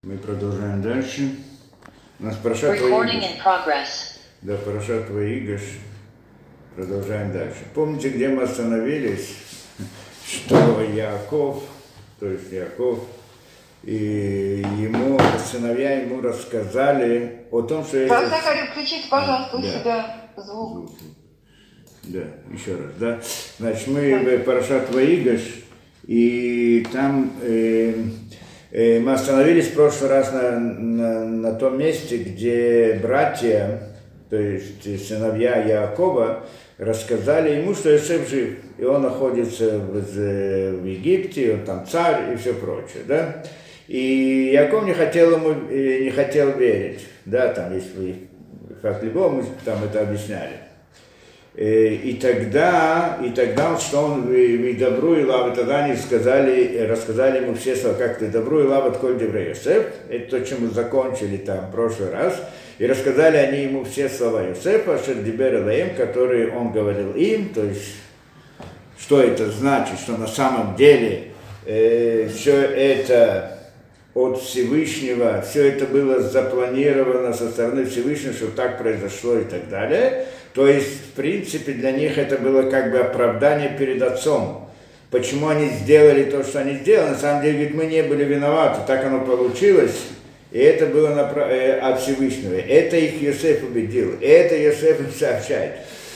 Мы продолжаем дальше. У нас Парашат Ваигаш. Да, Парашат Ваигаш. Продолжаем дальше. Помните, где мы остановились? Что Яаков, то есть Яаков, и ему, сыновья ему рассказали о том, что... Включите, пожалуйста, у себя звук. Да, еще раз, да. Значит, мы в Парашат Ваигаш, и там... мы остановились в прошлый раз на том месте, где братья, то есть сыновья Яакова, рассказали ему, что Иосиф жив, и он находится в Египте, он там царь и все прочее, да. И Яаков не хотел верить, да, там есть факт любого, мы там это объясняли. И тогда он, что он добру и лав, тогда они рассказали ему все слова, как ты добру и лав от коль деврей Йосеф, это то, чем мы закончили там в прошлый раз, и рассказали они ему все слова Йосефа, шердибер элаим, которые он говорил им, то есть, что это значит, что на самом деле все это от Всевышнего, все это было запланировано со стороны Всевышнего, что так произошло и так далее. То есть, в принципе, для них это было как бы оправдание перед отцом. Почему они сделали то, что они сделали? На самом деле, говорит, мы не были виноваты, так оно получилось. И это было от Всевышнего. Это их Йосеф убедил. Это Йосеф им сообщает.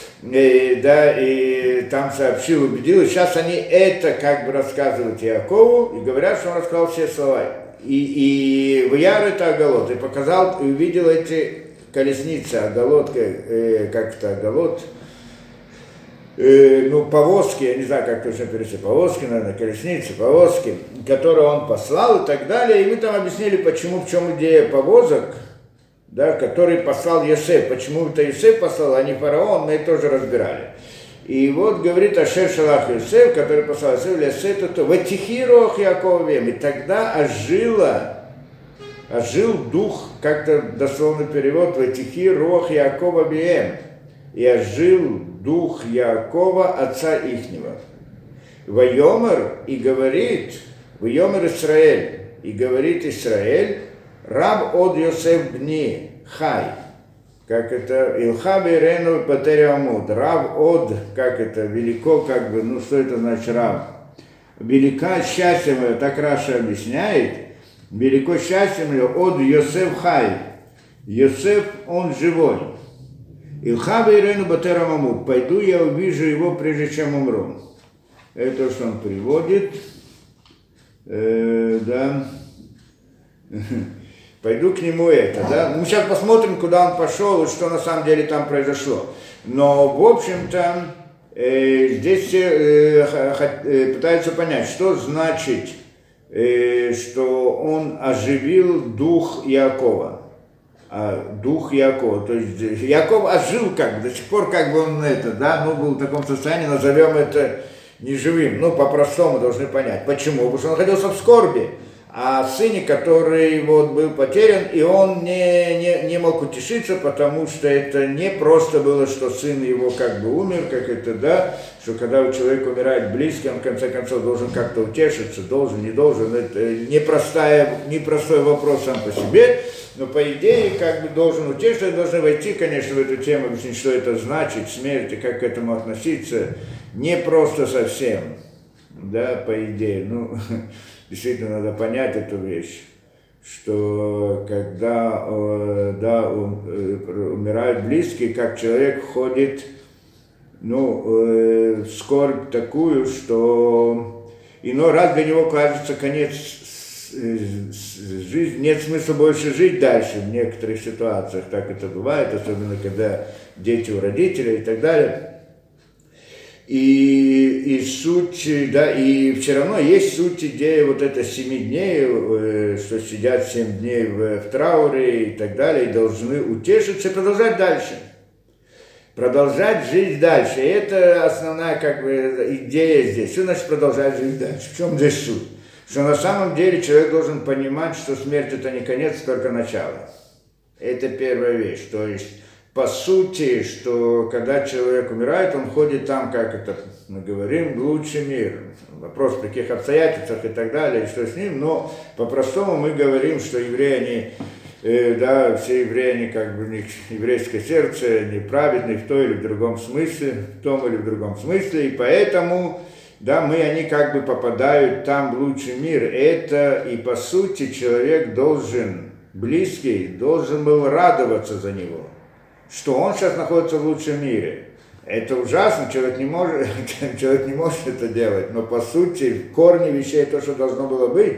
И там сообщил, убедил. И сейчас они это как бы рассказывают Яакову и говорят, что он рассказал все слова. И в Яр это оголот. И показал, и увидел эти... колесница, оголот, как это оголот, повозки, я не знаю, как точно перевести, повозки, наверное, колесницы, повозки, которые он послал и так далее. И мы там объяснили, в чем идея повозок, да, который послал Йосеф, почему это Йосеф послал, а не фараон, мы это тоже разбирали. И вот говорит Ашер Шалах Йосеф, который послал Йосеф, то «Ватихирох Яаковем», и тогда ожил дух, как-то дословный перевод, «Ватихи рох Яакова бием», и ожил дух Яакова, отца ихнего. Вайомер, и говорит, Вайомер Исраэль, и говорит Исраэль, раб от Йосеф бни хай, как это, Илха бейрену патериамуд, раб от, как это, велико, как бы, что это значит раб? Велика счастье мое, так Раша объясняет, велико счастье мое от Йосеф хай. Йосеф, он живой. Илха бейрену батерамамут. Пойду я увижу его, прежде чем умру. Это то, что он приводит. Да. Пойду к нему это, да. Мы сейчас посмотрим, куда он пошел и что на самом деле там произошло. Но, в общем-то, здесь пытаются понять, что значит, что он оживил дух Яакова. Дух Яакова. То есть Яаков ожил как бы, до сих пор как бы он был в таком состоянии, назовем это неживым. По-простому должны понять. Почему? Потому что он находился в скорби. А сыне, который был потерян, и он не мог утешиться, потому что это не просто было, что сын его как бы умер, как это, да, что когда у человека умирает близкий, он в конце концов должен как-то утешиться, должен, не должен, это непростой вопрос сам по себе, но по идее как бы должен утешиться, должны войти, конечно, в эту тему, объяснить, что это значит, смерть, и как к этому относиться, не просто совсем, да, по идее, действительно надо понять эту вещь, что когда умирают близкие, как человек входит в скорбь такую, что иной раз для него кажется конец жизни, нет смысла больше жить дальше в некоторых ситуациях, так это бывает, особенно когда дети у родителей и так далее. И суть, да, и все равно есть суть идея вот это 7 дней, что сидят 7 дней в трауре и так далее, и должны утешиться и продолжать дальше. Продолжать жить дальше. И это основная как бы идея здесь. Что значит продолжать жить дальше? В чем здесь суть? Что на самом деле человек должен понимать, что смерть это не конец, только начало. Это первая вещь. То есть по сути, что когда человек умирает, он ходит там, как это мы говорим, в лучший мир. Вопрос, в каких обстоятельствах и так далее, и что с ним, но по-простому мы говорим, что евреи, они, да, все евреи, они как бы, у них еврейское сердце, они праведные в том или в другом смысле, и поэтому, да, они как бы попадают там в лучший мир. Это, и по сути, человек должен, близкий, должен был радоваться за него, что он сейчас находится в лучшем мире. Это ужасно, человек не может это делать, но по сути в корне вещей то, что должно было быть,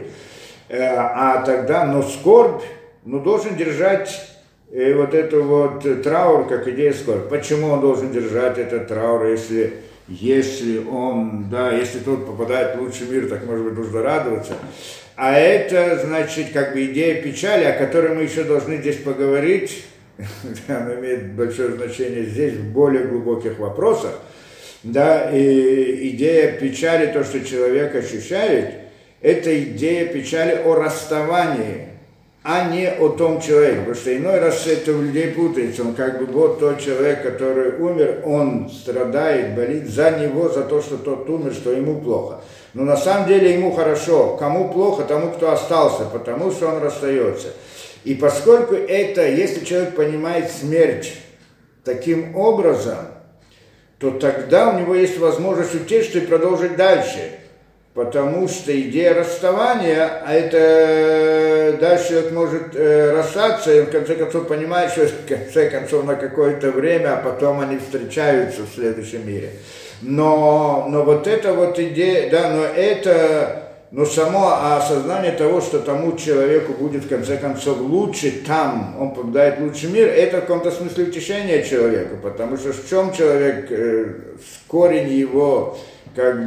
а тогда, но скорбь, должен держать вот эту вот траур, как идея скорбь. Почему он должен держать этот траур, если он, да, если тот попадает в лучший мир, так может быть нужно радоваться. А это значит как бы идея печали, о которой мы еще должны здесь поговорить. Она имеет большое значение здесь, в более глубоких вопросах. Да, и идея печали, то, что человек ощущает, это идея печали о расставании, а не о том человеке. Потому что иной раз это у людей путается. Он как бы вот тот человек, который умер, он страдает, болит за него, за то, что тот умер, что ему плохо. Но на самом деле ему хорошо. Кому плохо? Тому, кто остался, потому что он расстается. И поскольку это, если человек понимает смерть таким образом, то тогда у него есть возможность утешиться и продолжить дальше. Потому что идея расставания, а это дальше человек может расстаться, и в конце концов понимает, что в конце концов на какое-то время, а потом они встречаются в следующем мире. Но вот эта вот идея, да, но само осознание того, что тому человеку будет в конце концов лучше там, он попадает в лучший мир, это в каком-то смысле утешение человека, потому что в чем человек, корень его как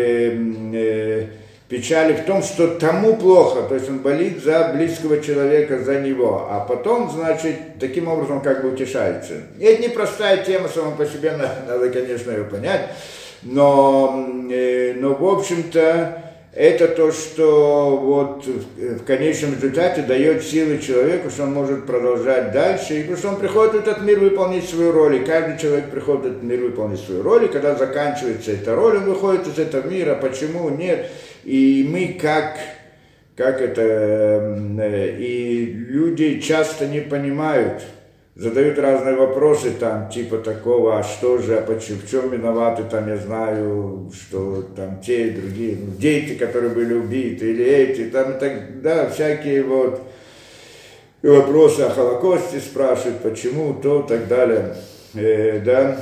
бы печали в том, что тому плохо, то есть он болит за близкого человека, за него, а потом, значит, таким образом он как бы утешается. И это непростая тема, сама по себе, надо, конечно, ее понять, но в общем-то, это то, что вот в конечном результате дает силы человеку, что он может продолжать дальше, и потому что он приходит в этот мир выполнить свою роль, и каждый человек приходит в этот мир выполнить свою роль, и когда заканчивается эта роль, он выходит из этого мира, почему нет, и мы как это, и люди часто не понимают, задают разные вопросы там, типа такого, а что же, а почему, в чем виноваты, там, я знаю, что там те и другие, дети, которые были убиты, или эти, там, и так, да, всякие вот вопросы о Холокосте спрашивают, почему, то, и так далее, да,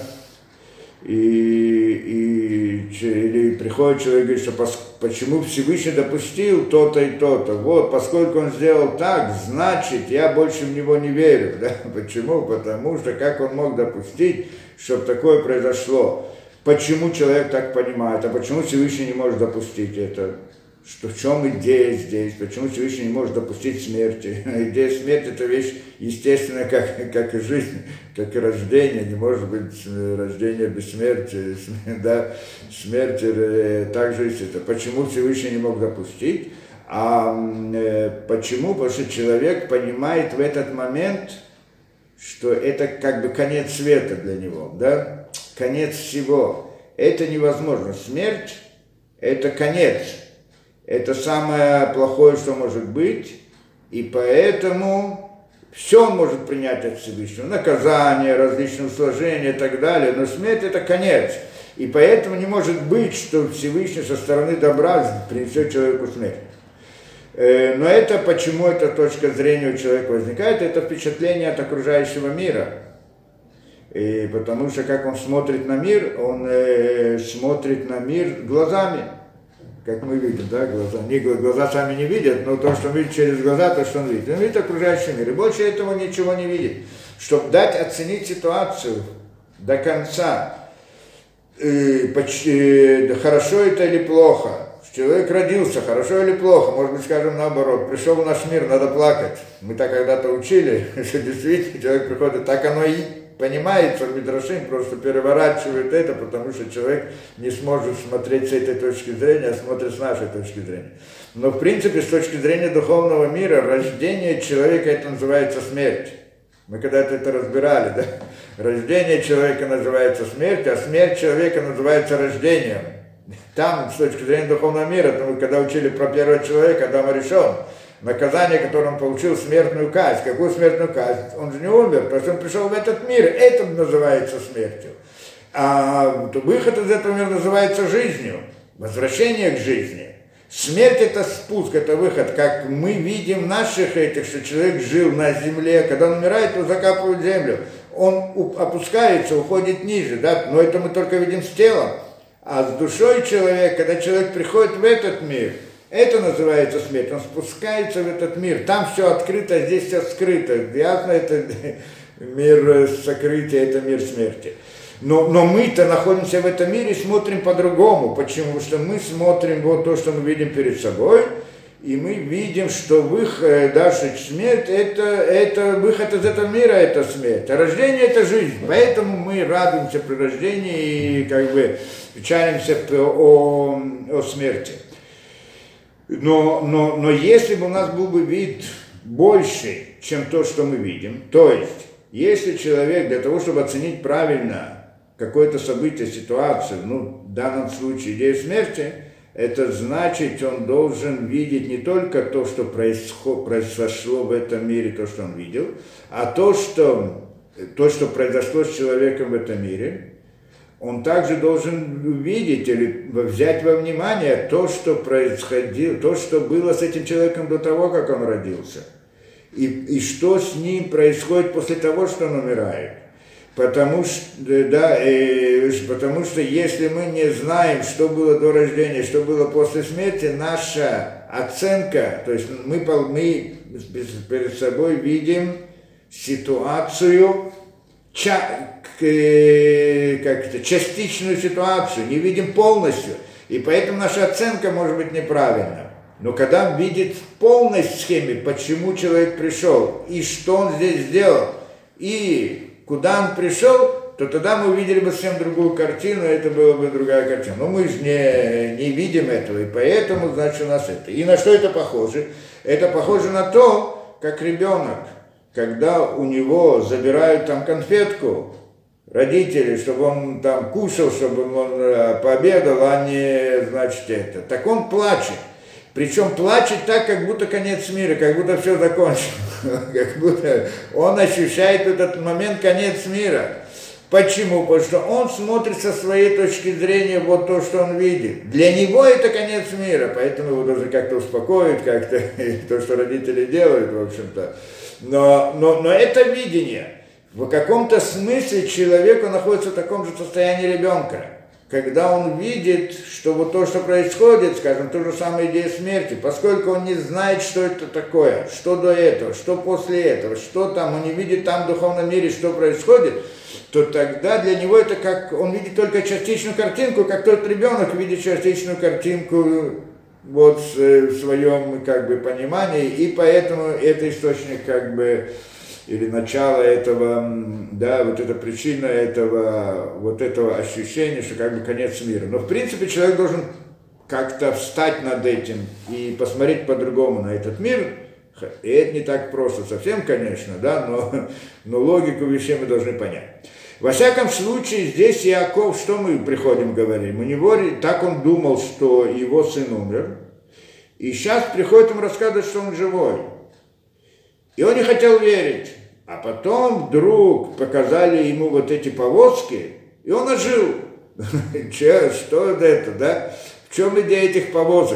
или приходит человек и говорит, что почему Всевышний допустил то-то и то-то. Вот, поскольку он сделал так, значит, я больше в него не верю. Да? Почему? Потому что как он мог допустить, чтобы такое произошло? Почему человек так понимает? А почему Всевышний не может допустить это? Что, в чем идея здесь? Почему Всевышний не может допустить смерти? Идея смерти – это вещь естественная, как и жизнь, как и рождение. Не может быть рождение без смерти, да? Смерть также есть это. Почему Всевышний не мог допустить? Почему? Потому что человек понимает в этот момент, что это как бы конец света для него, да? Конец всего. Это невозможно. Смерть – это конец. Это самое плохое, что может быть, и поэтому все он может принять от Всевышнего, наказание, различные усложнения и так далее, но смерть это конец, и поэтому не может быть, что Всевышний со стороны добра принесет человеку смерть. Но это почему эта точка зрения у человека возникает, это впечатление от окружающего мира. И потому что как он смотрит на мир, он смотрит на мир глазами. Как мы видим, да, глаза сами не видят, но то, что он видит через глаза, то, что он видит. Он видит окружающий мир, и больше этого ничего не видит. Чтобы дать оценить ситуацию до конца, хорошо это или плохо, человек родился, хорошо или плохо, может быть, скажем наоборот, пришел в наш мир, надо плакать. Мы так когда-то учили, что действительно человек приходит, так оно и понимается, Мидрашим просто переворачивает это, потому что человек не сможет смотреть с этой точки зрения, а смотрит с нашей точки зрения. Но в принципе, с точки зрения духовного мира, рождение человека это называется смерть. Мы когда-то это разбирали, да? Рождение человека называется смертью, а смерть человека называется рождением. Там, с точки зрения духовного мира, то мы когда учили про первого человека, Адама Ришон, наказание, которое он получил, смертную казнь. Какую смертную казнь? Он же не умер, потому что он пришел в этот мир, это называется смертью. А выход из этого мира называется жизнью, возвращение к жизни. Смерть это спуск, это выход, как мы видим наших этих, что человек жил на земле, когда он умирает, то закапывают землю, он опускается, уходит ниже, да? Но это мы только видим с телом, а с душой человека, когда человек приходит в этот мир, это называется смерть, он спускается в этот мир, там все открыто, а здесь все скрыто, ясно, это мир сокрытия, это мир смерти. Но мы-то находимся в этом мире и смотрим по-другому. Почему? Потому что мы смотрим вот то, что мы видим перед собой, и мы видим, что выход, даже смерть, это выход из этого мира, это смерть. А рождение – это жизнь. Поэтому мы радуемся при рождении и как бы печалимся о смерти. Но если бы у нас был бы вид больше, чем то, что мы видим, то есть, если человек для того, чтобы оценить правильно какое-то событие, ситуацию, в данном случае идею смерти, это значит, он должен видеть не только то, что произошло в этом мире, то, что он видел, а то, что произошло с человеком в этом мире, он также должен увидеть или взять во внимание то, что происходило, то, что было с этим человеком до того, как он родился, и что с ним происходит после того, что он умирает. Потому что если мы не знаем, что было до рождения, что было после смерти, наша оценка, то есть мы перед собой видим ситуацию, частичную ситуацию, не видим полностью, и поэтому наша оценка может быть неправильна. Но когда он видит в полной схеме, почему человек пришел, и что он здесь сделал, и куда он пришел, то тогда мы увидели бы совсем другую картину, и это была бы другая картина. Но мы же не видим этого, и поэтому, значит, у нас это. И на что это похоже? Это похоже на то, как ребенок, когда у него забирают там конфетку, родители, чтобы он там кушал, чтобы он пообедал, а не, значит, это. Так он плачет. Причем плачет так, как будто конец мира, как будто все закончилось, как будто он ощущает в этот момент конец мира. Почему? Потому что он смотрит со своей точки зрения вот то, что он видит. Для него это конец мира, поэтому его должны как-то успокоить, как-то то, что родители делают, в общем-то. Но это видение. В каком-то смысле человек находится в таком же состоянии ребенка. Когда он видит, что вот то, что происходит, скажем, та же самая идея смерти, поскольку он не знает, что это такое, что до этого, что после этого, что там, он не видит там в духовном мире, что происходит, то тогда для него это как, он видит только частичную картинку, как тот ребенок видит частичную картинку вот в своем как бы понимании, и поэтому это источник как бы или начало этого, да, вот эта причина этого ощущения, что как бы конец мира. Но в принципе человек должен как-то встать над этим и посмотреть по-другому на этот мир. И это не так просто совсем, конечно, да, но логику вещей мы должны понять. Во всяком случае, здесь Иаков, что мы приходим говорим? У него, так он думал, что его сын умер, и сейчас приходит ему рассказывать, что он живой. И он не хотел верить. А потом вдруг показали ему вот эти повозки, и он ожил. Что это, да? В чем идея этих повозок?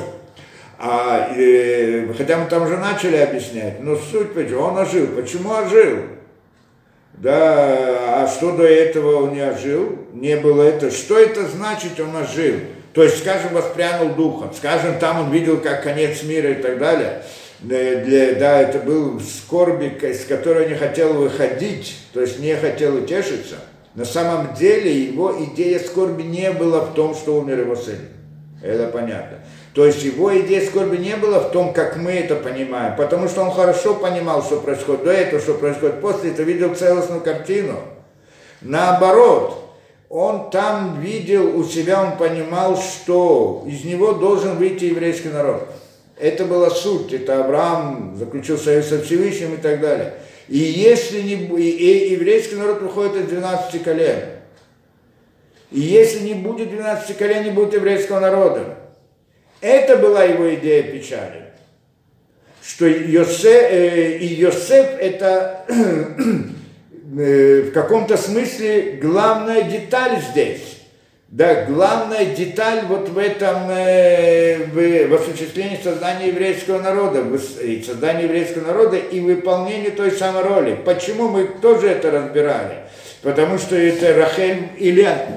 Хотя мы там уже начали объяснять, но суть, почему он ожил. Почему ожил? Да, а что до этого он не ожил? Не было это. Что это значит, он ожил? То есть, скажем, воспрянул духом, скажем, там он видел, как конец мира и так далее. Да, это был скорби, из которой не хотел выходить, то есть не хотел утешиться. На самом деле его идея скорби не была в том, что умер его сын. Это понятно. То есть его идея скорби не была в том, как мы это понимаем, потому что он хорошо понимал, что происходит до этого, что происходит после, это видел целостную картину. Наоборот, он там видел у себя, он понимал, что из него должен выйти еврейский народ. Это была суть, это Авраам заключил союз со Всевышним и так далее. И если не, и еврейский народ выходит из 12 колен. И если не будет 12 колен, не будет еврейского народа. Это была его идея печали. Что Йосеф это в каком-то смысле главная деталь здесь. Да, главная деталь вот в этом, в осуществлении создания еврейского народа, создании еврейского народа и выполнении той самой роли. Почему мы тоже это разбирали? Потому что это Рахель и Леа.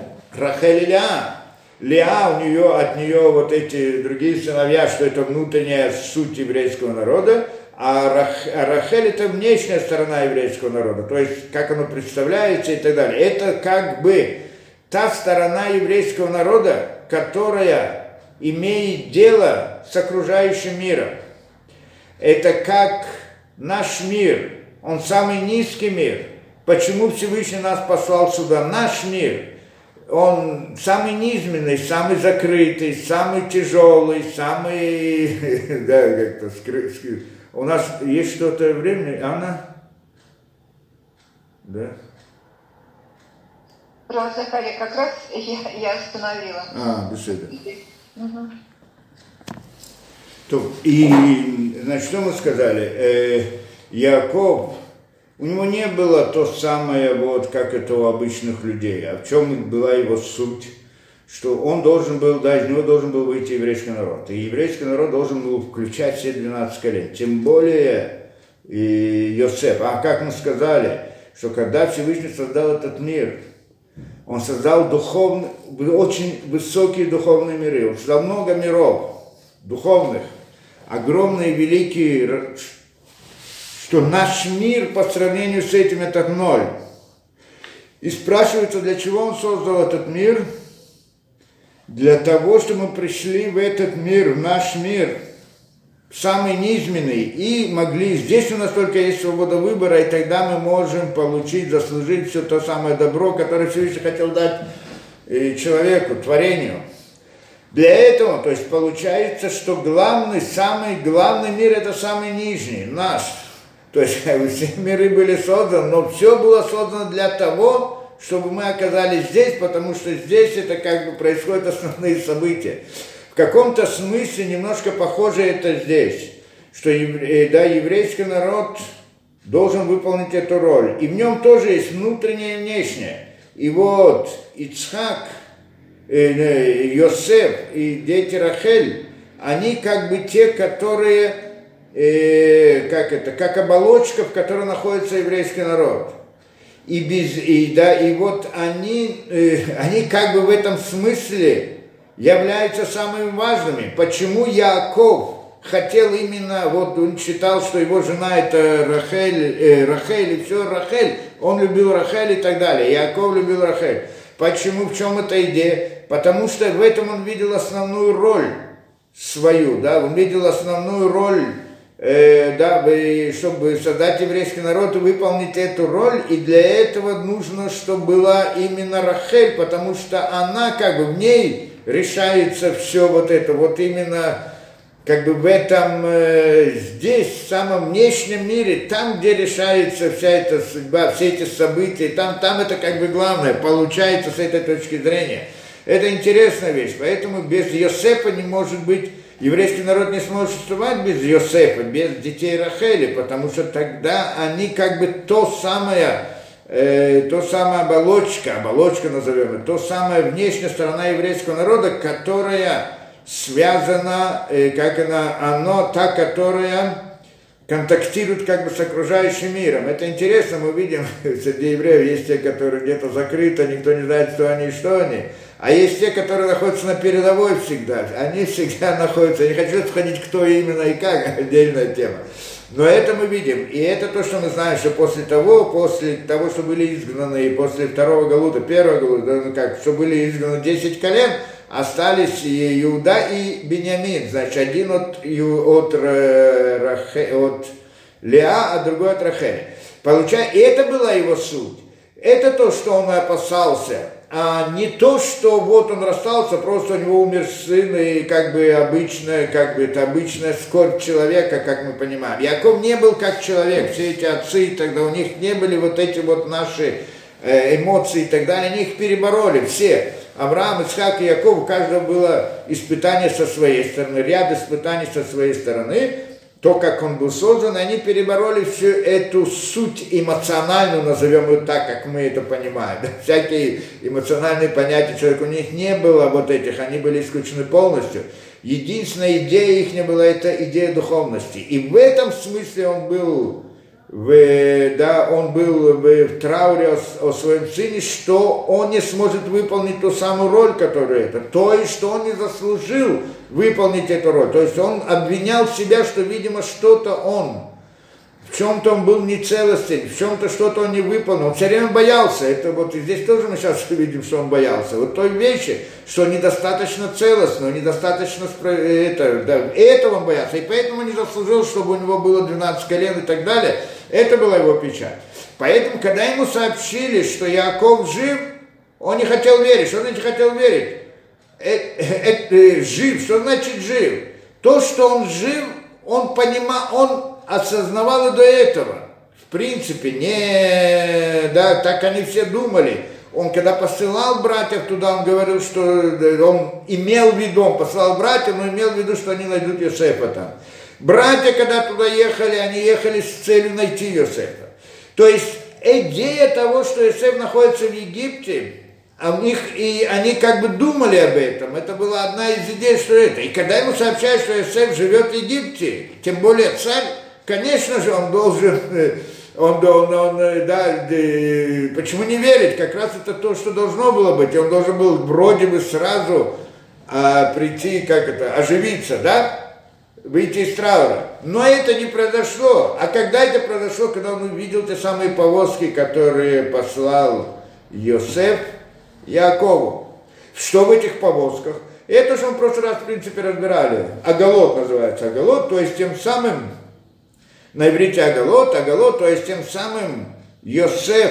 Леа, от нее вот эти другие сыновья, что это внутренняя суть еврейского народа, а Рахель это внешняя сторона еврейского народа, то есть как оно представляется и так далее. Это как бы та сторона еврейского народа, которая имеет дело с окружающим миром. Это как наш мир, он самый низкий мир. Почему Всевышний нас послал сюда? Наш мир, он самый низменный, самый закрытый, самый тяжелый, самый... Да, как-то у нас есть что-то времени, Анна? Да? Просто, Харри, как раз я остановила. Беседа. И, значит, что мы сказали? Яков, у него не было то самое, вот, как это у обычных людей. А в чем была его суть? Что он должен был, да, из него должен был выйти еврейский народ. И еврейский народ должен был включать все 12 колен. Тем более Йосеф. А как мы сказали, что когда Всевышний создал этот мир, он создал очень высокие духовные миры. Он создал много миров духовных, огромные, великие, что наш мир по сравнению с этим это ноль. И спрашивается, для чего он создал этот мир? Для того, чтобы мы пришли в этот мир, в наш мир, самый низменный, и могли, здесь у нас только есть свобода выбора, и тогда мы можем получить, заслужить все то самое добро, которое Всевышний хотел дать человеку, творению. Для этого, то есть получается, что самый главный мир это самый нижний, наш. То есть все миры были созданы, но все было создано для того, чтобы мы оказались здесь, потому что здесь это как бы происходят основные события. В каком-то смысле немножко похоже это здесь, что еврейский народ должен выполнить эту роль. И в нем тоже есть внутреннее и внешнее. И вот Ицхак, Йосеф и дети Рахель, они как бы те, которые, как оболочка, в которой находится еврейский народ. И вот они как бы в этом смысле являются самыми важными. Почему Яаков хотел именно, вот он считал, что его жена это Рахель и все Рахель, он любил Рахель и так далее, Яаков любил Рахель. Почему, в чем эта идея? Потому что в этом он видел основную роль свою, да, он видел основную роль, чтобы создать еврейский народ и выполнить эту роль, и для этого нужно, чтобы была именно Рахель, потому что она как бы в ней решается все вот это, вот именно как бы в этом, здесь, в самом внешнем мире, там, где решается вся эта судьба, все эти события, там это как бы главное, получается с этой точки зрения. Это интересная вещь, поэтому без Йосефа не может быть, еврейский народ не сможет существовать без Йосефа, без детей Рахели, потому что тогда они как бы то самая оболочка назовем это, то самая внешняя сторона еврейского народа, которая связана, та, которая контактирует как бы с окружающим миром. Это интересно, мы видим, среди евреев есть те, которые где-то закрыты, никто не знает, кто они и что они. А есть те, которые находятся на передовой всегда. Они всегда находятся, я не хочу сходить, кто именно и как, отдельная тема. Но это мы видим. И это то, что мы знаем, что после того, что были изгнаны, и после второго галута, первого галута, что были изгнаны 10 колен, остались Иуда и Беньямин. Значит, один от Леа, а другой от Рахели. И это была его суть. Это то, что он опасался. а не то, что вот он расстался, просто у него умер сын, и как бы это обычная скорбь человека, как мы понимаем. Яков не был как человек, все эти отцы, тогда у них не были вот эти вот наши эмоции и так далее, они их перебороли, все. Авраам, Ицхак и Яков, у каждого было испытание со своей стороны, ряд испытаний со своей стороны, то, как он был создан, они перебороли всю эту суть эмоциональную, назовем ее так, как мы это понимаем. Всякие эмоциональные понятия человека у них не было вот этих, они были исключены полностью. Единственная идея их не была, это идея духовности. И в этом смысле он был в трауре о своем сыне, что он не сможет выполнить ту самую роль, которую это. То есть, что он не заслужил выполнить эту роль. То есть, он обвинял себя, что, видимо, что-то он, в чем-то он был нецелостен, в чем-то что-то он не выполнил. Он все время боялся. Это вот и здесь тоже мы сейчас видим, что он боялся. Вот той вещи, что недостаточно целостно, недостаточно этого он боялся. И поэтому не заслужил, чтобы у него было 12 колен и так далее. Это была его печаль. Поэтому, когда ему сообщили, что Яаков жив, он не хотел верить. Что значит хотел верить? Жив. Что значит жив? То, что он жив, он понимал, он осознавал и до этого. В принципе, так они все думали. Он, когда посылал братьев туда, он говорил, что он имел в виду, он посылал братьев, но имел в виду, что они найдут Йосефа там. Братья, когда туда ехали, они ехали с целью найти Йосефа. То есть, идея того, что Йосеф находится в Египте, и они как бы думали об этом, это была одна из идей, что это. И когда ему сообщают, что Йосеф живет в Египте, тем более царь, конечно же, он должен, почему не верить? Как раз это то, что должно было быть. Он должен был вроде бы сразу прийти, оживиться, да? Выйти из траура. Но это не произошло. А когда это произошло? Когда он увидел те самые повозки, которые послал Йосеф Яакову. Что в этих повозках? Это же мы в прошлый раз, в принципе, разбирали. Агалот называется. Агалот, то есть тем самым, на иврите агалот, то есть тем самым Йосеф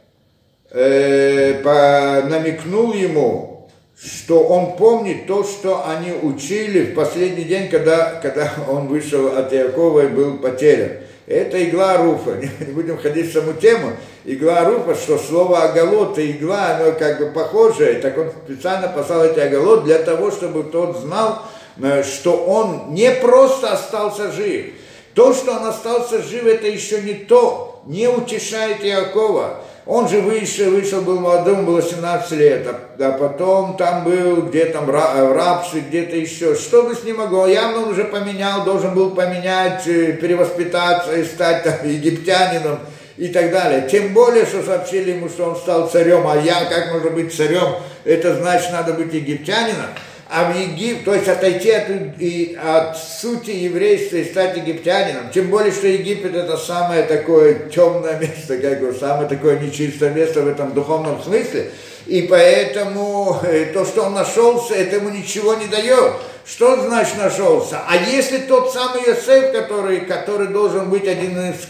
намекнул ему, что он помнит то, что они учили в последний день, когда он вышел от Якова и был потерян. Это игла Руфа. Не будем ходить в саму тему. Игла Руфа, что слово агалот и игла, оно как бы похожее. Так он специально послал эти агалот для того, чтобы тот знал, что он не просто остался жив. То, что он остался жив, это еще не то. Не утешает Якова. Он же вышел, был молодым, было 17 лет, а потом там был где-то в рабстве, где-то еще. Что бы с ним могло? Явно он уже поменял, должен был поменять, перевоспитаться и стать там египтянином и так далее. Тем более, что сообщили ему, что он стал царем, как можно быть царем? Это значит, надо быть египтянином. А в Египте, то есть отойти от сути еврейства и стать египтянином. Тем более, что Египет это самое такое темное место, самое такое нечистое место в этом духовном смысле. И поэтому то, что он нашелся, это ему ничего не дает. Что значит нашелся? А если тот самый Йосеф, который должен быть один из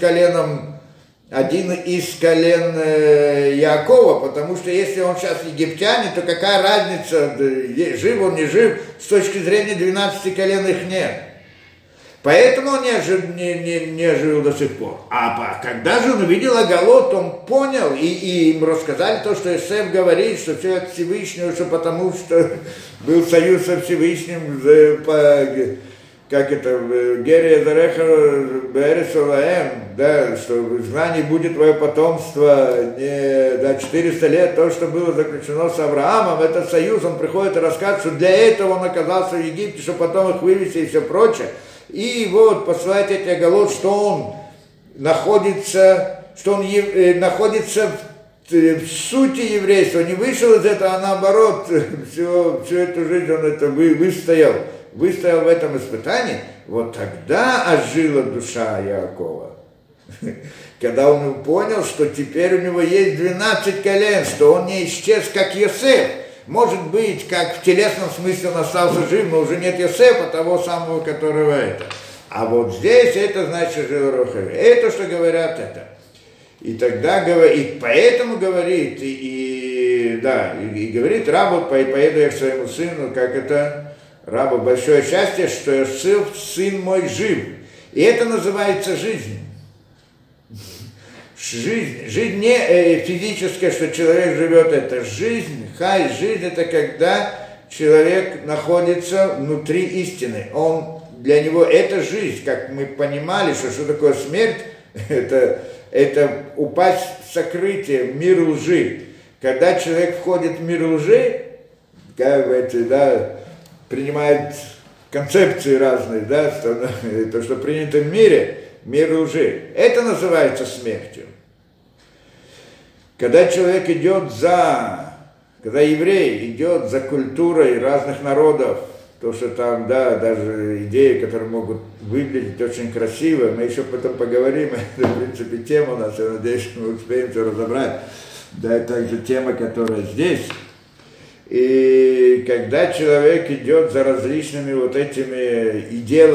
колен Яакова, потому что если он сейчас египтянин, то какая разница, жив он, не жив, с точки зрения 12 колен их нет. Поэтому он не оживил до сих пор. А когда же он увидел агалот, он понял, и им рассказали то, что Йосеф говорит, что все от Всевышнего, что потому что был союз со Всевышним, Герия Зареха Бересулаем, да, что в изгнании будет твое потомство, 400 лет, то, что было заключено с Авраамом, этот союз, он приходит и рассказывает, что для этого он оказался в Египте, чтобы потом их вывести и все прочее. И вот посылает эти агалот, что он находится в сути еврейства, не вышел из этого, а наоборот, всю эту жизнь он это выстоял в этом испытании, вот тогда ожила душа Яакова. Когда он понял, что теперь у него есть 12 колен, что он не исчез, как Йосеф. Может быть, как в телесном смысле он остался жив, но уже нет Йосефа, того самого, которого это. А вот здесь это значит жил Рохель. Это, что говорят это. И тогда говорит, и поэтому говорит, и и говорит рабу, поеду я к своему сыну, как это, рабу большое счастье, что Иосиф, сын мой, жив. И это называется жизнь. Жизнь не физическая, что человек живет, это жизнь. Жизнь это когда человек находится внутри истины. Для него это жизнь, как мы понимали, что такое смерть, это упасть в сокрытие, в мир лжи. Когда человек входит в мир лжи, принимает концепции разные, то, что принято в мире, мир лжи, это называется смертью. Когда человек когда еврей идет за культурой разных народов, то, что там, даже идеи, которые могут выглядеть очень красиво, мы еще потом поговорим, это, в принципе, тема у нас, я надеюсь, что мы успеем все разобрать. Да, это также тема, которая здесь. И когда человек идет за различными вот этими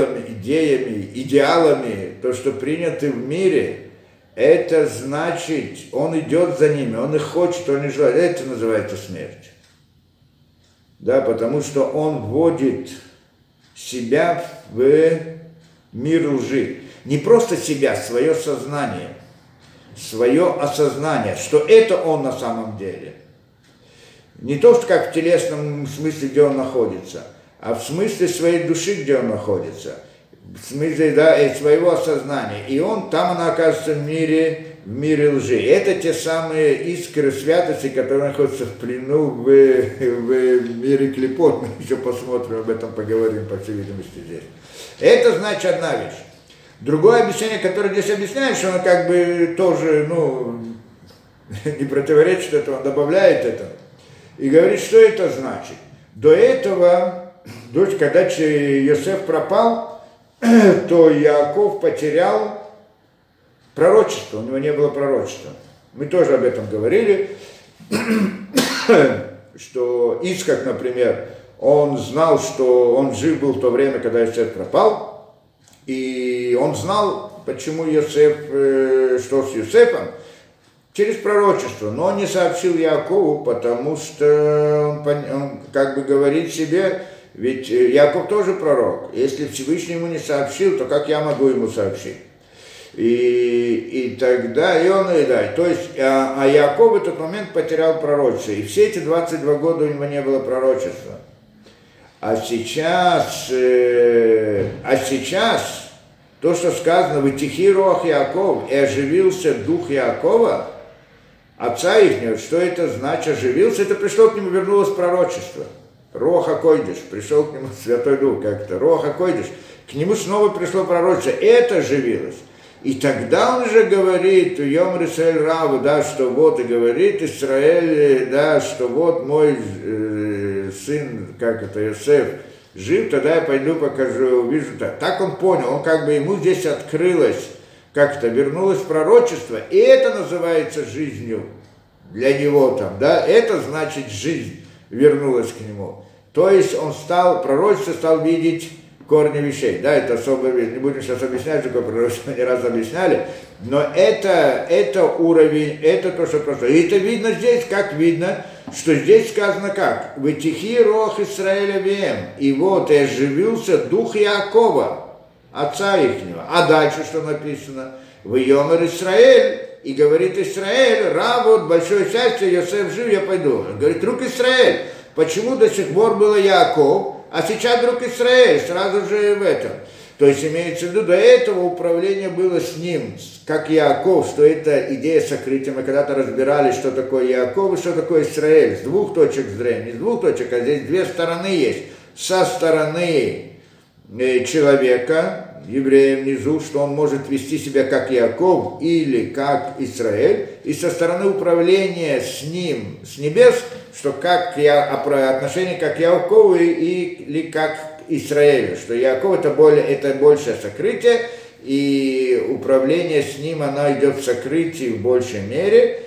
идеалами, то, что принято в мире, это значит, он идет за ними, он их хочет, он их желает. Это называется смерть. Да, потому что он вводит себя в мир лжи. Не просто себя, свое сознание, свое осознание, что это он на самом деле. Не то, что как в телесном смысле, где он находится, а в смысле своей души, где он находится. В смысле, своего осознания. И там она оказывается в мире лжи. Это те самые искры святости, которые находятся в плену в мире клипот. Мы еще посмотрим, об этом поговорим, по всей видимости, здесь. Это значит одна вещь. Другое объяснение, которое здесь объясняет, что оно как бы тоже, не противоречит этому, он добавляет это. И говорит, что это значит. До этого, когда Йосеф пропал, то Яаков потерял пророчество, у него не было пророчества. Мы тоже об этом говорили, что Ицхак, например, он знал, что он жив был в то время, когда Йосеф пропал, и он знал, почему что с Йосефом, через пророчество, но он не сообщил Яакову, потому что он как бы говорит себе, ведь Яаков тоже пророк. Если Всевышний ему не сообщил, то как я могу ему сообщить? И тогда, то есть, Яаков в этот момент потерял пророчество. И все эти 22 года у него не было пророчества. А сейчас, то, что сказано, «Вытихи руах Яаков», и оживился дух Яакова, отца их, что это значит, оживился, это пришло к нему, вернулось пророчество. Руах ха-койдеш, пришел к нему Святой Дух как-то, Руах ха-койдеш, к нему снова пришло пророчество, это оживилось. И тогда он же говорит, Йомар Исраэль Раву, что вот, и говорит Исраэль, что вот мой сын, Йосеф, жив, тогда я пойду покажу, увижу. Так он понял, он как бы ему здесь открылось, вернулось пророчество, и это называется жизнью для него это значит жизнь вернулась к нему. То есть пророчество стал видеть корни вещей. Это особо, не будем сейчас объяснять, что такое пророчество, не раз объясняли, но это уровень, это то, что прошло. И это видно здесь, как видно, что здесь сказано как? «Вытихи рох Исраэля вем». И вот, и оживился дух Яакова, отца ихнего. А дальше что написано? «Вьомер Исраэль». И говорит Исраэль, Равот, большое счастье, Йосеф жив, я пойду. Он говорит, друг Исраэль, почему до сих пор было Яаков, а сейчас друг Исраэль, сразу же в этом. То есть имеется в виду, до этого управление было с ним, как Яаков, что это идея сокрытия. Мы когда-то разбирали, что такое Яаков и что такое Исраэль, с двух точек зрения, не с двух точек, а здесь две стороны есть. Со стороны человека, еврея внизу, что он может вести себя как Яаков или как Исраэль, и со стороны управления с ним, с небес, что отношение как Яакову или как Израилю, что Яаков это большее сокрытие, и управление с ним, оно идет в сокрытии в большей мере,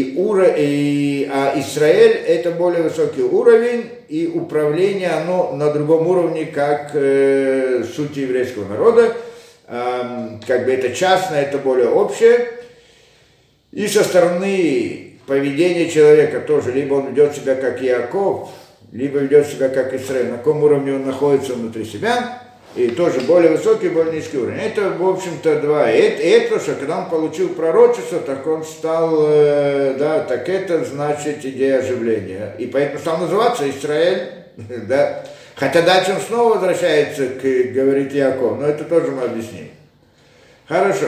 а Израиль это более высокий уровень, и управление оно на другом уровне, как суть еврейского народа, это частное, это более общее. И со стороны поведение человека тоже, либо он ведет себя как Иаков, либо ведет себя как Исраиль, на каком уровне он находится внутри себя, и тоже более высокий, более низкий уровень. Это, в общем-то, два. И это, что когда он получил пророчество, так он стал, да, так это значит идея оживления. И поэтому стал называться Израиль, да. Хотя дальше он снова возвращается к, говорит Иаков, но это тоже мы объясним. Хорошо.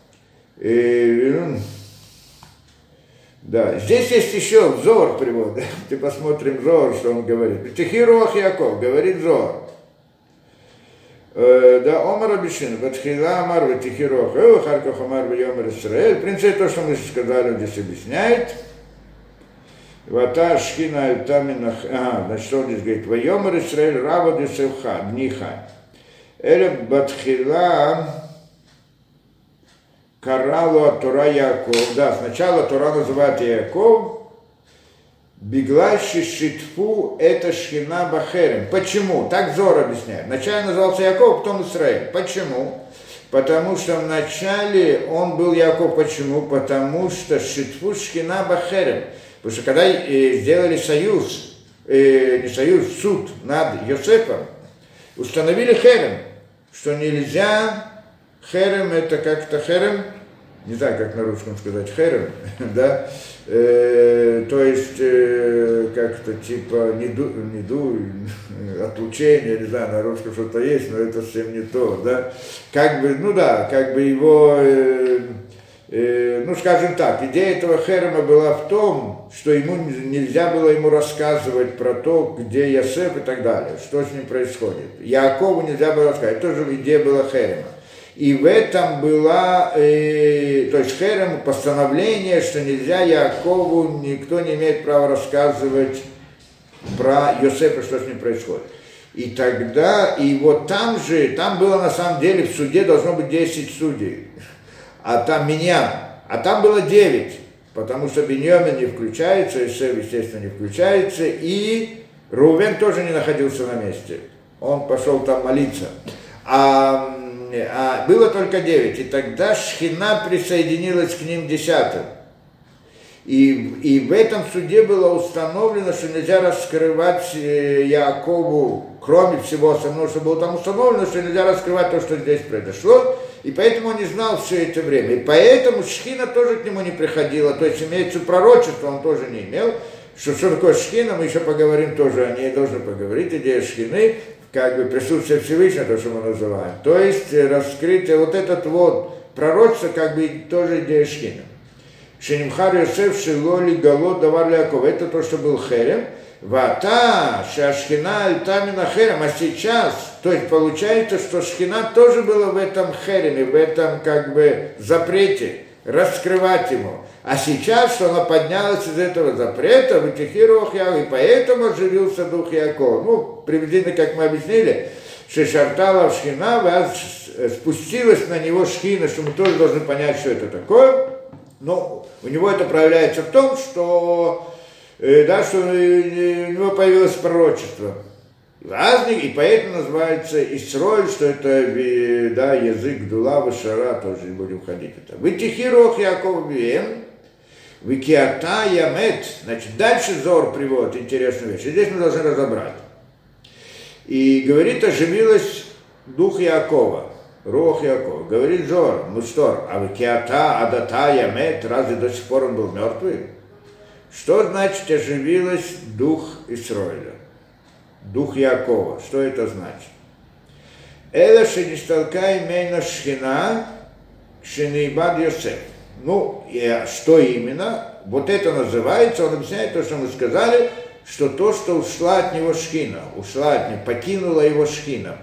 Да, здесь есть еще Зор привод. Ты посмотрим Зор, что он говорит. Тихируах Яков, говорит Зор. Да, Омар Абишин, Батхила Амар, Ватихируах, Харков Амар, Йомар Исраэль. В принципе, то, что мы сказали, он здесь объясняет. Вата Шхина Альтамина, значит, он здесь говорит, Вайомар Исраэль, Рава Десевха, Дниха. Эля Батхила Каралу Тора Яков. Да, сначала Тора называет Яков. Биглаши Шитфу это Шхина Бахерем. Почему? Так Зор объясняет. Вначале назывался Яков, потом Израиль. Почему? Потому что вначале он был Яков. Почему? Потому что Шитфу Шхина Бахерем. Потому что когда сделали союз, не союз, суд над Йосефом, установили Херем, что нельзя. Херем это как-то херем, не знаю, как на русском сказать, херем, да, то есть как-то типа отлучение, не знаю, на русском что-то есть, но это совсем не то, да, как бы, ну да, как бы его, ну скажем так, идея этого херема была в том, что ему нельзя было ему рассказывать про то, где Йосеф и так далее, что с ним происходит. Яакову нельзя было рассказать, тоже идея была херема. И в этом была, то есть Херем, постановление, что нельзя Яакову, никто не имеет права рассказывать про Йосефа, что с ним происходит. И тогда, и вот там же, там было на самом деле в суде должно быть 10 судей, а там там было 9, потому что Биньямин не включается, Йосеф, естественно, не включается, и Рувен тоже не находился на месте, он пошел там молиться. Было только 9, и тогда Шхина присоединилась к ним 10-м. И в этом суде было установлено, что нельзя раскрывать Яакову, кроме всего остального, что было там установлено, что нельзя раскрывать то, что здесь произошло, и поэтому он не знал все это время. И поэтому Шхина тоже к нему не приходила, то есть имеется пророчество, он тоже не имел. Что такое Шхина, мы еще поговорим тоже, о ней должны поговорить, идея Шхины, как бы присутствие Всевышнего, то, что мы называем. То есть раскрытие, вот этот вот пророчество, как бы тоже идея Шхина. Шенимхар Йосеф Шилоли Гало Давар Яков. Это то, что был Херем. Вата Шашхина Альтамина Херем. А сейчас, то есть получается, что Шхина тоже была в этом Хереме, в этом как бы запрете раскрывать ему. А сейчас, что она поднялась из этого запрета, в Тихируах Яков, и поэтому оживился дух Якова. Ну, приблизительно, как мы объяснили, Шешартала Шхина, спустилась на него Шхина, что мы тоже должны понять, что это такое. Но у него это проявляется в том, что, да, что у него появилось пророчество. И поэтому называется Исроэль, что это, да, язык Дула, Шара, тоже не будем ходить. В Тихируах Яков Бием, Викиата Ямет, значит, дальше Зор приводит интересную вещь. И здесь мы должны разобрать. И говорит, оживилась дух Якова, Рух Якова. Говорит Зор, ну что, а Викиата, Адата Ямет, разве до сих пор он был мертвый? Что значит оживилась дух Исроэля? Дух Якова. Что это значит? Эла шеништалка имейна Шхина, шенейбад Йосеф. Ну, что именно? Вот это называется, он объясняет то, что мы сказали, что то, что ушла от него Шхина, покинула его Шхина,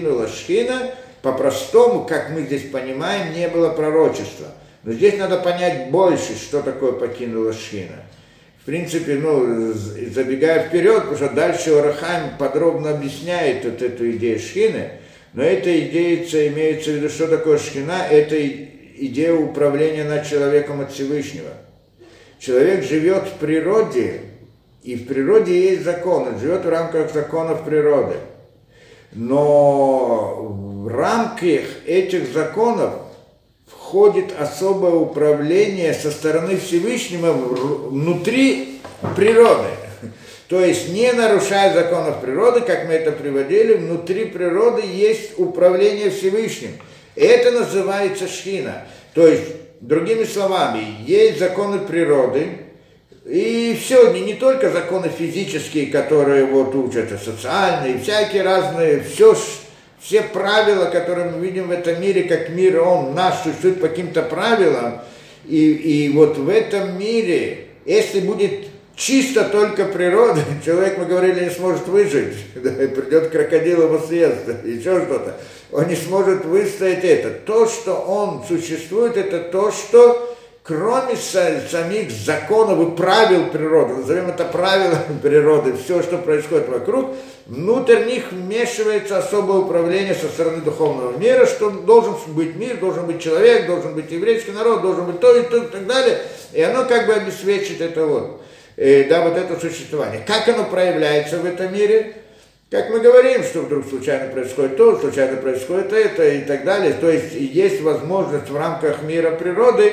по-простому, как мы здесь понимаем, не было пророчества. Но здесь надо понять больше, что такое покинула Шхина. В принципе, ну, забегая вперед, потому что дальше Орахайм подробно объясняет вот эту идею Шхины, но эта идея имеется в виду, что такое Шхина, это идея управления над человеком от Всевышнего. Человек живет в природе, и в природе есть закон, он живет в рамках законов природы. Но в рамках этих законов входит особое управление со стороны Всевышнего внутри природы. То есть, не нарушая законов природы, как мы это приводили, внутри природы есть управление Всевышним. Это называется шхина. То есть, другими словами, есть законы природы, и все, не только законы физические, которые вот учатся, социальные, всякие разные, все правила, которые мы видим в этом мире, как мир, он наш, существует по каким-то правилам, и вот в этом мире, если будет чисто только природа, человек, мы говорили, не сможет выжить, да, и придет крокодил его съест, еще что-то, он не сможет выстоять это. То, что он существует, это то, что кроме самих законов и правил природы, назовем это правилами природы, все, что происходит вокруг, внутрь них вмешивается особое управление со стороны духовного мира, что должен быть мир, должен быть человек, должен быть еврейский народ, должен быть то и то и так далее, и оно как бы обеспечит это вот, да, вот это существование. Как оно проявляется в этом мире? Как мы говорим, что вдруг случайно происходит то, случайно происходит это и так далее, то есть есть возможность в рамках мира природы,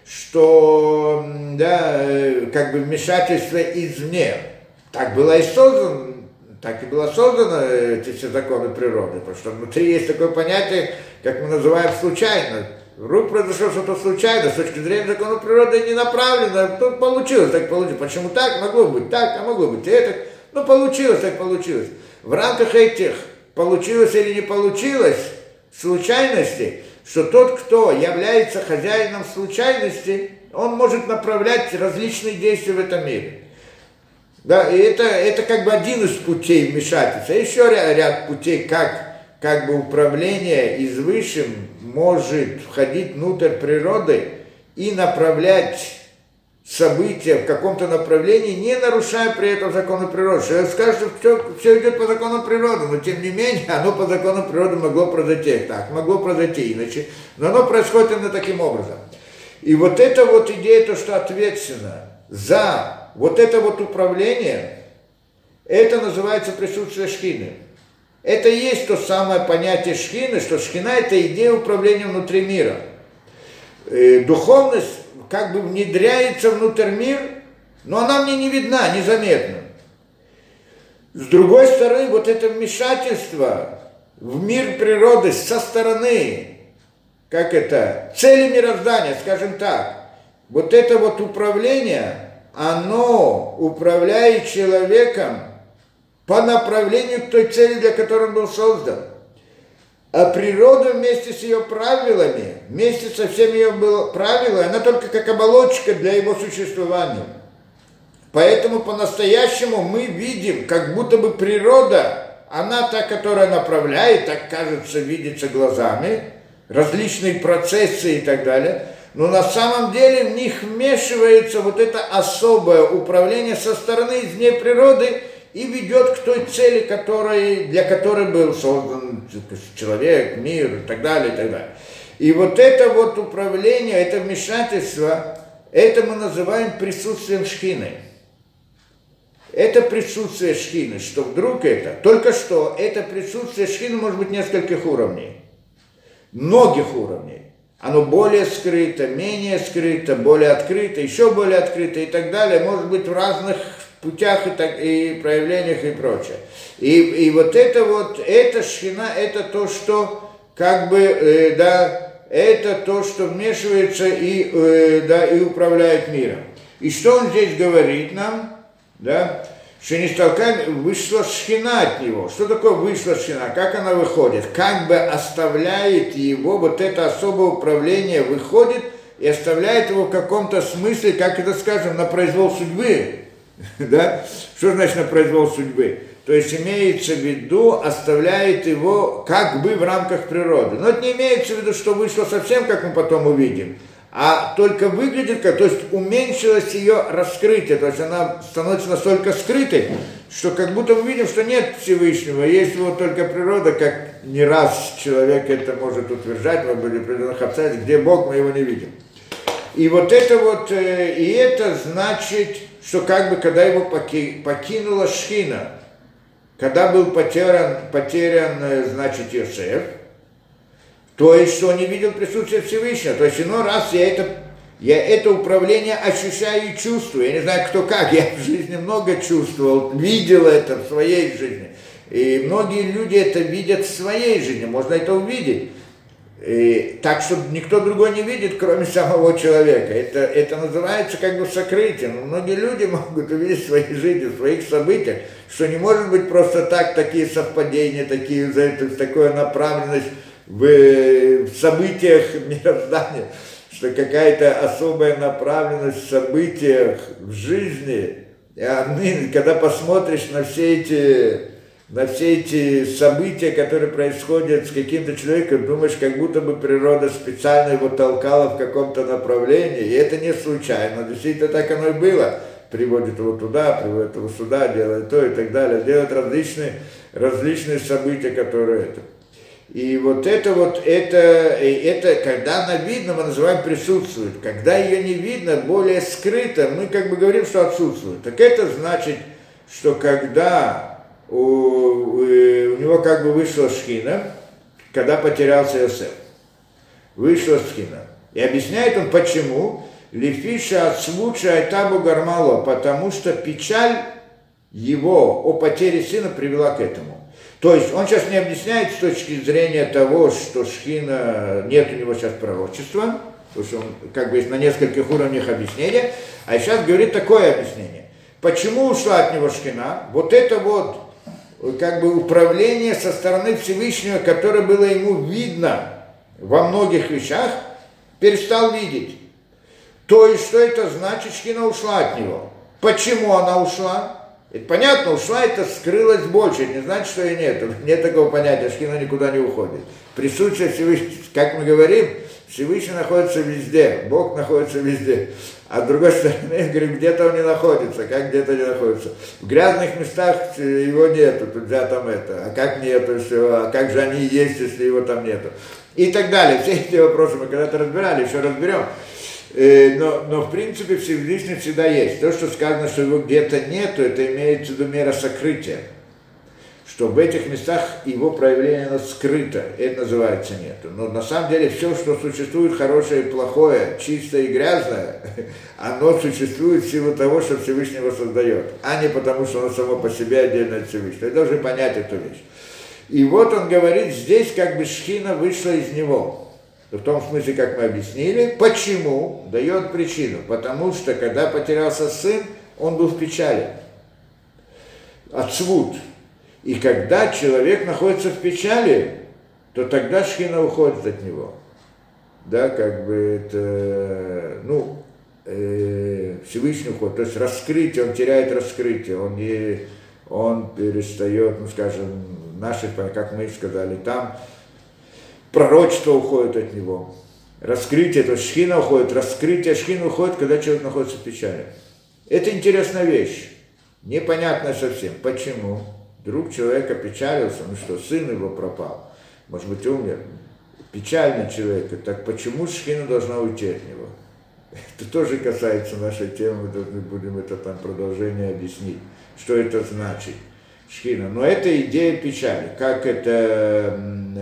что, да, как бы вмешательство извне. Так было и создано, так и было создано эти все законы природы, потому что внутри есть такое понятие, как мы называем случайно. Вдруг произошло что-то случайно, с точки зрения закона природы не направлено, тут получилось, так получилось. Почему так? Могло быть так, а могло быть это. Ну, получилось, так получилось. В рамках этих получилось или не получилось случайностей, что тот, кто является хозяином случайности, он может направлять различные действия в этом мире. Да, и это как бы один из путей вмешательства. Еще ряд путей, как бы управление извышим может входить внутрь природы и направлять события в каком-то направлении, не нарушая при этом законы природы. Человек скажет, что все идет по законам природы, но тем не менее оно по законам природы могло произойти так, могло произойти иначе, но оно происходит именно таким образом. И вот эта вот идея, то, что ответственно за вот это вот управление, это называется присутствие шхины. Это и есть то самое понятие шхины, что шхина – это идея управления внутри мира. Духовность как бы внедряется внутрь мира, но она мне не видна, незаметна. С другой стороны, вот это вмешательство в мир природы со стороны, как это, цели мироздания, скажем так, вот это вот управление, оно управляет человеком по направлению к той цели, для которой он был создан. А природа вместе с ее правилами, вместе со всеми ее правилами, она только как оболочка для его существования. Поэтому по-настоящему мы видим, как будто бы природа, она та, которая направляет, так кажется, видится глазами, различные процессы и так далее, но на самом деле в них вмешивается вот это особое управление со стороны извне природы и ведет к той цели, для которой был создан человек, мир и так далее, и так далее. И вот это вот управление, это вмешательство, это мы называем присутствием шхины. Это присутствие шхины, что вдруг это, только что это присутствие шхины может быть нескольких уровней, многих уровней. Оно более скрыто, менее скрыто, более открыто, еще более открыто и так далее, может быть в разных путях и проявлениях и прочее. И вот эта шхина, это то, что как бы, да, это то, что вмешивается и управляет миром. И что он здесь говорит нам, да, что не столкаем, вышла шхина от него. Что такое вышла шхина? Как она выходит? Как бы оставляет его, вот это особое управление выходит и оставляет его в каком-то смысле, как это скажем, на произвол судьбы. Да? Что значит на произвол судьбы? То есть имеется в виду, оставляет его как бы в рамках природы. Но это не имеется в виду, что вышло совсем, как мы потом увидим, а только выглядит как, то есть уменьшилось ее раскрытие, то есть она становится настолько скрытой, что как будто мы видим, что нет Всевышнего, есть вот только природа, как не раз человек это может утверждать, мы были в определенных обстоятельствах, где Бог, мы его не видим. И вот это вот, и это значит, что как бы когда его покинула шхина, когда был потерян, значит, Йосеф, То есть, что он не видел присутствия Всевышнего. То есть, иной раз я это управление ощущаю и чувствую. Я не знаю, кто как. Я в жизни много чувствовал, видел это в своей жизни. И многие люди это видят в своей жизни. Можно это увидеть. И так, что никто другой не видит, кроме самого человека. Это называется как бы сокрытием. Но многие люди могут увидеть в своей жизни, в своих событиях, что не может быть просто так, такие совпадения, такая направленность в событиях мироздания, что какая-то особая направленность в событиях в жизни. И когда посмотришь на все эти события, которые происходят с каким-то человеком, думаешь, как будто бы природа специально его толкала в каком-то направлении, и это не случайно, действительно так оно и было. Приводит его туда, приводит его сюда, делает то и так далее, делает различные события, которые это. И это, когда она видна, мы называем присутствует. Когда ее не видно, более скрыто, мы как бы говорим, что отсутствует. Так это значит, что когда у него как бы вышла шхина, когда потерялся Йосеф. Вышла шхина. И объясняет он, почему. Лефиша отсвуча айтабу гармало, потому что печаль его о потере сына привела к этому. То есть он сейчас не объясняет с точки зрения того, что шхина, нет у него сейчас пророчества, потому что он как бы есть на нескольких уровнях объяснения, а сейчас говорит такое объяснение. Почему ушла от него шхина? Вот это вот как бы управление со стороны Всевышнего, которое было ему видно во многих вещах, перестал видеть. То есть, что это значит, шхина ушла от него? Почему она ушла? Это понятно, ушла, это скрылось больше, это не значит, что и нет. Нет такого понятия, шхина никуда не уходит. Присутствие Всевышнего, как мы говорим, Всевышний находится везде, Бог находится везде. А с другой стороны, говорим, где-то он не находится, как где-то не находится. В грязных местах его нету, туда там это, а как нету, все, а как же они есть, если его там нету. И так далее. Все эти вопросы мы когда-то разбирали, еще разберем. Но в принципе Всевышний всегда есть. То, что сказано, что его где-то нету, это имеется в виду мера сокрытия. Что в этих местах его проявление скрыто, это называется нету. Но на самом деле все, что существует, хорошее и плохое, чистое и грязное, оно существует в силу того, что Всевышний его создает, а не потому, что оно само по себе отдельно от Всевышнего. Ты должен понять эту вещь. И вот он говорит, здесь как бы шхина вышла из него. В том смысле, как мы объяснили. Почему? Дает причину. Потому что, когда потерялся сын, он был в печали. Отсвут. И когда человек находится в печали, то тогда шхина уходит от него. Да, как бы это, Всевышний уход. То есть раскрытие, он теряет раскрытие, он перестает, скажем, наши, как мы сказали, там пророчество уходит от него. Раскрытие, то есть шхина уходит, раскрытие шхины уходит, когда человек находится в печали. Это интересная вещь, непонятная совсем. Почему? Вдруг человек опечалился, что сын его пропал, может быть умер, печальный человек, так почему шхина должна уйти от него? Это тоже касается нашей темы, мы должны будем это там продолжение объяснить, что это значит, шхина. Но это идея печали, как это,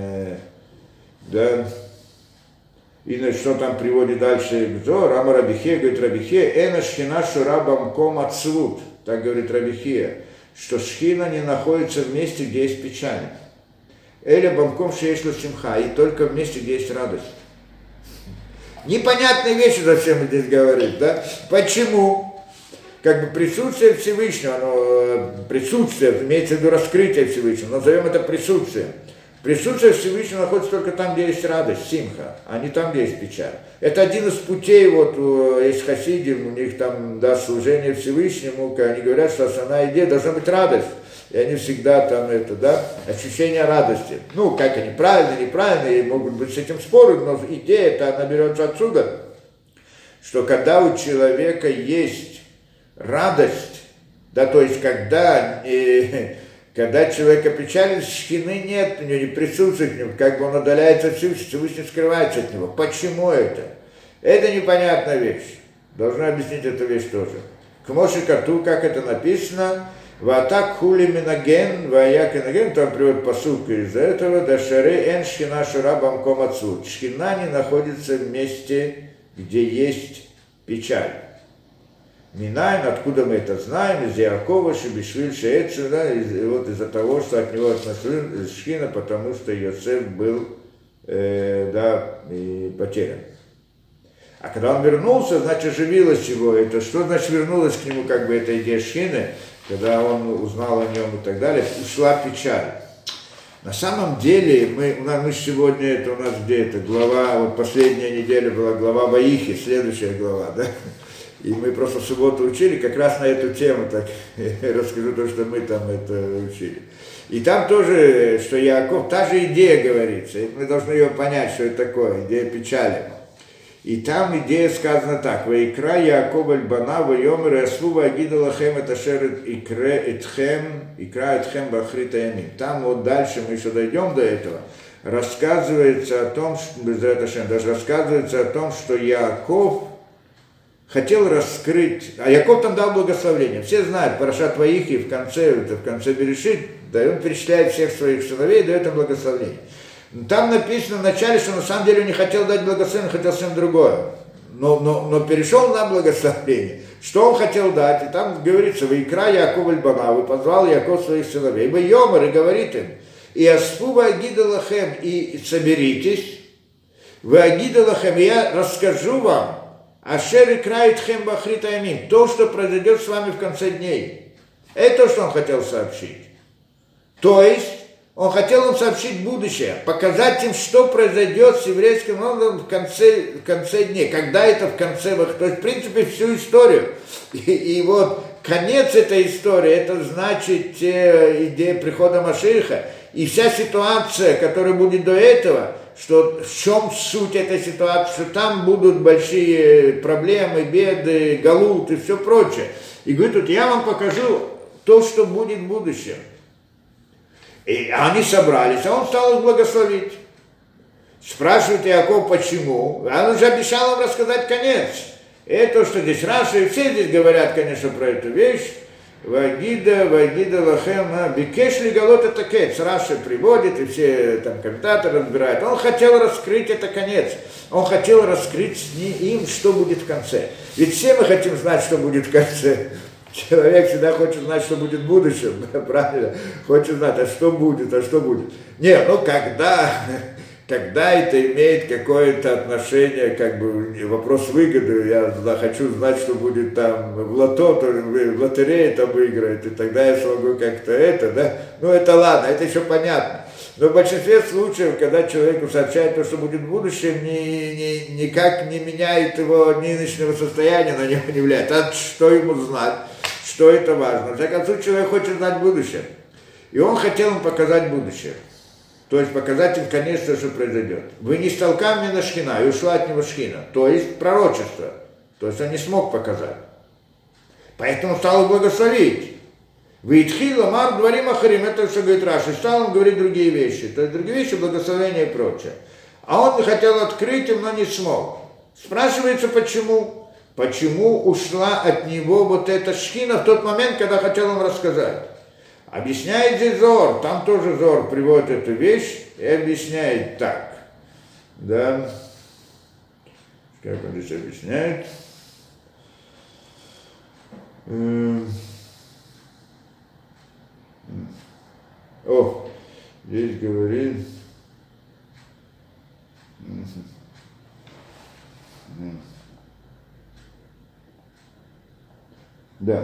да, и что там приводит дальше Рама Рабихе, говорит Рабихе, эна шхина шурабам ком ацвут, так говорит Рабихе, что шхина не находится в месте, где есть печаль. Эля бамком шеешло симха, и только в месте, где есть радость. Непонятные вещи зачем здесь говорит, да? Почему? Как бы присутствие Всевышнего, присутствие, имеется в виду раскрытие Всевышнего, назовем это присутствием. Присутствие Всевышнего находится только там, где есть радость, симха, а не там, где есть печаль. Это один из путей, вот есть хасидим, у них там, да, служение Всевышнему, они говорят, что основная идея должна быть радость. И они всегда там это, да, ощущение радости. Ну, как они, правильно, неправильно, и могут быть с этим споры, но идея это она берется отсюда, что когда у человека есть радость, да, то есть когда человек опечален, шхины нет у него, не присутствует к нему, как бы он удаляется от Всевышний скрывается от него. Почему это? Это непонятная вещь. Должна объяснить эту вещь тоже. К Моше Кату, как это написано, Ватак хули минаген, ваяк инаген, там приводит посылку из этого, дашаре эн шхина шурабам комацут. Шхина не находится в месте, где есть печаль. Минайн, откуда мы это знаем, из Якова, Шебишвиль, Шеэцу, да, вот из-за того, что от него относили шхина, потому что Йосеф был потерян. А когда он вернулся, значит, оживилось его это. Что значит вернулась к нему как бы эта идея шхины? Когда он узнал о нем и так далее, ушла печаль. На самом деле, мы сегодня, это у нас где это, глава, вот последняя неделя была глава Ваихи, следующая глава, да? И мы просто в субботу учили, как раз на эту тему, так расскажу то, что мы там это учили. И там тоже, что Яаков, та же идея говорится, и мы должны ее понять, что это такое, идея печали. И там идея сказана так: «Ваикра Яаков аль-Бана, вайомер ясву вагида лахем это шерет икра этхем бахрита ямим». Там вот дальше мы еще дойдем до этого. Рассказывается о том, что Яаков хотел раскрыть, а Яаков там дал благословение. Все знают, Парашат Ваихи в конце Берешит, да, он перечисляет всех своих сыновей и дает им благословение. Там написано в начале, что на самом деле он не хотел дать благословение, он хотел совсем другое. Но перешел на благословение. Что он хотел дать? И там говорится: «Ваикра Яаков аль-Бана», и позвал Яаков своих сыновей. «Вайомер», и говорит им: «И асфу вагида лахем», и соберитесь, вагида лахем, и я расскажу вам, ашер икра этхем бахрита ямим, то, что произойдет с вами в конце дней. Это то, что он хотел сообщить. То есть, он хотел им сообщить будущее, показать им, что произойдет с еврейским народом в конце дней, когда это в конце, то есть, в принципе, всю историю. И вот конец этой истории, это значит идея прихода Машиаха, и вся ситуация, которая будет до этого, что в чем суть этой ситуации, что там будут большие проблемы, беды, галут и все прочее. И говорит: вот я вам покажу то, что будет в будущем. И они собрались, а он стал их благословить. Спрашивает Яаков, почему? А он уже обещал им рассказать конец. Это, что здесь Раши, и все здесь говорят, конечно, про эту вещь. Вагида лахем, бикеш ли галот это кец. Раши приводит, и все там комментаторы разбирают. Он хотел раскрыть это конец. Он хотел раскрыть им, что будет в конце. Ведь все мы хотим знать, что будет в конце. Человек всегда хочет знать, что будет в будущем, правильно? Хочет знать, а что будет. Нет, когда это имеет какое-то отношение, как бы вопрос выгоды, я хочу знать, что будет там в лотерее там выиграет, и тогда я смогу как-то это, да? Ну это ладно, это еще понятно. Но в большинстве случаев, когда человеку сообщают то, что будет в будущем, никак не меняет его нынешнего состояния, на него не влияет. А что ему знать? Что это важно? В всяком случае, человек хочет знать будущее. И он хотел им показать будущее. То есть показать им, конечно, что произойдет. Вы не столкали мне на шхина, и ушла от него шхина. То есть пророчество. То есть он не смог показать. Поэтому стал благословить. Вейтхила мар дворим ахарим, это что говорит Раши, стал он говорить другие вещи. То есть другие вещи, благословение и прочее. А он хотел открыть им, но не смог. Спрашивается, почему? Почему ушла от него вот эта шхина в тот момент, когда хотел им рассказать? Объясняет здесь Зор, там тоже Зор приводит эту вещь и объясняет так. Да. Как он здесь объясняет? Здесь говорит... Да.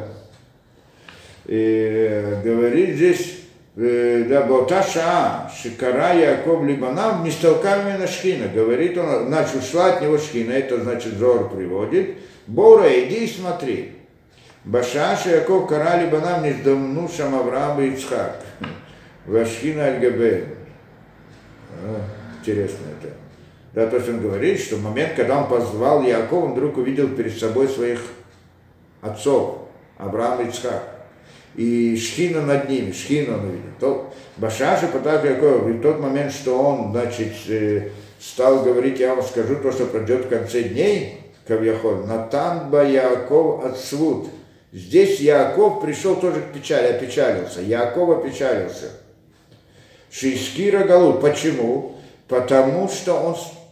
Говорит здесь, да, Балташа, Шикара, Яаков, Либанав, не столкали на шхина. Говорит он, значит, ушла от него шхина, это значит Зор приводит. Бора, иди и смотри. Башаша, Яаков, Кара, Либанав, не сдамну Шам Авраам и Ицхак. Вашхина Аль-Габе. Интересно это. Да, то есть он говорит, что в момент, когда он позвал Яакова, он вдруг увидел перед собой своих отцов, Авраам и Ицхак. И шхина над ними, шхину он увидел. Башаши потак Яаков, в тот момент, что он, значит, стал говорить: я вам скажу то, что пройдет в конце дней, Кавьяхоль, Натан ба Яаков отсвут. Здесь Яаков пришел тоже к печали, опечалился. Яаков опечалился. Шискира Галут. Почему? Потому что он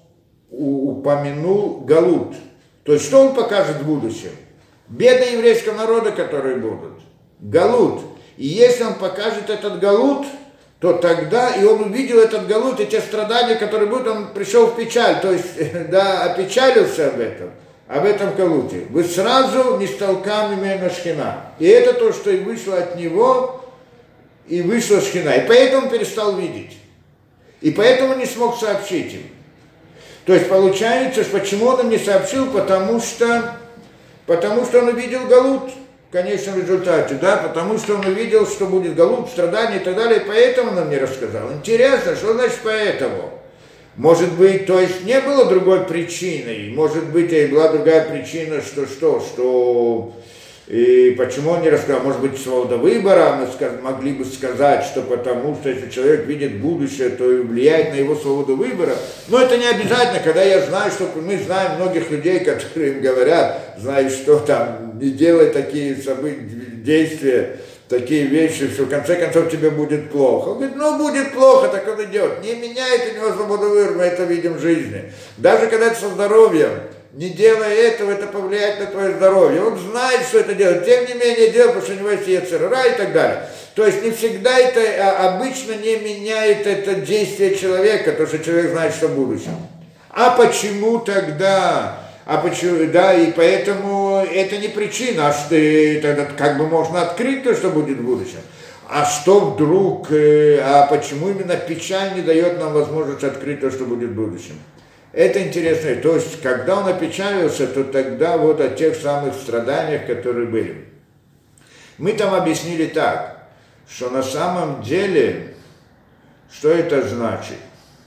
упомянул Галут. То есть, что он покажет в будущем? Беды еврейского народа, которые будут. Галут. И если он покажет этот Галут, то тогда, и он увидел этот Галут, и те страдания, которые будут, он пришел в печаль. То есть, да, опечалился об этом Галуте. Вы сразу не столками мена Шхина. И это то, что и вышло от него, и вышла Шхина. И поэтому он перестал видеть. И поэтому не смог сообщить им. То есть получается, почему он им не сообщил, потому что он увидел Галут в конечном результате, да, потому что он увидел, что будет Галут, страдания и так далее, и поэтому он нам не рассказал. Интересно, что значит поэтому? Может быть, то есть не было другой причины, может быть, и была другая причина, что и почему он не рассказал? Может быть, свобода выбора, мы могли бы сказать, что потому что если человек видит будущее, то и влияет на его свободу выбора. Но это не обязательно, когда я знаю, что мы знаем многих людей, которые им говорят, знаешь, что там, не делай такие действия, такие вещи, что в конце концов тебе будет плохо. Он говорит, ну будет плохо, так он идет. Не меняет у него свободу выбора, мы это видим в жизни. Даже когда это со здоровьем. Не делая этого, это повлияет на твое здоровье. Он знает, что это делает. Тем не менее делает, потому что у него есть ецер-ра и так далее. То есть не всегда это, обычно не меняет это действие человека, то, что человек знает, что в будущем. А почему тогда? Да, и поэтому это не причина, а что тогда как бы можно открыть то, что будет в будущем. А что вдруг, а почему именно печаль не дает нам возможность открыть то, что будет в будущем? Это интересно. То есть, когда он опечалился, то тогда вот о тех самых страданиях, которые были. Мы там объяснили так, что на самом деле, что это значит?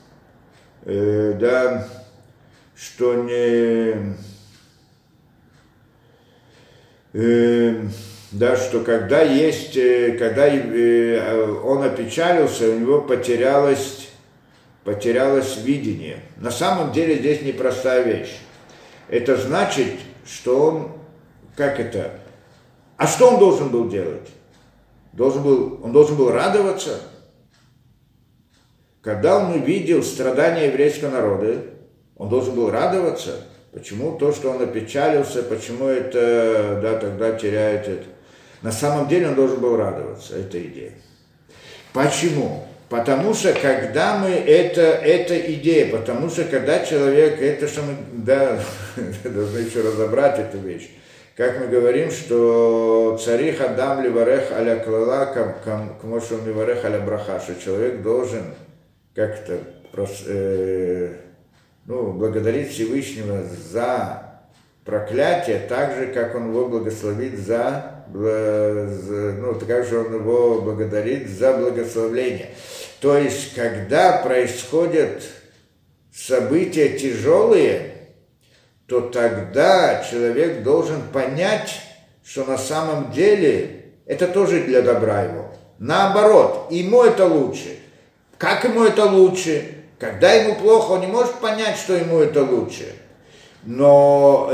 Да, что да, что когда он опечалился, у него потерялось видение. На самом деле здесь непростая вещь. Это значит, что он, а что он должен был делать? Он должен был радоваться. Когда он увидел страдания еврейского народа, он должен был радоваться. Почему то, что он опечалился, почему это, да, тогда теряет это? На самом деле он должен был радоваться, это идея. Почему? Потому что когда мы, это идея, потому что когда человек, это что мы, да, должны еще разобрать эту вещь. Как мы говорим, что царих адам ливарех аля клала, кмошел ливарех аля браха, что человек должен как-то благодарить Всевышнего за проклятие, так же, как он его благословит так же он его благодарит за благословление. То есть, когда происходят события тяжелые, то тогда человек должен понять, что на самом деле это тоже для добра его. Наоборот, ему это лучше. Как ему это лучше? Когда ему плохо, он не может понять, что ему это лучше. Но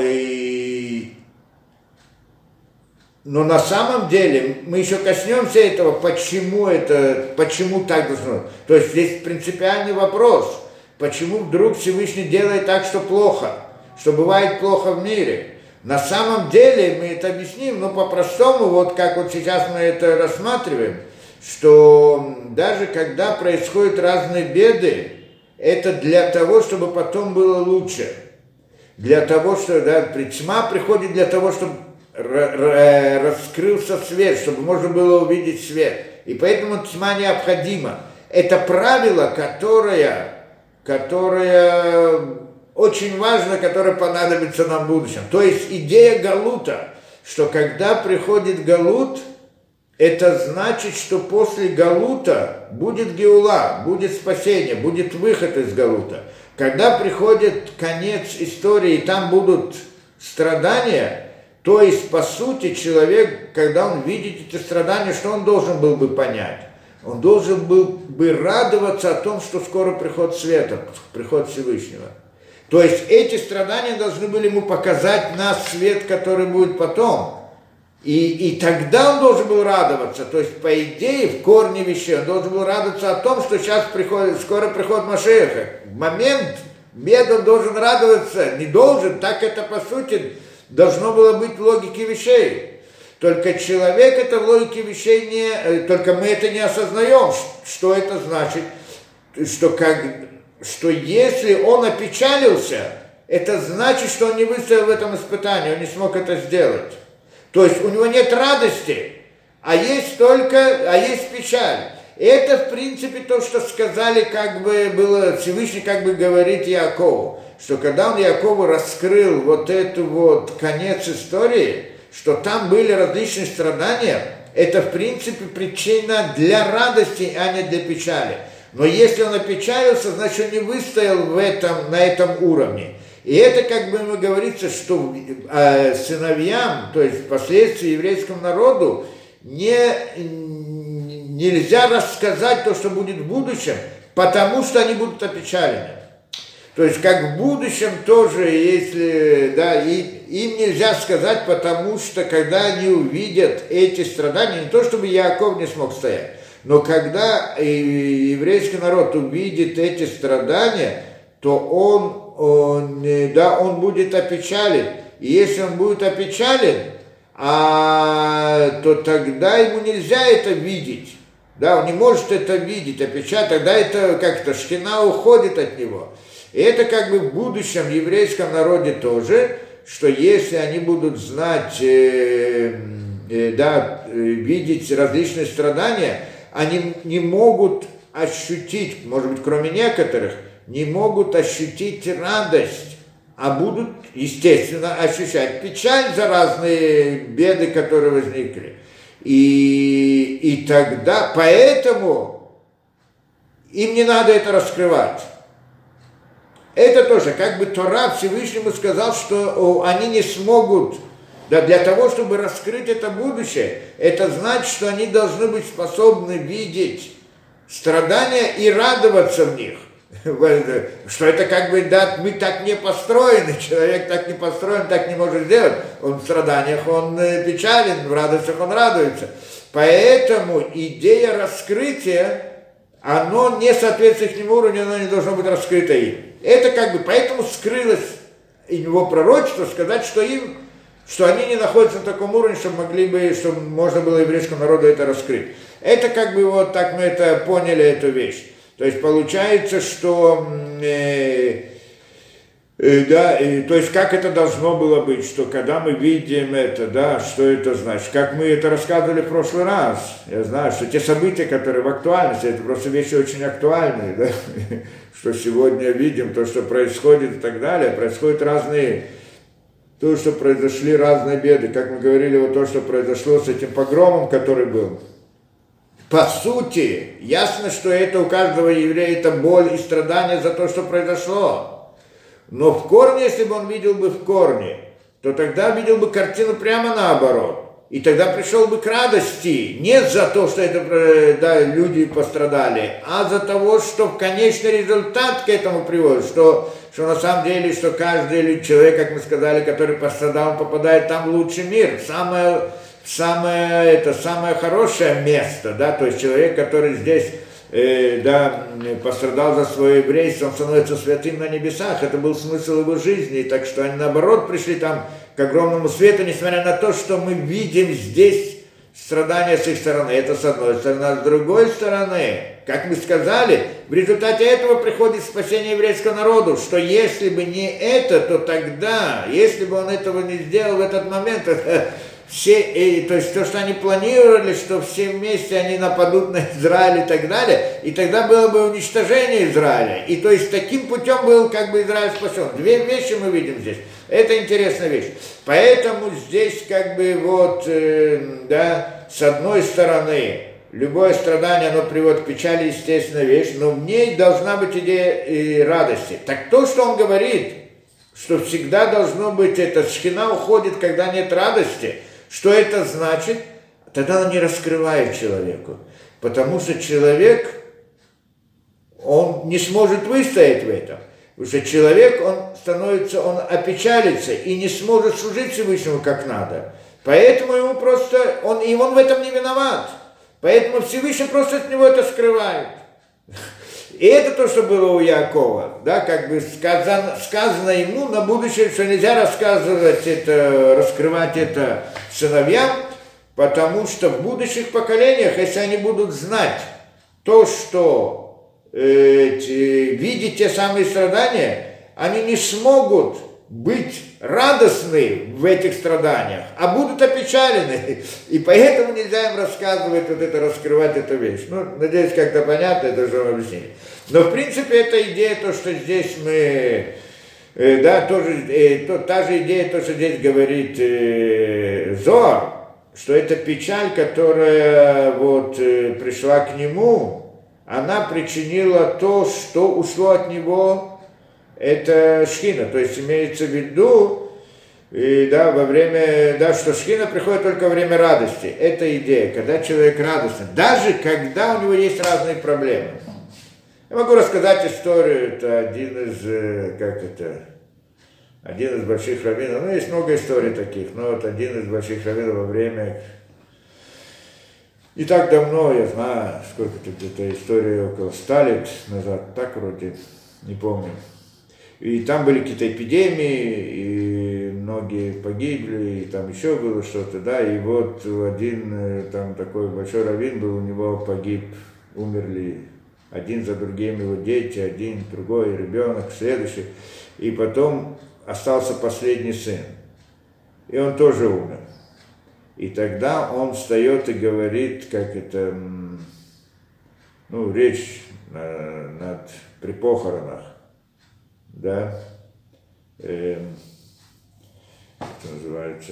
на самом деле мы еще коснемся этого, почему так должно быть. То есть здесь принципиальный вопрос, почему вдруг Всевышний делает так, что плохо, что бывает плохо в мире. На самом деле мы это объясним, по-простому, вот как вот сейчас мы это рассматриваем, что даже когда происходят разные беды, это для того, чтобы потом было лучше. Для того, что тьма приходит для того, чтобы раскрылся свет, чтобы можно было увидеть свет. И поэтому тьма необходима. Это правило, которое очень важно, которое понадобится нам в будущем. То есть идея галута, что когда приходит галут, это значит, что после галута будет геула, будет спасение, будет выход из галута. Когда приходит конец истории, и там будут страдания, то есть, по сути, человек, когда он видит эти страдания, что он должен был бы понять? Он должен был бы радоваться о том, что скоро приход света, приход Всевышнего. То есть, эти страдания должны были ему показать нас свет, который будет потом. И тогда он должен был радоваться, то есть, по идее, в корне вещей, он должен был радоваться о том, что сейчас скоро приходит Машиаха. В момент бед он должен радоваться, не должен, так это, по сути, должно было быть в логике вещей. Только человек это в логике вещей не... Только мы это не осознаем, что это значит, что если он опечалился, это значит, что он не выстоял в этом испытании, он не смог это сделать. То есть у него нет радости, а есть печаль. И это, в принципе, то, что сказали, как бы было, Всевышний как бы говорит Яакову, что когда он Яакову раскрыл вот эту вот конец истории, что там были различные страдания, это, в принципе, причина для радости, а не для печали. Но если он опечалился, значит, он не выстоял на этом уровне. И это, как бы ему говорится, что сыновьям, то есть впоследствии еврейскому народу, нельзя рассказать то, что будет в будущем, потому что они будут опечалены. То есть, как в будущем тоже, если, да, им нельзя сказать, потому что, когда они увидят эти страдания, не то, чтобы Яаков не смог стоять, но когда еврейский народ увидит эти страдания, то он будет опечален. И если он будет опечален, то тогда ему нельзя это видеть. Да, он не может это видеть, опечален, тогда это как-то шхина уходит от него. И это как бы в будущем еврейском народе тоже, что если они будут знать, видеть различные страдания, они не могут ощутить, может быть, кроме некоторых, не могут ощутить радость, а будут, естественно, ощущать печаль за разные беды, которые возникли. И тогда, поэтому им не надо это раскрывать. Это тоже, как бы Тора Всевышнему сказал, что они не смогут, да, для того, чтобы раскрыть это будущее, это значит, что они должны быть способны видеть страдания и радоваться в них. Что это как бы, да, мы так не построены, человек так не построен, так не может сделать. Он в страданиях, он печален, в радостях он радуется. Поэтому идея раскрытия, оно не соответствует их уровню, оно не должно быть раскрыто им. Это как бы, поэтому скрылось его пророчество, сказать, что они не находятся на таком уровне, чтобы можно было еврейскому народу это раскрыть. Это как бы вот так мы это поняли, эту вещь. То есть получается, что, то есть как это должно было быть, что когда мы видим это, да, что это значит, как мы это рассказывали в прошлый раз, я знаю, что те события, которые в актуальности, это просто вещи очень актуальные, да, что сегодня видим, то, что происходит и так далее, происходят разные, то, что произошли разные беды, как мы говорили, вот то, что произошло с этим погромом, который был. По сути, ясно, что это у каждого еврея это боль и страдания за то, что произошло. Но в корне, если бы он видел бы в корне, то тогда видел бы картину прямо наоборот. И тогда пришел бы к радости, не за то, что это, да, люди пострадали, а за того, что конечный результат к этому приводит, что на самом деле, что каждый человек, как мы сказали, который пострадал, он попадает там в лучший мир, в самое хорошее место, да, то есть человек, который здесь, пострадал за свое еврейство, он становится святым на небесах, это был смысл его жизни, так что они наоборот пришли там к огромному свету, несмотря на то, что мы видим здесь страдания с их стороны, это с одной стороны, а с другой стороны, как мы сказали, в результате этого приходит спасение еврейского народа, что если бы не это, то тогда, если бы он этого не сделал в этот момент, то есть то, что они планировали, что все вместе они нападут на Израиль и так далее, и тогда было бы уничтожение Израиля. И то есть таким путем был как бы Израиль спасен. Две вещи мы видим здесь. Это интересная вещь. Поэтому здесь как бы вот, с одной стороны, любое страдание, оно приводит к печали, естественная вещь, но в ней должна быть идея и радости. Так то, что он говорит, что всегда должно быть, эта шхина уходит, когда нет радости. Что это значит? Тогда он не раскрывает человеку. Потому что человек, он не сможет выстоять в этом. Потому что человек, он опечалится и не сможет служить Всевышнему как надо. Поэтому ему просто, он в этом не виноват. Поэтому Всевышний просто от него это скрывает. И это то, что было у Якова, да, как бы сказано ему на будущее, что нельзя рассказывать это, раскрывать это сыновьям, потому что в будущих поколениях, если они будут знать то, что видеть те самые страдания, они не смогут быть радостны в этих страданиях, а будут опечалены. И поэтому нельзя им рассказывать вот это, раскрывать эту вещь. Ну, надеюсь, как-то понятно, это же объяснение. Но, в принципе, эта идея, то, что здесь мы, да, тоже, та же идея, то, что здесь говорит Зоар, что эта печаль, которая вот пришла к нему, она причинила то, что ушло от него, это шхина, то есть имеется в виду, да, во время, да, что шхина приходит только во время радости. Это идея, когда человек радостен, даже когда у него есть разные проблемы. Я могу рассказать историю, это один из больших раввинов, ну, есть много историй таких, но вот один из больших раввинов во время, не так давно, я знаю, сколько-то где-то история, около 100 лет назад, так вроде, не помню. И там были какие-то эпидемии, и многие погибли, и там еще было что-то, да, и вот один там такой большой раввин был, у него погиб, умерли один за другим его дети, один, другой ребенок, следующий, и потом остался последний сын, и он тоже умер. И тогда он встает и говорит, как это, ну, речь при похоронах, да, это называется,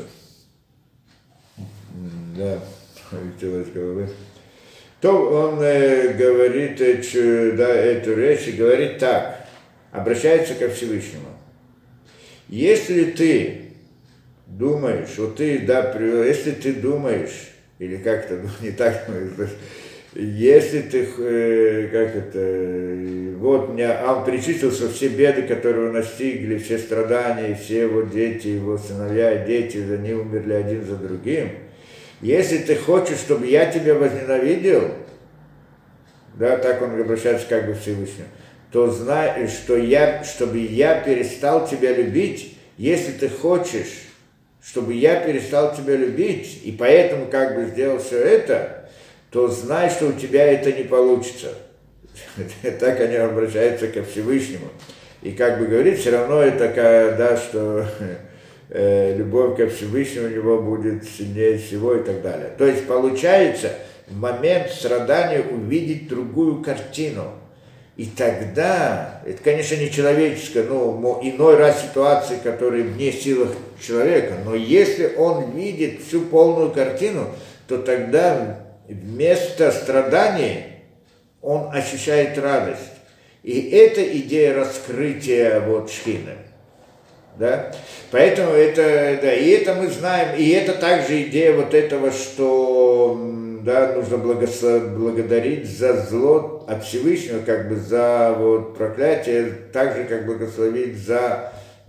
да, вылетело из головы, то он говорит эту речь и говорит так, обращается ко Всевышнему. Если ты думаешь, вот ты, да, если ты думаешь, или как-то, ну, не так, если ты, как это, вот он перечислился все беды, которые его настигли, все страдания, все его дети, его сыновья и дети, они умерли один за другим. Если ты хочешь, чтобы я тебя возненавидел, да, так он обращается как бы к Всевышнему, то знай, что чтобы я перестал тебя любить, если ты хочешь, чтобы я перестал тебя любить, и поэтому как бы сделал все это, то знай, что у тебя это не получится. Так они обращаются ко Всевышнему. И как бы говорит, все равно это, да, что любовь ко Всевышнему у него будет сильнее всего и так далее. То есть получается в момент страдания увидеть другую картину. И тогда, это, конечно, не человеческое, но иной раз ситуации, которые вне силах человека, но если он видит всю полную картину, то тогда вместо страданий он ощущает радость. И это идея раскрытия вот шхины. Да? Поэтому это, да, и это мы знаем, и это также идея вот этого, что, да, нужно благодарить за зло от Всевышнего, как бы за вот проклятие, так же, как благословить за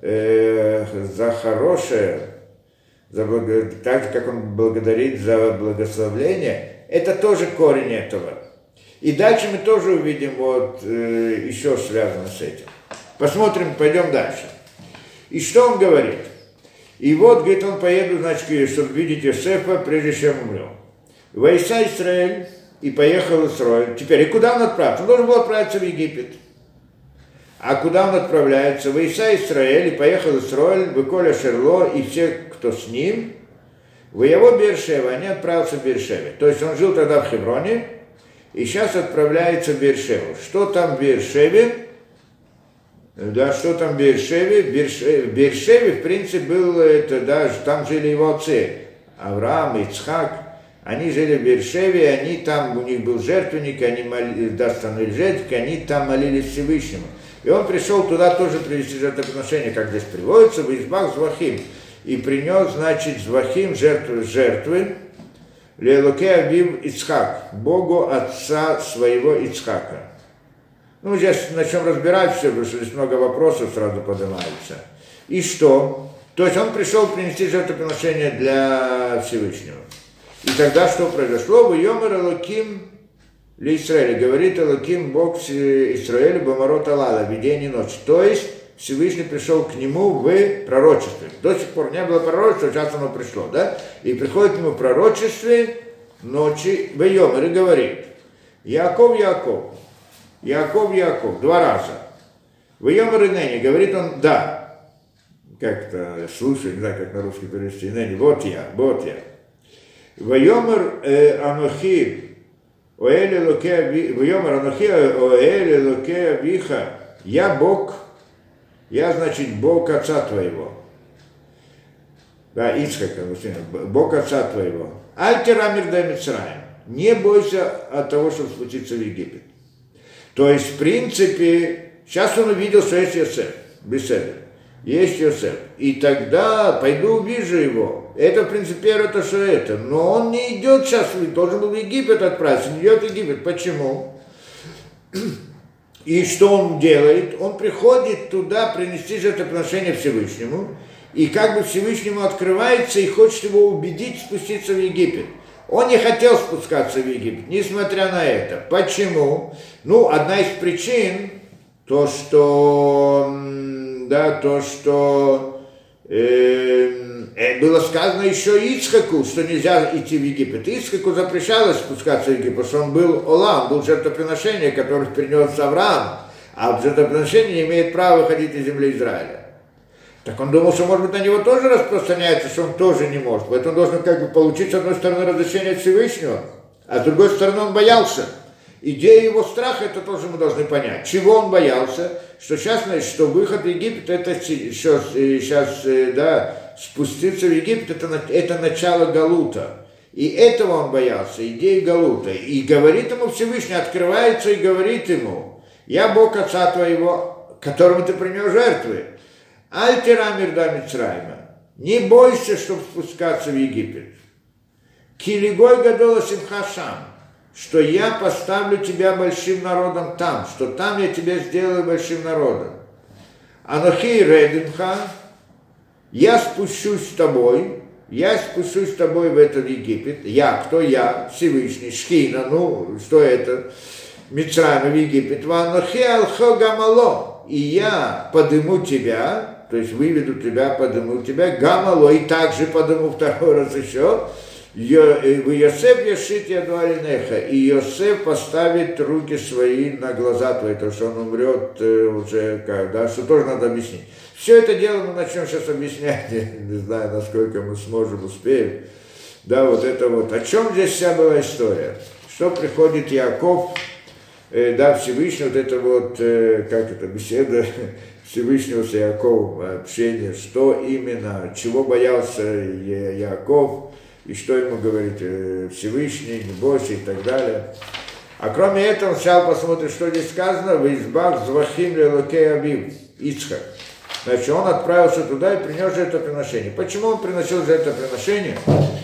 хорошее, так же, как он благодарит за благословление. Это тоже корень этого. И дальше мы тоже увидим, вот, еще связано с этим. Посмотрим, пойдем дальше. И что он говорит? И вот, говорит, он поеду, значит, чтобы видеть Йосефа, прежде чем умрем. Войса Израиль, и поехал Израиль. Теперь, и куда он отправится? Он должен был отправиться в Египет. А куда он отправляется? Войса Израиль, и поехал Израиль, Выколя Шерло, и все, кто с ним, в его Бершева, они отправятся в Бершеве. То есть он жил тогда в Хевроне, и сейчас отправляется в Бершеву. Что там в Бершеве? Да, что там в Бершеве? В Бершеве, в принципе, был это, да, там жили его отцы, Авраам, Ицхак. Они жили в Бершеве, они там, у них был жертвенник, они становились жертвенники, они там молились Всевышнему. И он пришел туда тоже привести жертвоприношение, как здесь приводится, в избах Звахим. И принес, значит, Звахим жертвы, Лелуке Авив Ицхак, Богу отца своего Ицхака. Ну, здесь начнем разбирать все, потому что здесь много вопросов сразу поднимаются. И что? То есть он пришел принести жертвоприношение для Всевышнего. И тогда что произошло? «Вайомер Элоким ли Исраэль», говорит Элоким, Бог Исраэля, Бамарот Алала, в день и ночь. То есть Всевышний пришел к нему в пророчестве. До сих пор не было пророчества, сейчас оно пришло, да? И приходит к нему в пророчестве ночи Вайомер и говорит: Яаков, Яаков, Яаков, Яаков, 2 раза. Вайомер Инени, говорит он, да. Как-то слушай, не знаю, как на русский перевести. Инени, вот я. Вайомер Анохи, Оэле Локе, Вайомер Анохи, Оэле Локе Авиха, я Бог, я, значит, Бог отца твоего. Да, Ицхака, Бог отца твоего. Альтера Мирда Мицраим. Не бойся от того, чтобы спуститься в Египет. То есть, в принципе, сейчас он увидел, что есть Йосеф, беседа. Есть Йосеф. И тогда пойду увижу его. Это, в принципе, это что это. Но он не идет сейчас, должен был в Египет отправиться, не идет в Египет. Почему? И что он делает? Он приходит туда принести жертвоприношение Всевышнему, и как бы Всевышнему открывается и хочет его убедить спуститься в Египет. Он не хотел спускаться в Египет, несмотря на это. Почему? Ну, одна из причин, было сказано еще Ицхаку, что нельзя идти в Египет. Ицхаку запрещалось спускаться в Египет, потому что он был Олам, был жертвоприношение, которое принес Авраам, а жертвоприношение не имеет права выходить из земли Израиля. Так он думал, что, может быть, на него тоже распространяется, что он тоже не может. Поэтому он должен как бы получить, с одной стороны, разрешение Всевышнего, а с другой стороны, он боялся. Идея его страха, это тоже мы должны понять. Чего он боялся? Что сейчас, значит, что выход в Египет, это сейчас, спуститься в Египет, это начало Галута. И этого он боялся, идеи Галута. И говорит ему Всевышний, открывается и говорит ему: я Бог отца твоего, которому ты принес жертвы. Альтера Мирда Мицраима. Не бойся, чтобы спускаться в Египет. Килигой гадола симха шам. Что я поставлю тебя большим народом там, что там я тебя сделаю большим народом. Анохи редимха, я спущусь с тобой в этот Египет. Я, кто я? Всевышний, Шхина, что это? Мицраим в Египет. Анохи алхо гамало, и я подыму тебя, то есть выведу тебя, подыму тебя, гамало, и также подыму 2 раз еще. Йосеф яшит яду алинеха, и Йосеф поставит руки свои на глаза твои, то что он умрет уже, что тоже надо объяснить. Все это дело мы начнем сейчас объяснять, не знаю, насколько мы сможем, успеем. Да, вот это вот. О чем здесь вся была история? Что приходит Яаков, Всевышний, вот это вот, беседа Всевышнего с Яаковом, общение, что именно, чего боялся Яаков, и что ему говорит Всевышний, не бойся и так далее. А кроме этого, сначала посмотрим, что здесь сказано: в избах звахим лелокей абив, Ицхак. Значит, он отправился туда и принес жертвоприношение. Почему он приносил жертвоприношение?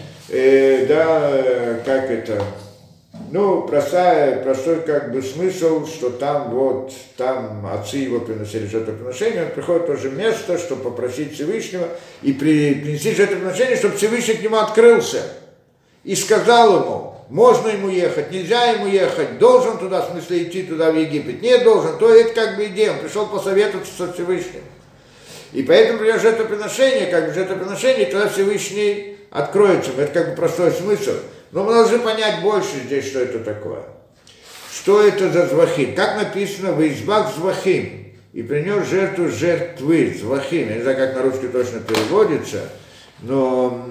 Простой как бы смысл, что там отцы его приносили жертвоприношение, он приходит в то же место, чтобы попросить Всевышнего и принести жертвоприношение, чтобы Всевышний к нему открылся и сказал ему: можно ему ехать, нельзя ему ехать, должен туда, в смысле идти туда в Египет, не должен, то это как бы идея, он пришел посоветоваться со Всевышним. И поэтому принес жертвоприношение, тогда Всевышний откроется, это как бы простой смысл. Но мы должны понять больше здесь, что это такое. Что это за звахим? Как написано: в избах звахим. И принес жертвы звахим. Я не знаю, как на русский точно переводится, но,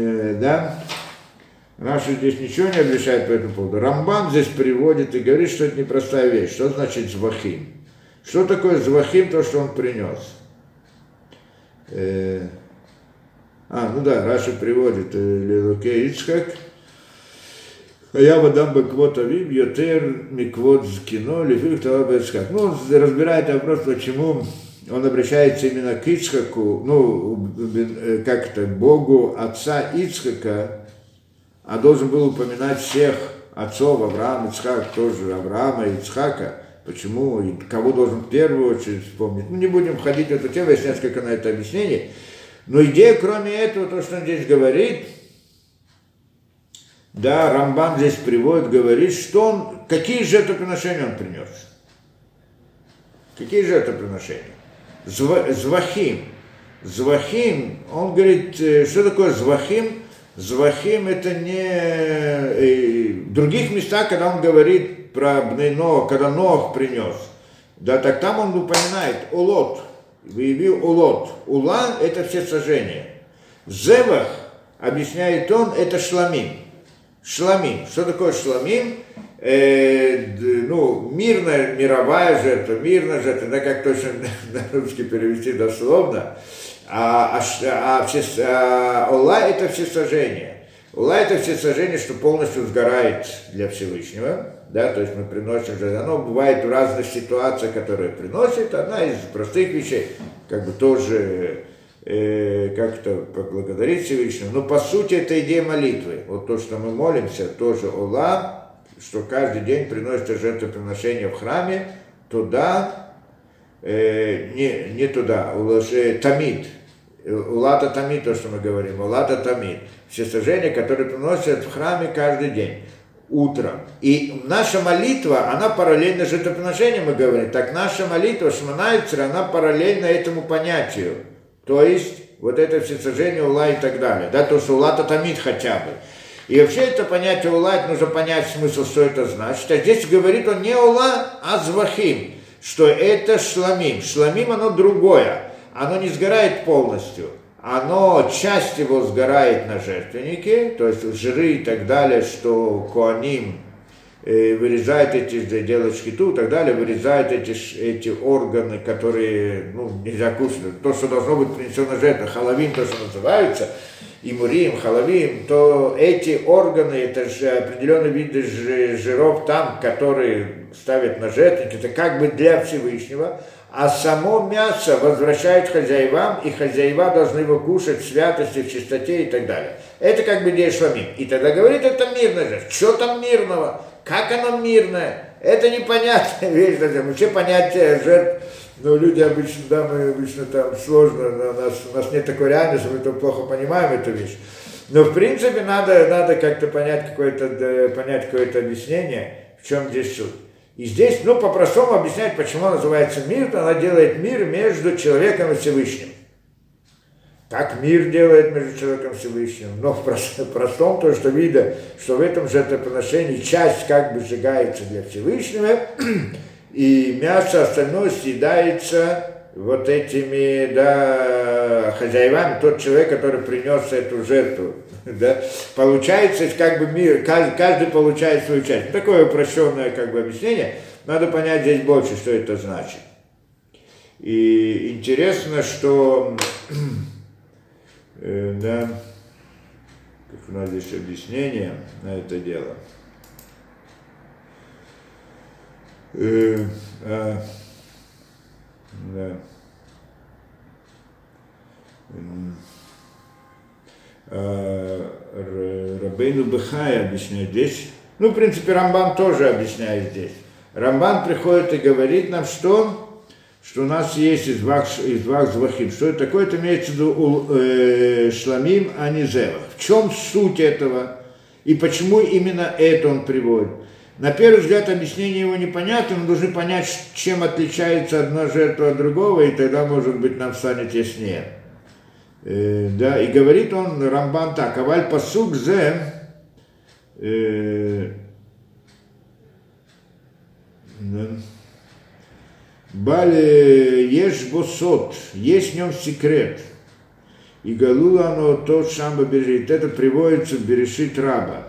Раша здесь ничего не объясняет по этому поводу. Рамбам здесь переводит и говорит, что это непростая вещь. Что значит звахим? Что такое звахим, то, что он принес? Раша переводит Лелокей Ицхак. Я выдам бы квот авив, йотер миквот кино, лифик талаба Ицхак. Он разбирает вопрос, почему он обращается именно к Ицхаку, Богу отца Ицхака, а должен был упоминать всех отцов, Авраам, Ицхак, тоже Авраама и Ицхака. Почему и кого должен в первую очередь вспомнить? Не будем входить в эту тему, есть несколько на это объяснений. Но идея, кроме этого, то, что он здесь говорит, да, Рамбан здесь приводит, говорит, что он, какие жертвоприношения он принес. Какие жертвоприношения? Звахим. Звахим, он говорит, что такое звахим? Звахим это не... В других местах, когда он говорит про Бней-Ноах, когда Ноах принес, да, так там он упоминает улот, выявил улот. Ула это все сожжения. Зевах, объясняет он, это шламим. Шламим. Что такое шламим? Мирная, мировая жертва, мирная жертва, да, как точно на русский перевести дословно. Ула это всесожжение. Ула это всесожжение, что полностью сгорает для Всевышнего. Да, то есть мы приносим жертву. Оно бывает в разных ситуациях, которые приносит. Одна из простых вещей, как бы тоже как-то поблагодарить Всевышнего. Но по сути это идея молитвы. Вот то, что мы молимся, тоже Ула, что каждый день приносится жертвоприношение в храме, туда, не туда, тамид. Улата тамид, то, что мы говорим, улата тамид. Все сожжения, которые приносят в храме каждый день, утром. И наша молитва, она параллельна жертвоприношению, мы говорим. Так наша молитва, Шмона Эцер, она параллельна этому понятию. То есть, вот это все сожжения, ула и так далее. Да, то, что улата тамид хотя бы. И вообще это понятие ула, нужно понять смысл, что это значит. А здесь говорит он не ула, а звахим, что это шламим. Шламим оно другое. Оно не сгорает полностью, часть его сгорает на жертвеннике, то есть жиры и так далее, что коаним вырезает делает шхиту и так далее, вырезает эти органы, которые нельзя кушать, то, что должно быть принесено на жертву, халавим, то, что называется, имурим, халавим, то эти органы, это же определенные виды жиров там, которые ставят на жертвенник, это как бы для Всевышнего, а само мясо возвращает хозяевам, и хозяева должны его кушать в святости, в чистоте и так далее. Это как бы идея шламим. И тогда говорит, это мирная жертва. Что там мирного? Как оно мирное? Это непонятная вещь. Вообще понятие жертв, люди обычно, да, мы обычно там сложно, у нас нет такой реальности, мы то плохо понимаем эту вещь. Но в принципе надо как-то понять какое-то объяснение, в чем здесь суть. И здесь, по-простому объяснять, почему называется мир, она делает мир между человеком и Всевышним. Так мир делает между человеком и Всевышним. Но в простом то, что видно, что в этом жертвоприношении часть как бы сжигается для Всевышнего, и мясо остальное съедается вот этими, да, хозяевами, тот человек, который принес эту жертву. Да, получается, как бы мир, каждый получает свою часть. Такое упрощенное как бы объяснение. Надо понять здесь больше, что это значит. И интересно, что да, как у нас здесь объяснение на это дело. Да. Рабейну Бехай объясняет здесь. В принципе, Рамбан тоже объясняет здесь. Рамбан приходит и говорит нам, что у нас есть извах звахим. Что это такое? Это имеется в виду шламим, а не зевах. В чем суть этого? И почему именно это он приводит? На первый взгляд объяснение его непонятно, мы должны понять, чем отличается одна жертва от другого, и тогда, может быть, нам станет яснее. Да, и говорит он, Рамбан так, аваль пасук зе, бале еш босот, есть в нем секрет, и галула оно тот шамба бережит, это приводится в Берешит Раба,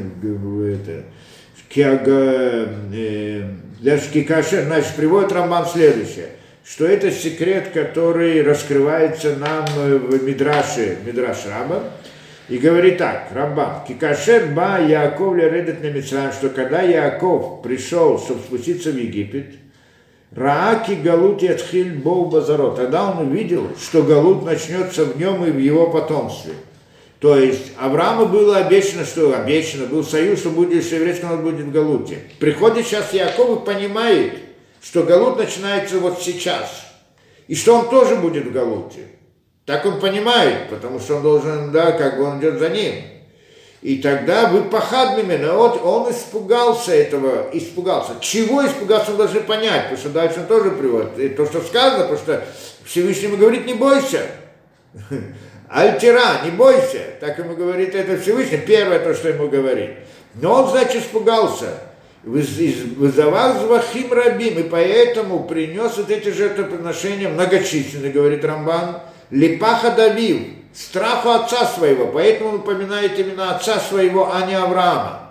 для шкикашер, значит, приводит Рамбан следующее, что это секрет, который раскрывается нам в Мидраш Раба, и говорит так, Рамбан, кикашер ба Яаков лередет на Мицраим, что когда Яаков пришел, чтобы спуститься в Египет, Рааки галут ятхиль боу базарот, тогда он увидел, что галут начнется в нем и в его потомстве. То есть Аврааму было обещано, был союз, что еврейский народ будет в галуте. Приходит сейчас Яаков и понимает, что галут начинается вот сейчас, и что он тоже будет в галуте. Так он понимает, потому что он должен, да, как бы он идет за ним. И тогда вы пахадмимена, вот он испугался этого, испугался. Чего испугался, он должен понять, потому что дальше он тоже приводит. И то, что сказано, потому что Всевышний ему говорит, не бойся. Альтера, не бойся. Так ему говорит это Всевышний, первое то, что ему говорит. Но он, значит, испугался. Вызывал звахим рабим, и поэтому принес вот эти жертвоприношения многочисленные, говорит Рамбан, липаха давив, страху отца своего, поэтому он упоминает именно отца своего, а не Авраама.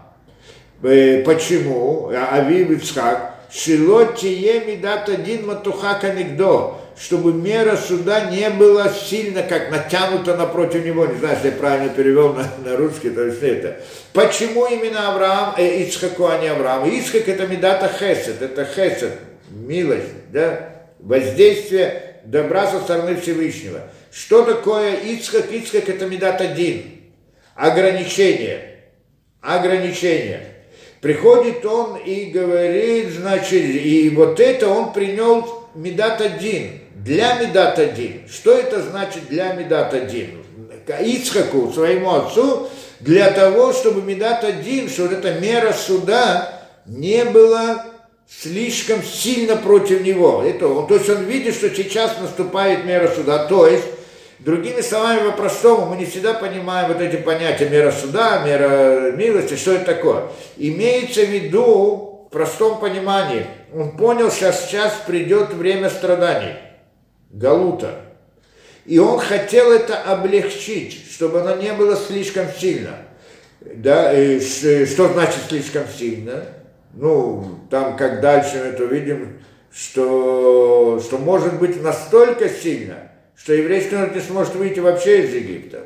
Почему? Авив Ицхак, шилот тие мидат один матуха канигдо, чтобы мера суда не была сильно, как натянута напротив него. Не знаю, если я правильно перевел на русский, то есть это. Почему именно Авраам, Ицхаку, а не Авраам? Ицхак это мидата хесед, это хесед, милость, да? Воздействие добра со стороны Всевышнего. Что такое Ицхак? Ицхак это мидат один. Ограничение. Ограничение. Приходит он и говорит, значит, и вот это он принес мидат один. Для мидат один. Что это значит для мидат один? Ицхаку, своему отцу, для того, чтобы мидат один, что вот эта мера суда не была слишком сильно против него. То есть он видит, что сейчас наступает мера суда. То есть, другими словами, по-простому, мы не всегда понимаем вот эти понятия мера суда, мера милости, что это такое. Имеется в виду, в простом понимании, он понял, что сейчас придет время страданий, галута. И он хотел это облегчить, чтобы оно не было слишком сильно. Да? И что значит слишком сильно? Ну, там, как дальше мы это увидим, что может быть настолько сильно, что еврейский народ не сможет выйти вообще из Египта.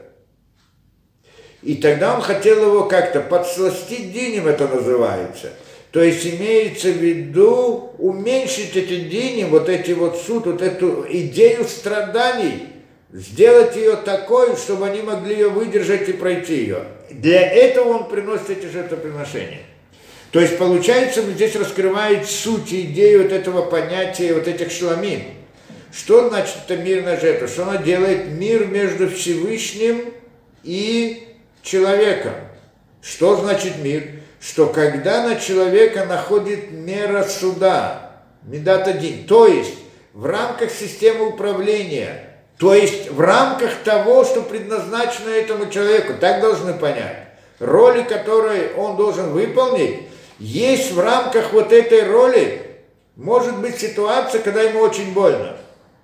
И тогда он хотел его как-то подсластить динем, это называется. То есть имеется в виду уменьшить эти дини, вот эти вот суд, вот эту идею страданий, сделать ее такой, чтобы они могли ее выдержать и пройти ее. Для этого он приносит эти жертвоприношения. То есть получается, здесь раскрывает суть, идею вот этого понятия, вот этих шламим. Что значит это мирная жертва? Что она делает мир между Всевышним и человеком. Что значит мир? Что когда на человека находит мера суда, мидат один, то есть в рамках системы управления, то есть в рамках того, что предназначено этому человеку, так должны понять, роли, которые он должен выполнить, есть в рамках вот этой роли, может быть ситуация, когда ему очень больно.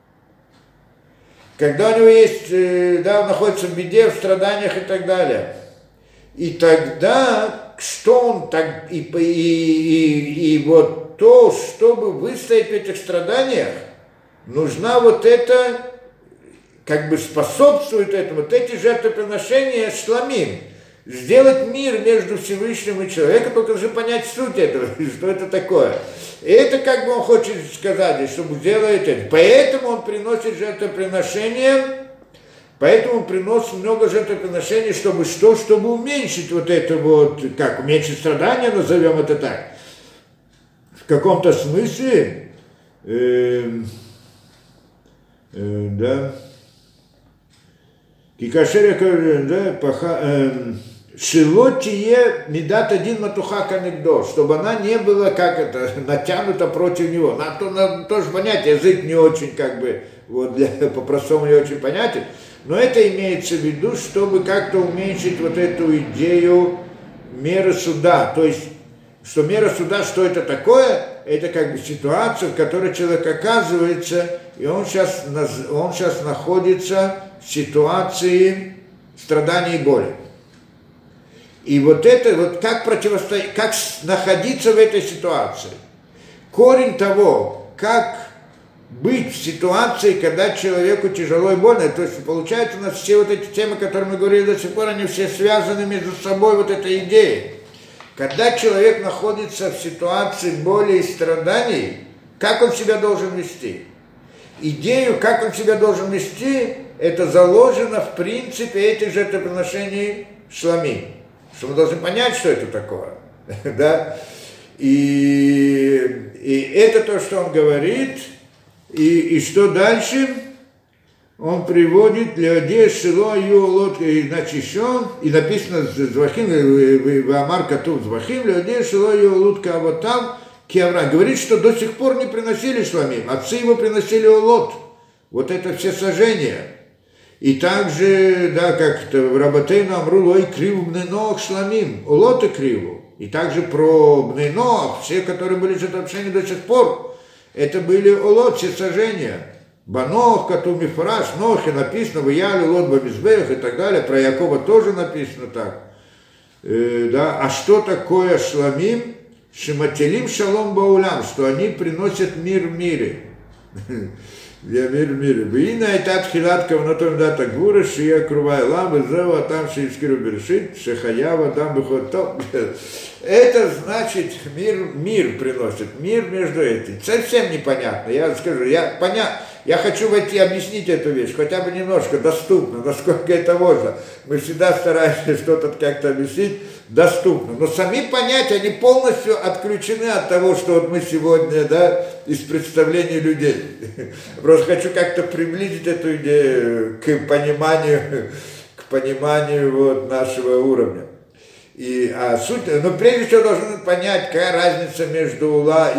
Когда у него есть, да, он находится в беде, в страданиях и так далее. И тогда, что он так, и вот то, чтобы выстоять в этих страданиях, нужна вот это, как бы способствует этому, вот эти жертвоприношения шламим. Сделать мир между Всевышним и человеком, только же понять суть этого, что это такое. И это как бы он хочет сказать, чтобы сделать это. Поэтому он приносит жертвоприношения, поэтому он приносит много жертвоприношений, чтобы что? Чтобы уменьшить вот это вот, как, уменьшить страдания, назовем это так. В каком-то смысле, да, Кикашеря, да, Шилотие медат один матуха канегдо, чтобы она не была, как это, натянута против него. Надо тоже понять, язык не очень, как бы, вот, по-простому не очень понятен, но это имеется в виду, чтобы как-то уменьшить вот эту идею меры суда. То есть, что мера суда, что это такое? Это как бы ситуация, в которой человек оказывается, и он сейчас находится в ситуации страдания и боли. И вот это, вот как противостоять, как находиться в этой ситуации. Корень того, как быть в ситуации, когда человеку тяжело и больно, то есть получается у нас все вот эти темы, которые мы говорили до сих пор, они все связаны между собой, вот этой идеей. Когда человек находится в ситуации боли и страданий, как он себя должен вести? Идею, как он себя должен вести, это заложено в принципе этих жертвоприношений шламим. Что мы должны понять, что это такое. Да? И это то, что он говорит. И что дальше? Он приводит Леодея Шило Юлот, значит, еще, и написано Звахим, Амар Катув Звахим, Леодея Шило Юлот Каватам, Киавра. Говорит, что до сих пор не приносили шламим, отцы его приносили Улот. Вот это все сожжения. И также, да, как-то в Рабатейну Амру Лой Криву Бненох Шламим, Улот и Криву. И также про Бненох, все, которые были жертвоприношения до сих пор, это были Улот, все сожжения. Банох, Кату Мифраш, Нохи написано, в Яле, Лот Бамизбех и так далее. Про Якова тоже написано так. Да. А что такое Шламим? Шимателим Шалом Баулям, что они приносят мир в мире. Я мир в мире. Вина это отхилат кавнатом дата гура, шия крувай ламы, зева там шиискиру бершит, шехаява дам бихотом. Это значит мир приносит, мир между этим. Совсем непонятно. Я скажу, я хочу войти объяснить эту вещь, хотя бы немножко доступно, насколько это можно. Мы всегда стараемся что-то как-то объяснить доступно. Но сами понятия, они полностью отключены от того, что вот мы сегодня, да, из представлений людей. Просто хочу как-то приблизить эту идею к пониманию вот нашего уровня. А суть, но прежде всего должны понять, какая разница между Ула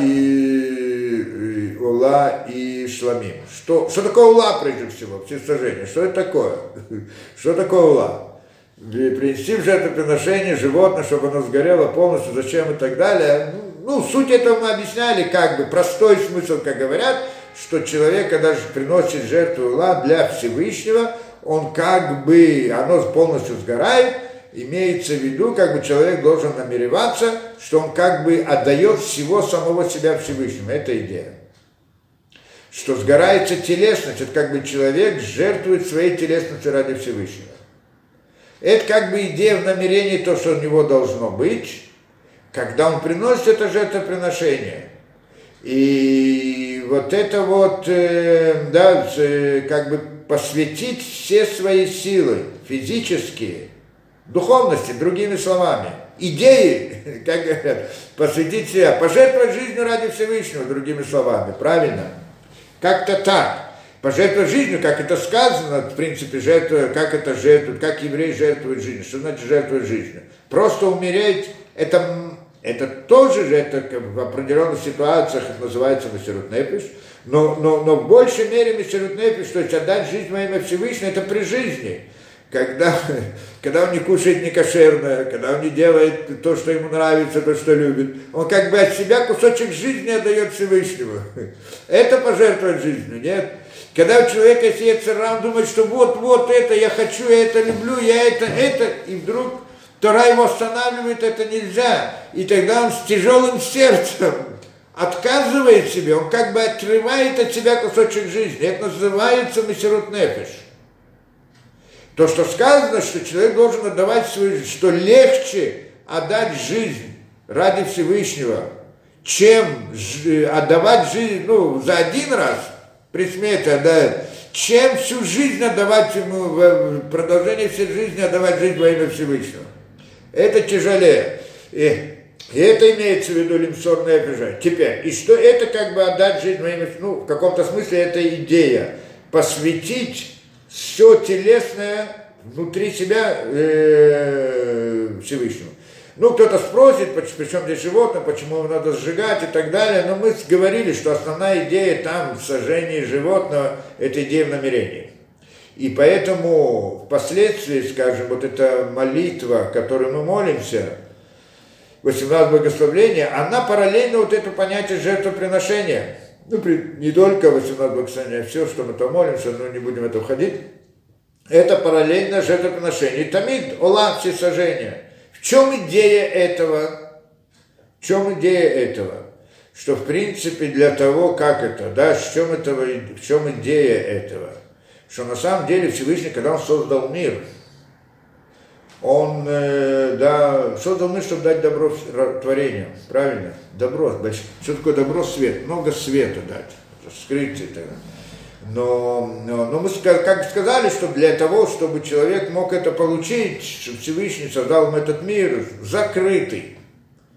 и Шламим. Что такое Ула, прежде всего, все сожжения? Что это такое? Что такое Ула? Принести в жертвоприношение животное, чтобы оно сгорело полностью, зачем и так далее. Ну, суть этого мы объясняли, как бы, простой смысл, как говорят, что человек, когда же приносит жертву Ула для Всевышнего, он как бы, оно полностью сгорает, имеется в виду, как бы человек должен намереваться, что он как бы отдает всего самого себя Всевышнему. Это идея. Что сгорается телесность, это как бы человек жертвует своей телесностью ради Всевышнего. Это как бы идея в намерении, то, что у него должно быть, когда он приносит это жертвоприношение. И вот это вот, да, как бы посвятить все свои силы, физические, духовности, другими словами, идеи, как говорят, посвятить себя, пожертвовать жизнью ради Всевышнего, другими словами, правильно? Как-то так. Пожертвовать жизнью, как это сказано, в принципе, жертва, как это жертвует, как еврей жертвует жизнью. Что значит жертвовать жизнью? Просто умереть, это тоже же, это в определенных ситуациях это называется месирут нефеш, но в большей мере месирут нефеш, то есть отдать жизнь во имя Всевышнего, это при жизни. Когда он не кушает некошерное, когда он не делает то, что ему нравится, то, что любит, он как бы от себя кусочек жизни отдает Всевышнему. Это пожертвовать жизнью, нет? Когда у человека есть ецер-ара, он думает, что вот это я хочу, я это люблю, я это, и вдруг Тора его останавливает, это нельзя. И тогда он с тяжелым сердцем отказывает себе, он как бы отрывает от себя кусочек жизни. Это называется месирут нефеш. То, что сказано, что человек должен отдавать свою жизнь, что легче отдать жизнь ради Всевышнего, чем отдавать жизнь, за один раз, при смерти отдать, чем всю жизнь отдавать ему, в продолжение всей жизни отдавать жизнь во имя Всевышнего. Это тяжелее. И это имеется в виду лимсор нефеша. Теперь, и что это как бы отдать жизнь во имя, в каком-то смысле это идея, посвятить все телесное внутри себя Всевышнему. Кто-то спросит, причем здесь животное, почему его надо сжигать и так далее, но мы говорили, что основная идея там в сожжении животного – это идея в намерении. И поэтому впоследствии, скажем, вот эта молитва, которой мы молимся, 18 благословений, она параллельно вот это понятие жертвоприношения. Не только 18 благословений, а все, что мы там молимся, но не будем в это входить. Это параллельно жертвоприношение. И тамид олам все сожжения. В чем идея этого? Что в принципе для того, как это, да, в чем идея этого? Что на самом деле Всевышний, когда он создал мир, он создал мир, чтобы дать добро творению, правильно? Добро, что такое добро? Свет, много света дать, скрыть это. Но мы как сказали, что для того, чтобы человек мог это получить, чтобы Всевышний создал ему этот мир закрытый,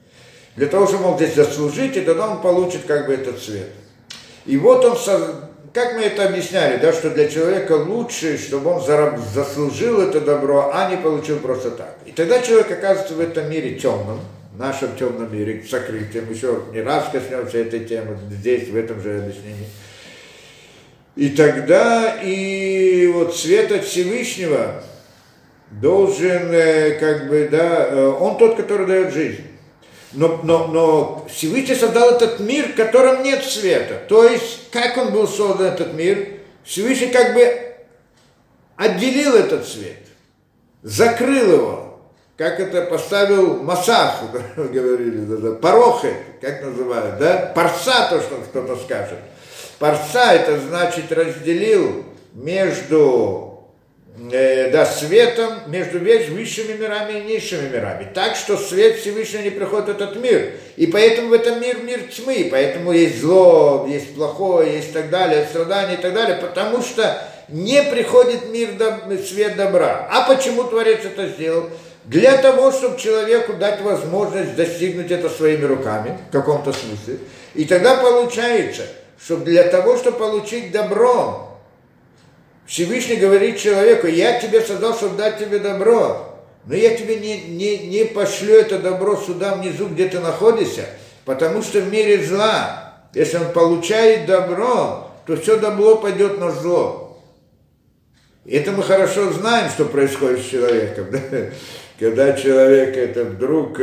для того, чтобы он мог здесь заслужить, и тогда он получит как бы этот свет. И вот он как мы это объясняли, да, что для человека лучше, чтобы он заслужил это добро, а не получил просто так. И тогда человек оказывается в этом мире темном, в нашем темном мире, сокрытием, еще не раз коснемся этой темы, здесь, в этом же объяснении. И тогда и вот свет от Всевышнего должен, как бы, да, он тот, который дает жизнь. Но Всевышний создал этот мир, в котором нет света. То есть, как он был создан, этот мир, Всевышний как бы отделил этот свет, закрыл его, как это поставил масах, говорили, парохи, как называют, да, парса, то, что кто-то скажет. Парса, это значит разделил между светом, между высшими мирами и низшими мирами. Так что свет Всевышнего не приходит в этот мир. И поэтому в этом мир тьмы. Поэтому есть зло, есть плохое, есть так далее, страдания и так далее. Потому что не приходит свет добра. А почему Творец это сделал? Для того, чтобы человеку дать возможность достигнуть это своими руками, в каком-то смысле. И тогда получается, что для того, чтобы получить добро, Всевышний говорит человеку: я тебя создал, чтобы дать тебе добро, но я тебе не пошлю это добро сюда внизу, где ты находишься, потому что в мире зла, если он получает добро, то все добро пойдет на зло. И это мы хорошо знаем, что происходит с человеком, да? Когда человек это вдруг,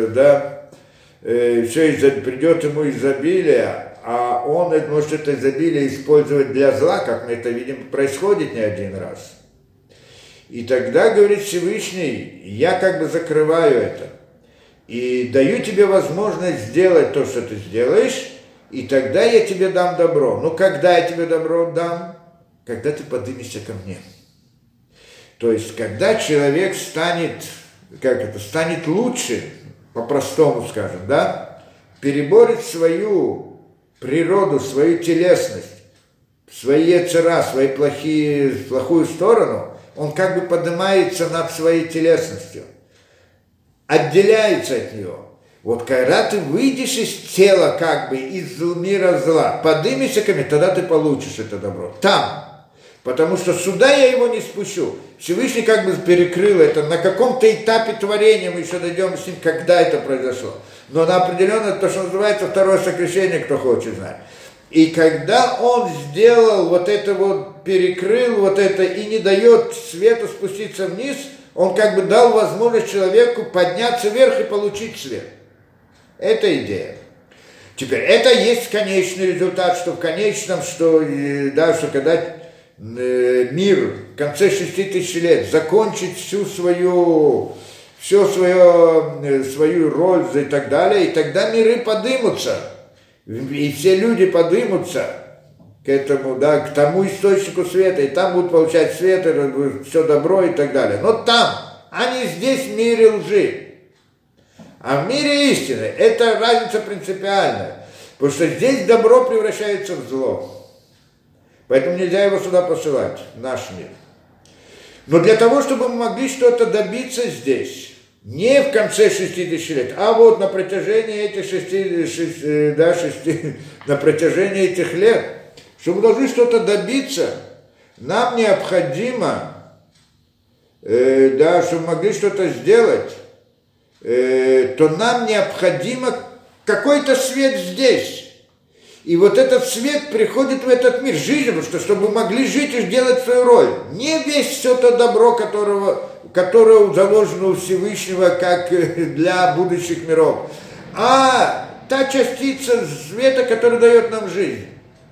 все придет ему изобилие, а он может это изобилие использовать для зла, как мы это видим, происходит не один раз. И тогда, говорит Всевышний, я как бы закрываю это. И даю тебе возможность сделать то, что ты сделаешь, и тогда я тебе дам добро. Ну, когда я тебе добро дам? Когда ты поднимешься ко мне. То есть, когда человек станет лучше, по-простому скажем, да, переборет свою природу, свою телесность, свои яцера, свои плохую сторону, он как бы поднимается над своей телесностью, отделяется от нее. Вот когда ты выйдешь из тела, как бы из мира зла, поднимешься ко мне, тогда ты получишь это добро. Там. Потому что сюда я его не спущу. Всевышний как бы перекрыл это. На каком-то этапе творения мы еще дойдем с ним, когда это произошло. Но на определенное, то, что называется второе сокращение, кто хочет знать. И когда он сделал вот это вот, перекрыл вот это и не дает свету спуститься вниз, он как бы дал возможность человеку подняться вверх и получить свет. Это идея. Теперь, это есть конечный результат, что в конечном, что когда мир в конце 6000 лет закончит всю свою роль и так далее, и тогда миры подымутся, и все люди подымутся к этому, да, к тому источнику света, и там будут получать свет, это будет все добро и так далее. Но там, а не здесь в мире лжи. А в мире истины это разница принципиальная, потому что здесь добро превращается в зло. Поэтому нельзя его сюда посылать, в наш мир. Но для того, чтобы мы могли что-то добиться здесь, не в конце 60 лет, а вот на протяжении этих на протяжении этих лет, чтобы мы должны что-то добиться, нам необходимо, чтобы мы могли что-то сделать, то нам необходимо какой-то свет здесь. И вот этот свет приходит в этот мир, жизнь, потому что чтобы мы могли жить и сделать свою роль. Не весь все то добро, которое заложено у Всевышнего, как для будущих миров, а та частица света, которая дает нам жизнь.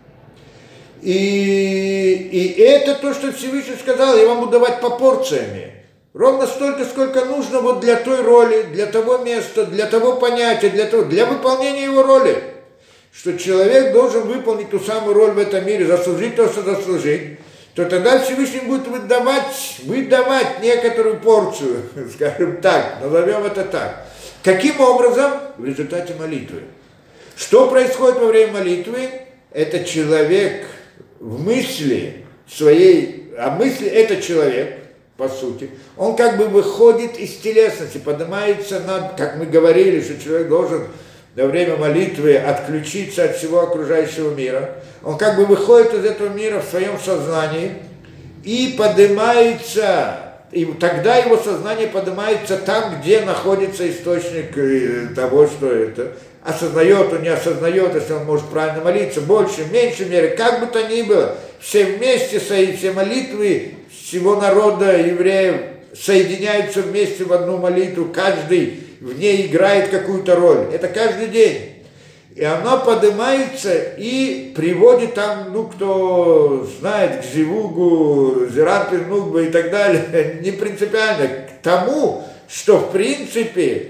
И это то, что Всевышний сказал, я вам буду давать по порциями. Ровно столько, сколько нужно вот для той роли, для того места, для того понятия, для выполнения его роли. Что человек должен выполнить ту самую роль в этом мире, заслужить то, что заслужить, то тогда Всевышний будет выдавать некоторую порцию, скажем так, назовем это так. Каким образом? В результате молитвы. Что происходит во время молитвы? Это человек в мысли своей, а мысли это человек, по сути, он как бы выходит из телесности, поднимается над, как мы говорили, что человек должен во время молитвы отключиться от всего окружающего мира. Он как бы выходит из этого мира в своем сознании и поднимается, и тогда его сознание поднимается там, где находится источник того, что это. Осознает он, не осознает, если он может правильно молиться, больше, меньше мере, как бы то ни было, все вместе, все молитвы всего народа евреев соединяются вместе в одну молитву, каждый в ней играет какую-то роль. Это каждый день. И она поднимается и приводит там, кто знает, к Зивугу, Зират Нугба и так далее, не принципиально, к тому, что в принципе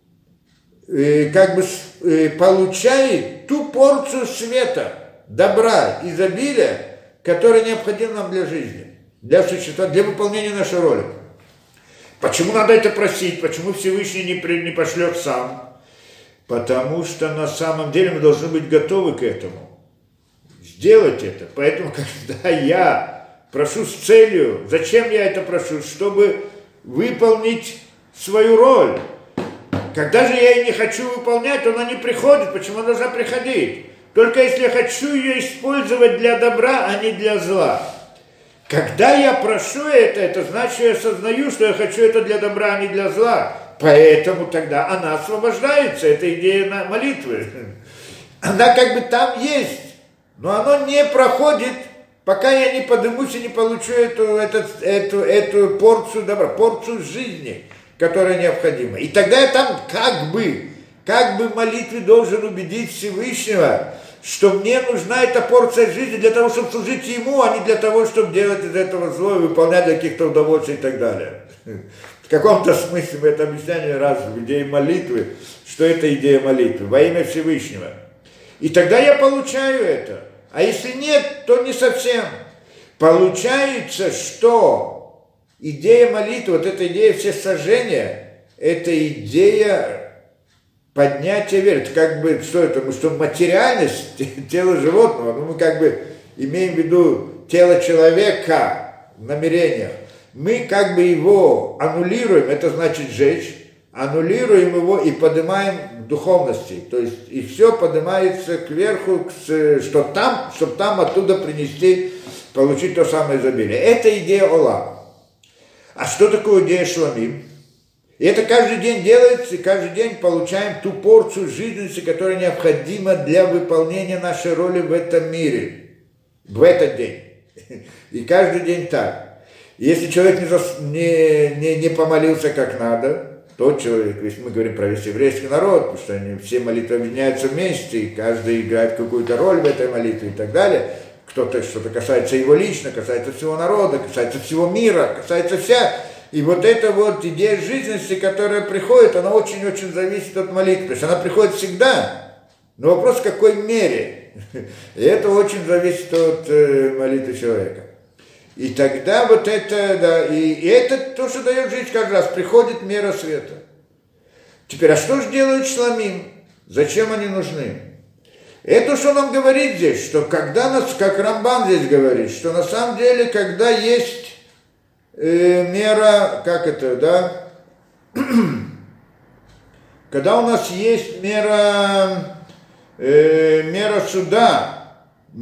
получает ту порцию света, добра, изобилия, которая необходима нам для жизни, для существования, для выполнения нашей роли. Почему надо это просить? Почему Всевышний не пошлет сам? Потому что на самом деле мы должны быть готовы к этому. Сделать это. Поэтому, когда я прошу с целью, зачем я это прошу? Чтобы выполнить свою роль. Когда же я ее не хочу выполнять, то она не приходит. Почему она должна приходить? Только если я хочу ее использовать для добра, а не для зла. Когда я прошу это значит, что я осознаю, что я хочу это для добра, а не для зла. Поэтому тогда она освобождается, это идея молитвы. Она как бы там есть, но она не проходит, пока я не поднимусь и не получу эту порцию добра, порцию жизни, которая необходима. И тогда я там как бы в молитве должен убедить Всевышнего, что мне нужна эта порция жизни для того, чтобы служить Ему, а не для того, чтобы делать из этого зло и выполнять для каких-то удовольствий и так далее. В каком-то смысле мы это объясняли раз в идее молитвы, что это идея молитвы, во имя Всевышнего. И тогда я получаю это. А если нет, то не совсем. Получается, что идея молитвы, вот эта идея всесожжения, это идея поднятия веры. Это как бы, что материальность тела животного, мы как бы имеем в виду тело человека в намерениях. Мы как бы его аннулируем, это значит сжечь, аннулируем его и поднимаем в духовности. То есть и все поднимается кверху, чтобы там оттуда принести, получить то самое изобилие. Это идея Олам. А что такое идея Шламим? И это каждый день делается, и каждый день получаем ту порцию жизненности, которая необходима для выполнения нашей роли в этом мире, в этот день. И каждый день так. Если человек не помолился как надо, тот человек, если мы говорим про весь еврейский народ, потому что они все молитвы объединяются вместе, и каждый играет какую-то роль в этой молитве и так далее, кто-то что-то касается его лично, касается всего народа, касается всего мира, касается вся. И вот эта вот идея жизненности, которая приходит, она очень-очень зависит от молитвы. То есть она приходит всегда, но вопрос в какой мере. И это очень зависит от молитвы человека. И тогда вот это, да, и это то, что дает жизнь каждый раз, приходит мера света. Теперь, а что же делают шламим? Зачем они нужны? Это, что нам говорит здесь, что когда нас, как Рамбан здесь говорит, что на самом деле, когда есть мера, как это, да, когда у нас есть мера суда,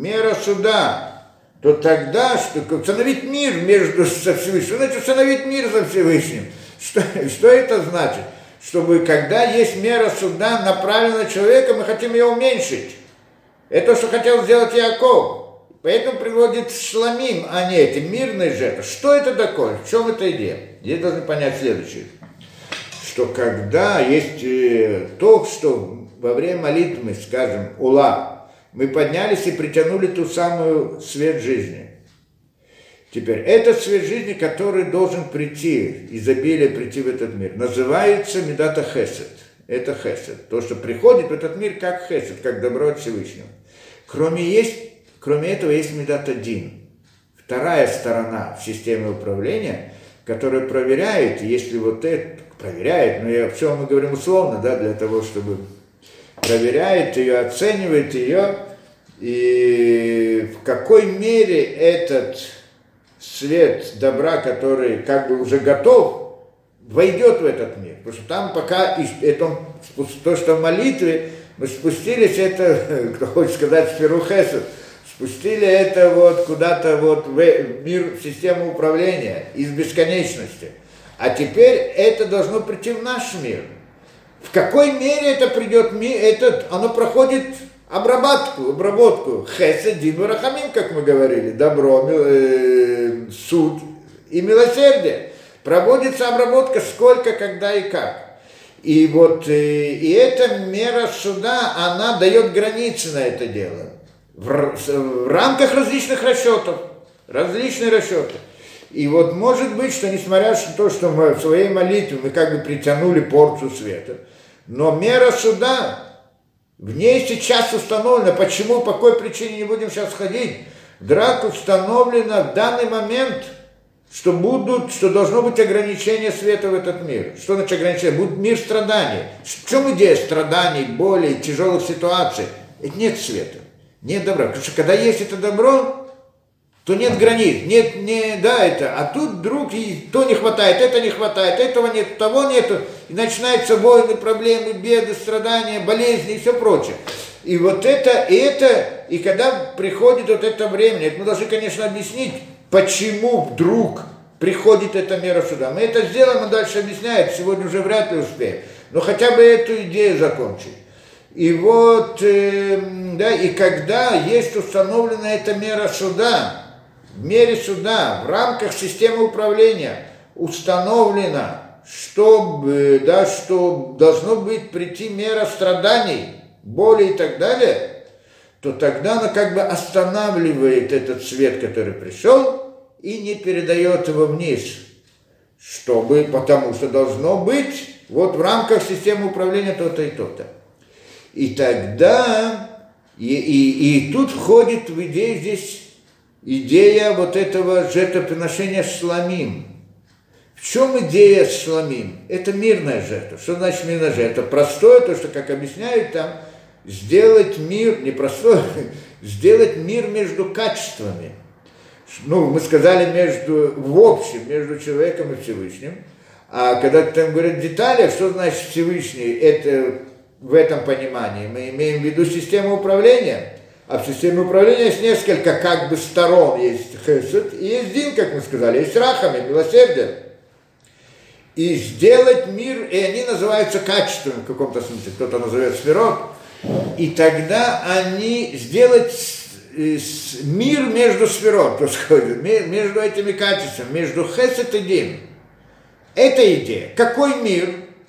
то тогда, что установить мир со Всевышним, что значит установить мир со Всевышним? Что это значит? Чтобы, когда есть мера суда, направлена на человека, мы хотим ее уменьшить. Это, что хотел сделать Яков. Поэтому приводит шламим, а не эти мирные жертвы. Что это такое? В чем эта идея? Здесь должны понять следующее. Что когда есть то, что во время молитвы мы скажем «Ула», мы поднялись и притянули ту самую свет жизни. Теперь, этот свет жизни, который должен прийти, изобилие прийти в этот мир, называется Медата Хесед. Это Хесед. То, что приходит в этот мир как Хесед, как добро от Всевышнего. Кроме этого есть Медата Дин. Вторая сторона в системе управления, которая проверяет, если вот это, проверяет, но все мы говорим условно, да, для того, чтобы проверяет ее, оценивает ее, и в какой мере этот свет добра, который как бы уже готов, войдет в этот мир. Потому что там пока это, то, что в молитве Мы спустились, это, кто хочет сказать, в Хесед, спустили это вот куда-то вот в мир, в систему управления из бесконечности. А теперь это должно прийти в наш мир. В какой мере это придет мир, оно проходит обработку. Хесед, дин, рахамим, как мы говорили, добро, суд и милосердие. Проводится обработка сколько, когда и как. И вот и эта мера суда, она дает границы на это дело. В рамках различных расчетов. Различные расчеты. И вот может быть, что несмотря на то, что мы в своей молитве мы как бы притянули порцию света, но мера суда, в ней сейчас установлена, почему, по какой причине не будем сейчас ходить, драк установлено в данный момент, что должно быть ограничение света в этот мир. Что значит ограничение? Будет мир страданий. В чем идея страданий, болей, тяжелых ситуаций? Это нет света, нет добра. Потому что когда есть это добро, то нет границ, а тут вдруг и то не хватает, это не хватает, этого нет, того нету, и начинаются войны, проблемы, беды, страдания, болезни и все прочее. И вот и когда приходит вот это время, это мы должны, конечно, объяснить, почему вдруг приходит эта мера суда. Мы это сделаем, и дальше объясняет, сегодня уже вряд ли успеем, но хотя бы эту идею закончить. И вот, и когда есть установлена эта мера суда, в мере суда, в рамках системы управления установлено, что должно быть прийти мера страданий, боли и так далее, то тогда она как бы останавливает этот свет, который пришел, и не передает его вниз, потому что должно быть вот в рамках системы управления то-то и то-то. И тогда, и тут входит в идею здесь идея вот этого жертвоприношения шламим. В чем идея шламим? Это мирная жертва. Что значит мирная жертва? Простое, то, что, как объясняют там, сделать мир, не простое, сделать мир между качествами. Мы сказали в общем, между человеком и Всевышним. А когда там говорят детали, что значит Всевышний, это в этом понимании. Мы имеем в виду систему управления. А в системе управления есть несколько как бы сторон. Есть хесед и есть дин, как мы сказали. Есть рахами, милосердие. И сделать мир, и они называются качествами в каком-то смысле. Кто-то назовет сферот. И тогда они сделать мир между сферот, между этими качествами, между хесед и дин. Это идея. Какой мир?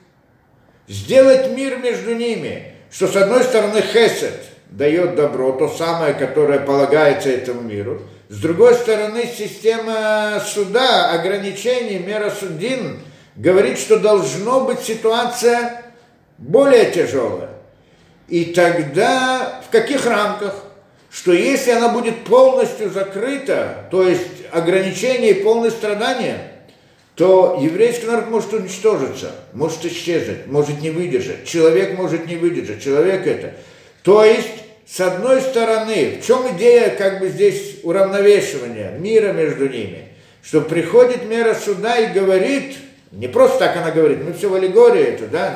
Сделать мир между ними. Что с одной стороны хесед дает добро, то самое, которое полагается этому миру. С другой стороны, система суда, ограничений, мера судин, говорит, что должно быть ситуация более тяжелая. И тогда в каких рамках? Что если она будет полностью закрыта, то есть ограничения и полное страдание, то еврейский народ может уничтожиться, может исчезнуть, может не выдержать. Человек может не выдержать, человек это. То есть, с одной стороны, в чем идея как бы здесь уравновешивания, мира между ними? Что приходит мера суда и говорит, не просто так она говорит, мы все в аллегории это, да,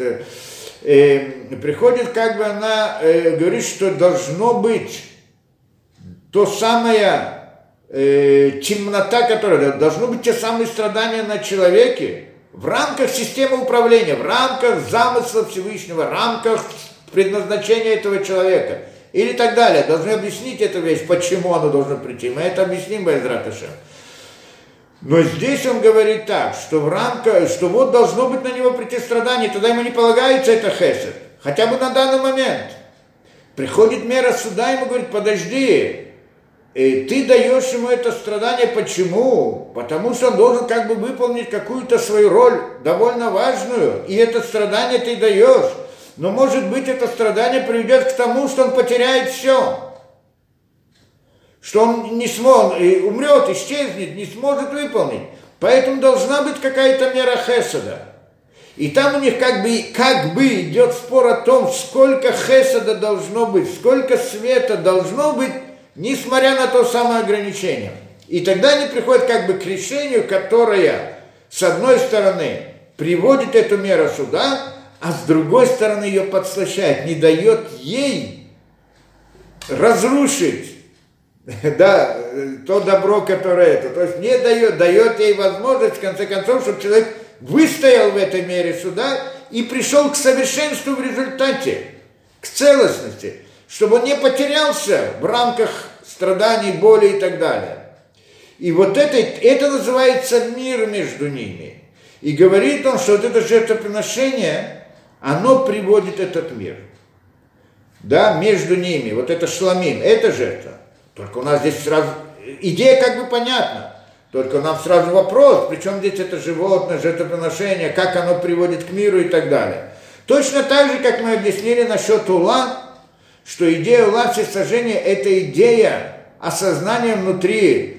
приходит как бы она говорит, что должно быть то самое темнота, которая должно быть те самые страдания на человеке в рамках системы управления, в рамках замысла Всевышнего, в рамках предназначения этого человека или так далее. Должны объяснить эту вещь, почему оно должно прийти. Мы это объясним, Бе'эзрат Ашем. Но здесь он говорит так, что в рамках, что вот должно быть на него прийти страдание, тогда ему не полагается это хесед. Хотя бы на данный момент. Приходит мера суда, ему говорит, подожди, ты даешь ему это страдание, почему? Потому что он должен как бы выполнить какую-то свою роль, довольно важную, и это страдание ты даешь. Но может быть это страдание приведет к тому, что он потеряет все. Что он не сможет, умрет, исчезнет, не сможет выполнить. Поэтому должна быть какая-то мера хеседа. И там у них как бы идет спор о том, сколько хеседа должно быть, сколько света должно быть, несмотря на то самое ограничение. И тогда они приходят как бы к решению, которое, с одной стороны, приводит эту меру суда, а с другой стороны ее подслащает, не дает ей разрушить, да, то добро, которое это. То есть не дает ей возможность, в конце концов, чтобы человек выстоял в этой мере суда и пришел к совершенству в результате, к целостности, чтобы он не потерялся в рамках страданий, боли и так далее. И вот это называется мир между ними. И говорит он, что вот это жертвоприношение, оно приводит этот мир. Да, между ними, вот это шламим, это жертва. Только у нас здесь сразу, идея как бы понятна, только нам сразу вопрос, причем здесь это животное, жертвоприношение, как оно приводит к миру и так далее. Точно так же, как мы объяснили насчет ула, что идея ула всесожжения – это идея осознания внутри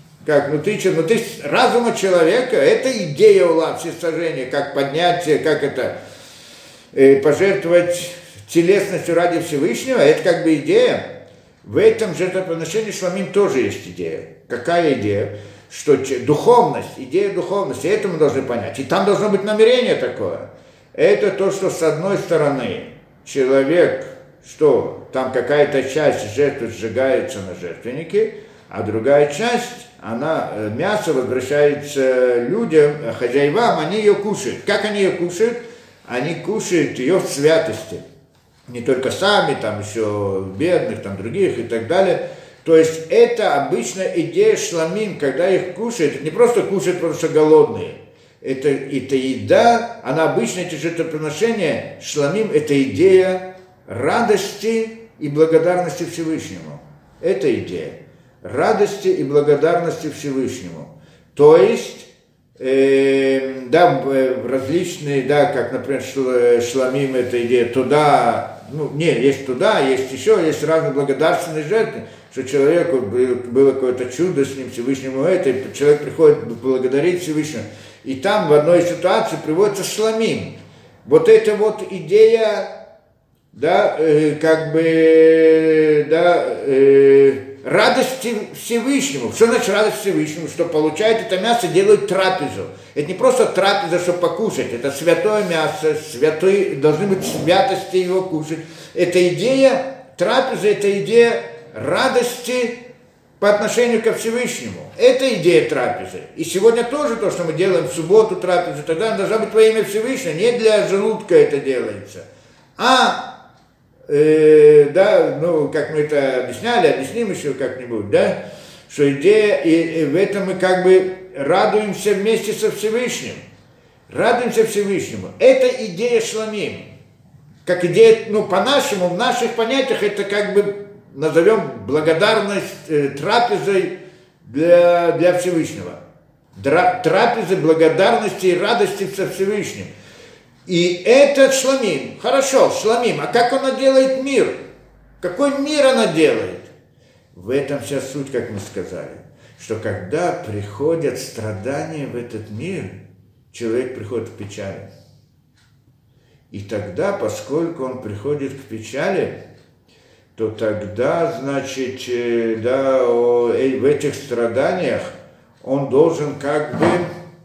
разума человека, это идея ула всесожжения, как поднятие, как это пожертвовать телесностью ради Всевышнего, это как бы идея. В этом жертвоприношении шламим тоже есть идея. Какая идея? Что духовность, идея духовности, это мы должны понять. И там должно быть намерение такое. Это то, что с одной стороны человек, что там какая-то часть жертвы сжигается на жертвеннике, а другая часть, мясо возвращается людям, хозяевам, они ее кушают. Как они ее кушают? Они кушают ее в святости. Не только сами, там еще бедных, там других и так далее. То есть это обычно идея шламим, когда их кушают, это не просто кушают, потому что голодные. Это еда, она обычно, эти жертвоприношения, шламим, это идея радости и благодарности Всевышнему. Это идея радости и благодарности Всевышнему. То есть, различные, как, например, шламим, это идея туда, есть туда, есть еще, есть разные благодарственные жертвы, что человеку было какое-то чудо с ним, Всевышнему и человек приходит благодарить Всевышнему. И там в одной ситуации приводится шламим. Вот эта вот идея, радости Всевышнему. Что значит радость Всевышнему? Что получает это мясо, делают трапезу. Это не просто трапеза, чтобы покушать. Это святое мясо, должны быть святости его кушать. Это идея трапезы, это идея радости по отношению ко Всевышнему. Это идея трапезы. И сегодня тоже то, что мы делаем в субботу трапезу, тогда она должна быть во имя Всевышнего. Не для желудка это делается. Как мы это объясним еще как-нибудь, что идея, и в этом мы как бы радуемся вместе со Всевышним. Радуемся Всевышнему. Это идея шламим. Как идея, по-нашему, в наших понятиях, это как бы, назовем, благодарность трапезой для Всевышнего. Трапезы благодарности и радости со Всевышним. И это шламим. Хорошо, шламим. А как она делает мир? Какой мир она делает? В этом вся суть, как мы сказали. Что когда приходят страдания в этот мир, человек приходит к печали. И тогда, поскольку он приходит к печали, то тогда, значит, в этих страданиях он должен как бы...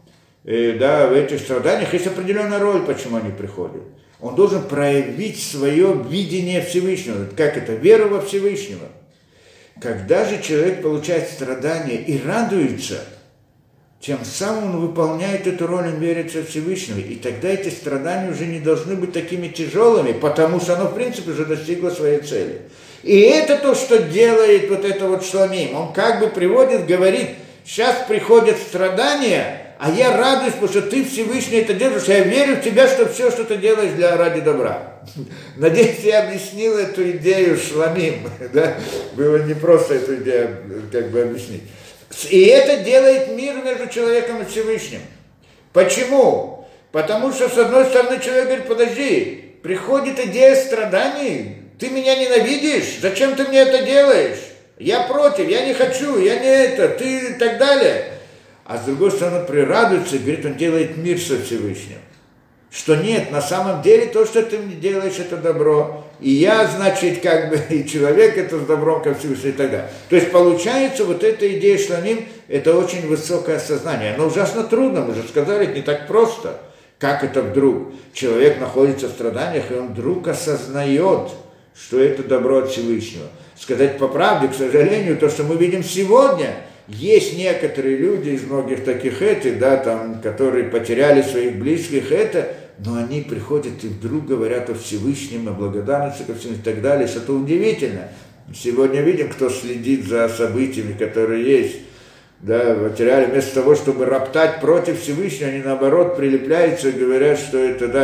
в этих страданиях есть определенная роль, почему они приходят. Он должен проявить свое видение Всевышнего. Как это? Веру во Всевышнего. Когда же человек получает страдания и радуется, тем самым он выполняет эту роль, он верит во Всевышнего. И тогда эти страдания уже не должны быть такими тяжелыми, потому что оно, в принципе, уже достигло своей цели. И это то, что делает вот это вот шламим. Он как бы приводит, говорит, сейчас приходят страдания, а я радуюсь, потому что ты Всевышний это делаешь, я верю в тебя, что все, что ты делаешь ради добра. Надеюсь, я объяснил эту идею шламим. Было не просто эту идею как бы объяснить. И это делает мир между человеком и Всевышним. Почему? Потому что, с одной стороны, человек говорит, подожди, приходит идея страданий, ты меня ненавидишь, зачем ты мне это делаешь? Я против, я не хочу, я не это, ты и так далее. А с другой стороны, прирадуется и говорит, он делает мир со Всевышним. Что нет, на самом деле то, что ты мне делаешь, это добро. И я, значит, как бы, и человек это с добром ко Всевышнему и так далее. То есть получается, вот эта идея шламим, это очень высокое сознание. Оно ужасно трудно, мы же сказали, это не так просто. Как это вдруг? Человек находится в страданиях, и он вдруг осознает, что это добро от Всевышнего. Сказать по правде, к сожалению, то, что мы видим сегодня, есть некоторые люди из многих таких которые потеряли своих близких, но они приходят и вдруг говорят о Всевышнем, о благодарности ко всему и так далее. Это удивительно. Сегодня видим, кто следит за событиями, которые есть. Потеряли, вместо того, чтобы роптать против Всевышнего, они наоборот прилепляются и говорят, что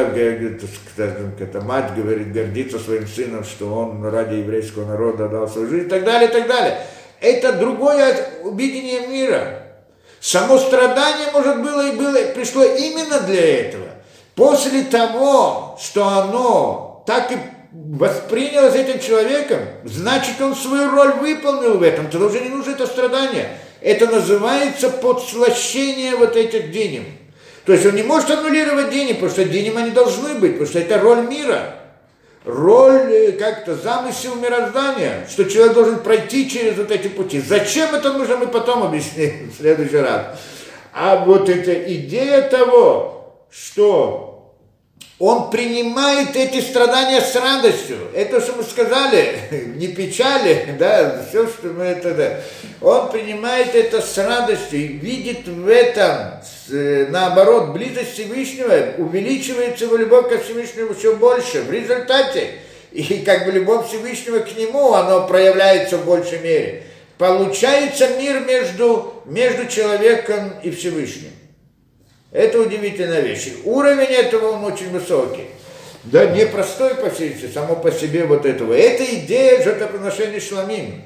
это мать говорит, гордится своим сыном, что он ради еврейского народа дал свою жизнь и так далее, и так далее. Это другое видение мира. Само страдание, может, пришло именно для этого. После того, что оно так и воспринялось этим человеком, значит, он свою роль выполнил в этом. Тогда уже не нужно это страдание. Это называется подслащение этих денег. То есть он не может аннулировать денег, потому что денег они должны быть, потому что это роль мира. Роль, замысел мироздания, что человек должен пройти через эти пути. Зачем это нужно, мы потом объясним в следующий раз. А эта идея того, что он принимает эти страдания с радостью. Это, что мы сказали, не печали, все, что мы Он принимает это с радостью и видит в этом, наоборот, близость Всевышнего, увеличивается его любовь ко Всевышнему все больше. В результате, и любовь Всевышнего к нему, оно проявляется в большей мере. Получается мир между человеком и Всевышним. Это удивительная вещь. Уровень этого он очень высокий. Непростой по себе, само по себе этого. Это идея жертвоприношения шламим.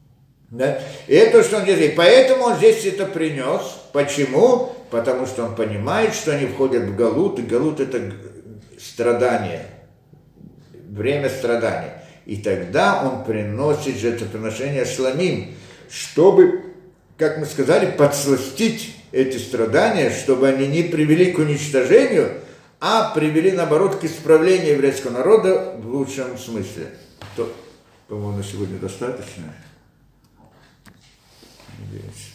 И это, что он здесь. Поэтому он здесь это принес. Почему? Потому что он понимает, что они входят в галут, и галут это страдание. Время страдания. И тогда он приносит жертвоприношение шламим, чтобы, как мы сказали, подсластить эти страдания, чтобы они не привели к уничтожению, а привели, наоборот, к исправлению еврейского народа в лучшем смысле. То, по-моему, на сегодня достаточно. Надеюсь.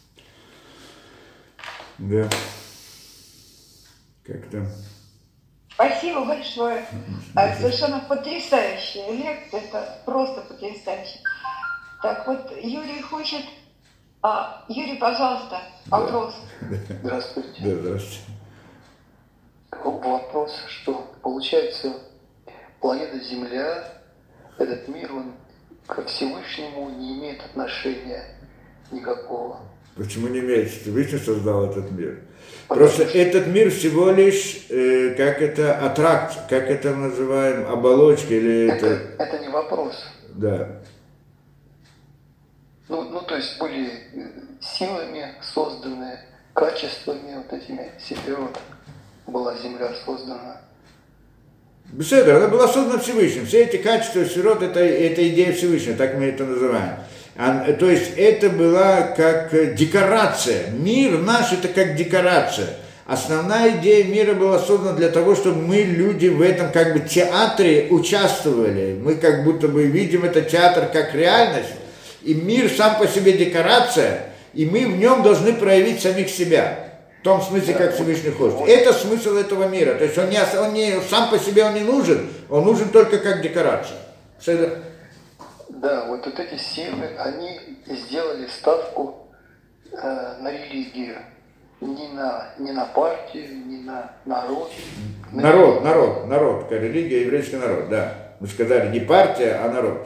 Да. Как-то. Спасибо большое. Совершенно потрясающая лекция. Это просто потрясающе. Так вот, Юрий хочет... Юрий, пожалуйста, вопрос. Здравствуйте. Да, здравствуйте. Вопрос, что получается, планета Земля, этот мир, он ко Всевышнему не имеет отношения никакого. Почему не имеет? Всевышний создал этот мир. Просто этот мир всего лишь, аттракт, как это называем, оболочка или это не вопрос. Да. То есть были силами созданы, качествами этими сефирот была Земля создана. Беседа, она была создана Всевышним. Все эти качества сефирот это идея Всевышнего, так мы это называем. То есть это была как декорация. Мир наш это как декорация. Основная идея мира была создана для того, чтобы мы, люди, в этом театре участвовали. Мы как будто бы видим этот театр как реальность. И мир сам по себе декорация, и мы в нем должны проявить самих себя. В том смысле, как Всевышний хочет. Это смысл этого мира. То есть он сам по себе он не нужен, он нужен только как декорация. Да, эти силы, они сделали ставку на религию. Не на партию, не на народ. Народ. Религия, еврейский народ, да. Мы сказали, не партия, а народ.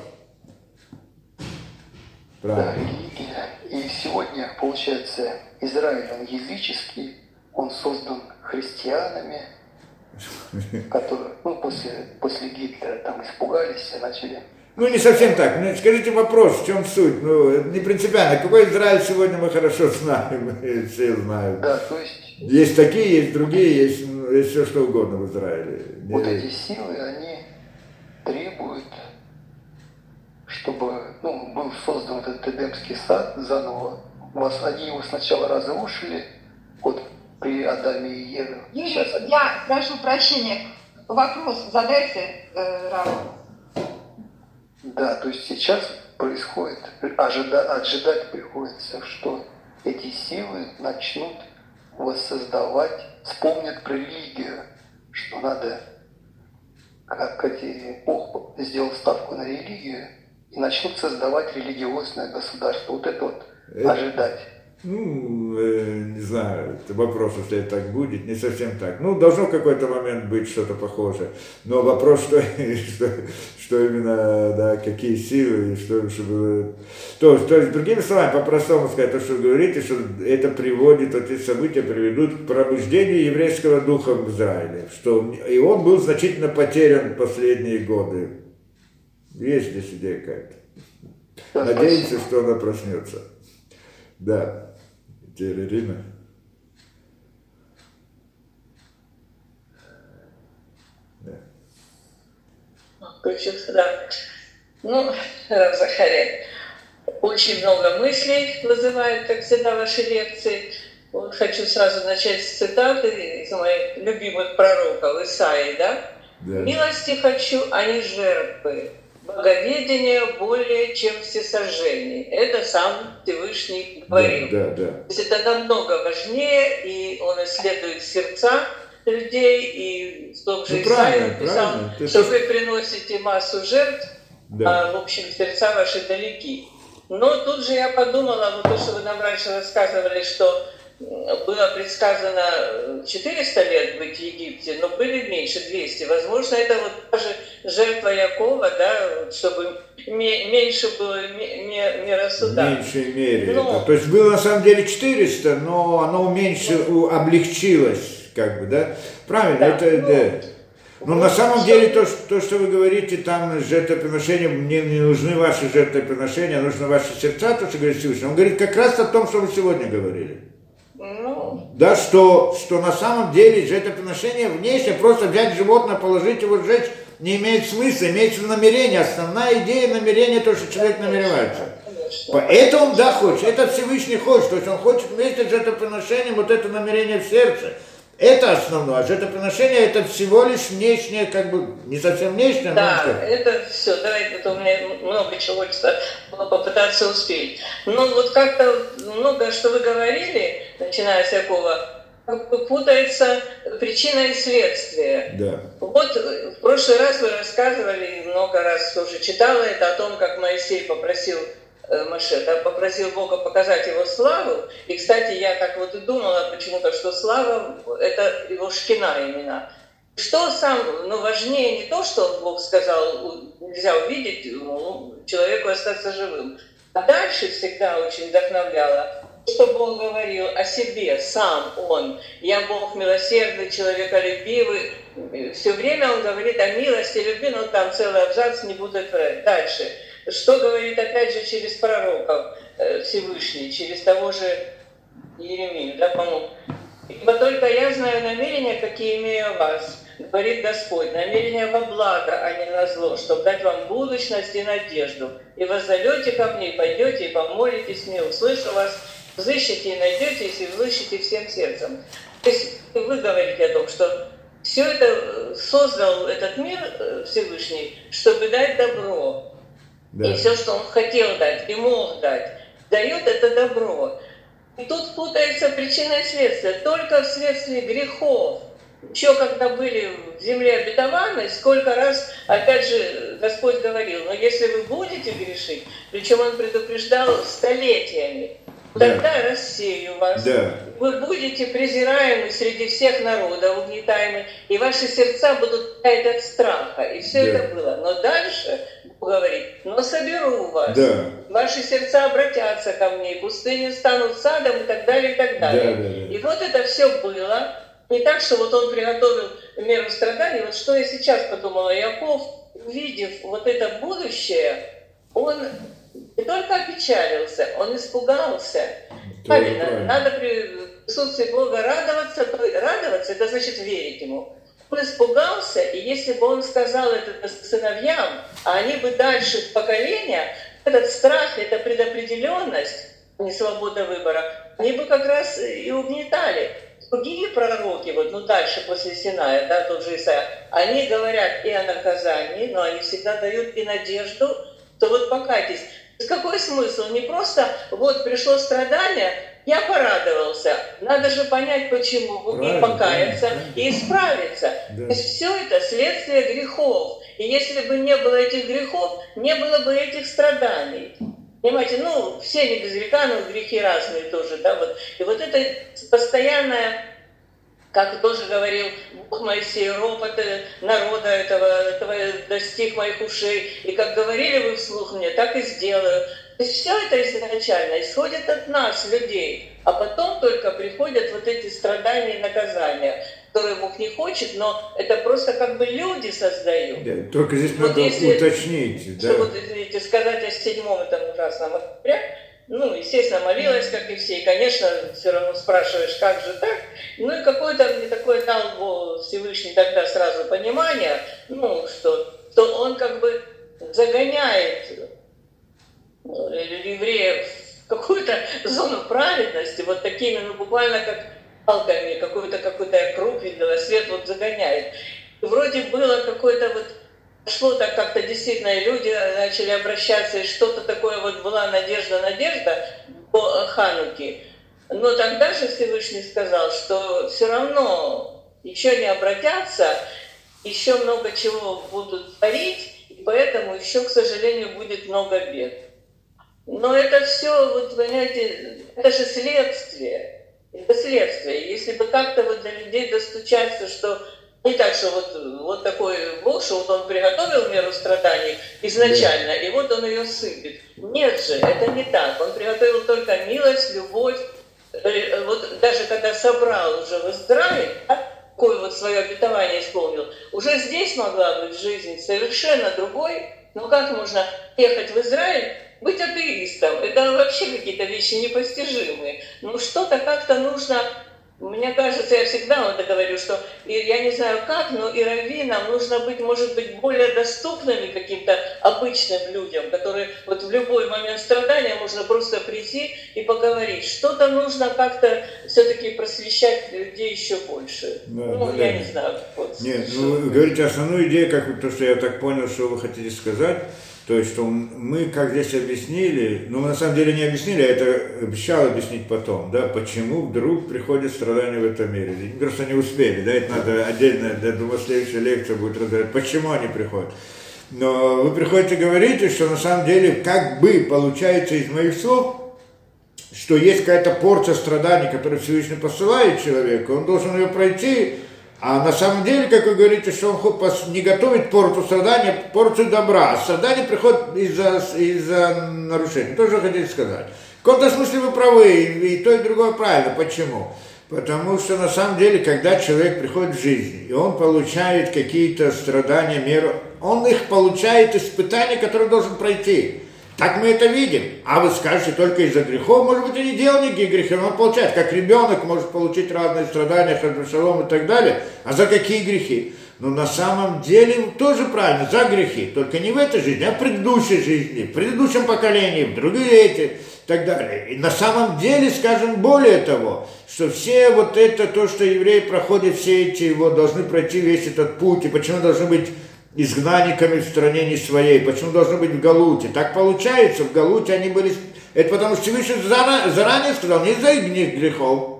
Да, религия. И сегодня, получается, Израиль, он языческий, он создан христианами, которые, после Гитлера там испугались и начали... не совсем так. Скажите вопрос, в чем суть? Не принципиально. Какой Израиль сегодня мы хорошо знаем, все знают. Да, то есть... Есть такие, есть другие, есть все что угодно в Израиле. Эти силы, они требуют, чтобы был создан этот Эдемский сад заново. Они его сначала разрушили, при Адаме и Еве. Юрий, я прошу прощения, вопрос задайте Раву. Да, то есть сейчас происходит, ожидать приходится, что эти силы начнут воссоздавать, вспомнят про религию, что надо, как Бог сделал ставку на религию, и начнут создавать религиозное государство. Вот это вот ожидать. Не знаю, это вопрос, если это так будет, не совсем так. Должно в какой-то момент быть что-то похожее. Но вопрос, что именно, да, какие силы, и что было. То есть, другими словами, по-простому сказать, то, что вы говорите, что это приводит, эти события приведут к пробуждению еврейского духа в Израиле. И он был значительно потерян в последние годы. Есть здесь идея какая-то. Надеемся, что она проснется. Да. Ирина. Включился, да. Захария, очень много мыслей вызывают, как всегда, ваши лекции. Вот хочу сразу начать с цитаты из моих любимых пророков, Исаии, да? «Милости хочу, а не жертвы. Боговедение более, чем всесожжение». Это сам Всевышний говорил. То есть это намного важнее, и он исследует сердца людей, и в том же Исаии писал, что вы приносите массу жертв, а в общем сердца ваши далеки. Но тут же я подумала, вот то, что вы нам раньше рассказывали, что было предсказано 400 лет быть в Египте, но были меньше, 200. Возможно, это вот даже жертва Якова, да, чтобы меньше было мера суда. В меньшей мере. То есть было на самом деле 400, но оно облегчилось, как бы, да? Правильно, да. Но на самом деле то, что вы говорите, там жертвоприношения, мне не нужны ваши жертвоприношения, нужны ваши сердца, то, что говорит Всевышний. Он говорит как раз о том, что вы сегодня говорили. Да, что на самом деле жертвоприношение внешне, просто взять животное, положить его, сжечь, не имеет смысла, имеется намерение. Основная идея намерения, то, что человек намеревается. Поэтому, да, хочет, это Всевышний хочет, то есть он хочет вместе с жертвоприношением вот это намерение в сердце. Это основное, а жертвоприношение это всего лишь внешнее, как бы, не совсем внешнее. Да, это все, давайте, это у меня много чего хочется попытаться успеть. Но вот как-то много, что вы говорили, начиная с Якова, путается причина и следствие. Да. Вот в прошлый раз вы рассказывали, много раз тоже читала это о том, как Моисей попросил Моше, да, попросил Бога показать его славу. И, кстати, я так вот и думала почему-то, что слава — это его шкина имена. Что важнее не то, что Бог сказал, нельзя увидеть человеку остаться живым. А дальше всегда очень вдохновляло, чтобы он говорил о себе, сам он. Я Бог милосердный, человеколюбивый. Все время он говорит о милости, любви, но там целый абзац, не буду говорить. Дальше. Что говорит опять же через пророков Всевышний, через того же Иеремию, да, по-моему. «Ибо только я знаю намерения, какие имею о вас, говорит Господь, намерения во благо, а не на зло, чтобы дать вам будущность и надежду. И воззовете ко мне, и пойдете, и помолитесь мне, услышу вас, взыщите и найдете, если взыщите всем сердцем». То есть вы говорите о том, что все это создал этот мир Всевышний, чтобы дать добро. Да. И все, что он хотел дать и мог дать, дает это добро. И тут путается причина и следствие. Только вследствие грехов. Еще когда были в земле обетованной, сколько раз, опять же, Господь говорил, но если вы будете грешить, причем Он предупреждал столетиями, тогда я рассею вас. Да. Вы будете презираемы среди всех народов, угнетаемы, и ваши сердца будут таять от страха. И все это было. Но дальше Бог говорит, но соберу вас. Да. Ваши сердца обратятся ко мне, пустыни станут садом и так далее, и так далее. Да. И вот это все было. Не так, что вот он приготовил меру страданий. Вот что я сейчас подумала, Яков, увидев вот это будущее, он не только опечалился, он испугался. Правильно, надо при присутствии Бога радоваться. Радоваться — это значит верить Ему. Он испугался, и если бы он сказал это сыновьям, а они бы дальше в поколения, этот страх, эта предопределенность, не свобода выбора, они бы как раз и угнетали. Другие пророки, дальше после Синая, да, тот же Исаия, они говорят и о наказании, но они всегда дают и надежду, то покайтесь. Какой смысл? Не просто пришло страдание, я порадовался. Надо же понять, почему, и покаяться, и исправиться. Да. То есть все это следствие грехов. И если бы не было этих грехов, не было бы этих страданий. Понимаете, ну, все не без греха, но грехи разные тоже, да, вот. И вот это постоянное, как тоже говорил Бог Моисею, ропот народа этого достиг моих ушей. И как говорили вы вслух мне, так и сделаю. То есть все это изначально исходит от нас, людей. А потом только приходят вот эти страдания и наказания, которые Бог не хочет, но это просто как бы люди создают. Да, только здесь вот надо уточнить. Что вот, извините, сказать о 7-м этом ужасном октябре, ну, естественно, молилась, как и все, и, конечно, все равно спрашиваешь, как же так? Ну, и какое-то мне такое дал Всевышний тогда сразу понимание, ну, что он как бы загоняет евреев в какую-то зону праведности, вот такими, ну, буквально как палками, какой-то круг видела, свет вот загоняет. И вроде было какое-то вот, шло так как-то действительно, и люди начали обращаться, и что-то такое вот была надежда по Хануке. Но тогда же Всевышний сказал, что все равно еще не обратятся, еще много чего будут творить, и поэтому еще, к сожалению, будет много бед. Но это все, вот, понимаете, это же следствие. Это следствие. Если бы как-то вот до людей достучаться, что не так, что вот такой Бог, что вот он приготовил меру страданий изначально, и вот он ее сыпет. Нет же, это не так. Он приготовил только милость, любовь. Вот даже когда собрал уже в Израиль, такое вот свое обетование исполнил, уже здесь могла быть жизнь совершенно другой. Но как можно ехать в Израиль, быть атеистом? Это вообще какие-то вещи непостижимые. Ну что-то как-то нужно. Мне кажется, я всегда вот говорю, что я не знаю как, но и раввинам нужно быть, может быть, более доступными каким-то обычным людям, которые вот в любой момент страдания можно просто прийти и поговорить. Что-то нужно как-то все-таки просвещать людей еще больше. Да, я не знаю. Вот. Нет, вы говорите основную идею, как то, что я так понял, что вы хотите сказать. То есть, что мы, как здесь объяснили, ну, мы на самом деле не объяснили, а это обещал объяснить потом, да, почему вдруг приходят страдания в этом мире. Мы просто не успели, да, это надо отдельно, я думаю, следующая лекция будет разбирать, почему они приходят. Но вы приходите и говорите, что на самом деле, как бы получается из моих слов, что есть какая-то порция страданий, которую Всевышний посылает человеку, он должен ее пройти. А на самом деле, как вы говорите, что он не готовит порцию страдания, порцию добра. А страдания приходят из-за нарушений. Тоже хотите сказать. В каком-то смысле вы правы, и то, и другое правильно. Почему? Потому что на самом деле, когда человек приходит в жизнь, и он получает какие-то страдания, меру, он их получает испытания, которые должен пройти. Так мы это видим. А вы скажете, только из-за грехов, может быть, и не делал никакие грехи, но он получает. Как ребенок может получить разные страдания, шалом и так далее. А за какие грехи? Но на самом деле тоже правильно, за грехи. Только не в этой жизни, а в предыдущей жизни, в предыдущем поколении, в другие эти, и так далее. И на самом деле, скажем, более того, что все вот это, то, что евреи проходят, все эти, вот, должны пройти весь этот путь, и почему должны быть изгнанниками в стране не своей, почему должны быть в Галуте. Так получается, в Галуте они были... Это потому что Всевышний заранее сказал, не из-за их грехов,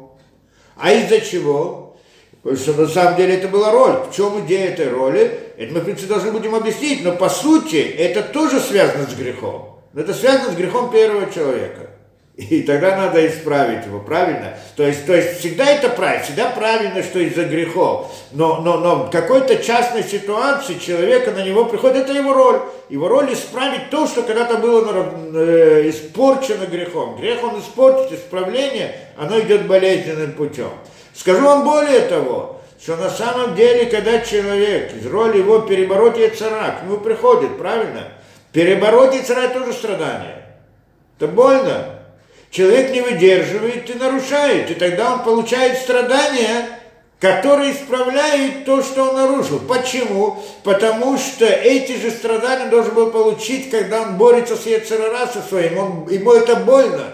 а из-за чего? Потому что на самом деле это была роль. В чем идея этой роли? Это мы, в принципе, должны будем объяснить, но по сути это тоже связано с грехом. Это связано с грехом первого человека. И тогда надо исправить его, правильно? То есть всегда это правильно, всегда правильно, что из-за грехов. Но в какой-то частной ситуации человека на него приходит, это его роль. Его роль исправить то, что когда-то было испорчено грехом. Грех он испортит, исправление, оно идет болезненным путем. Скажу вам более того, что на самом деле, когда человек, из роли его перебороть яцера, к нему приходит, правильно? Перебороть яцера тоже страдание. Это больно. Человек не выдерживает и нарушает, и тогда он получает страдания, которые исправляют то, что он нарушил. Почему? Потому что эти же страдания он должен был получить, когда он борется с яцер ара со своим, ему это больно.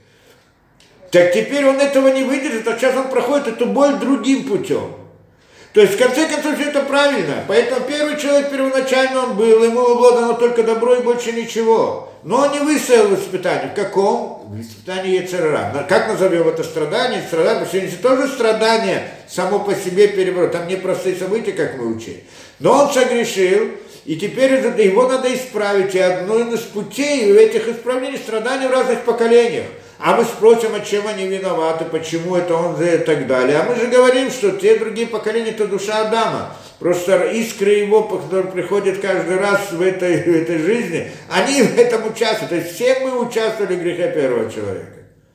Так теперь он этого не выдержит, а сейчас он проходит эту боль другим путем. То есть, в конце концов, это правильно. Поэтому первый человек первоначально он был, ему было дано только добро и больше ничего. Но он не выстоял в испытании. В каком? В испытании Ецер-ара. Как назовем это страдание? Страдание, потому что это тоже страдание само по себе переворот. Там не простые события, как мы учили. Но он согрешил, и теперь его надо исправить. И одно из путей в этих исправлений страдания в разных поколениях. А мы спросим, а чем они виноваты, почему это он и так далее. А мы же говорим, что те другие поколения, это душа Адама. Просто искры его, которые приходят каждый раз в этой жизни, они в этом участвуют. То есть все мы участвовали в грехе первого человека.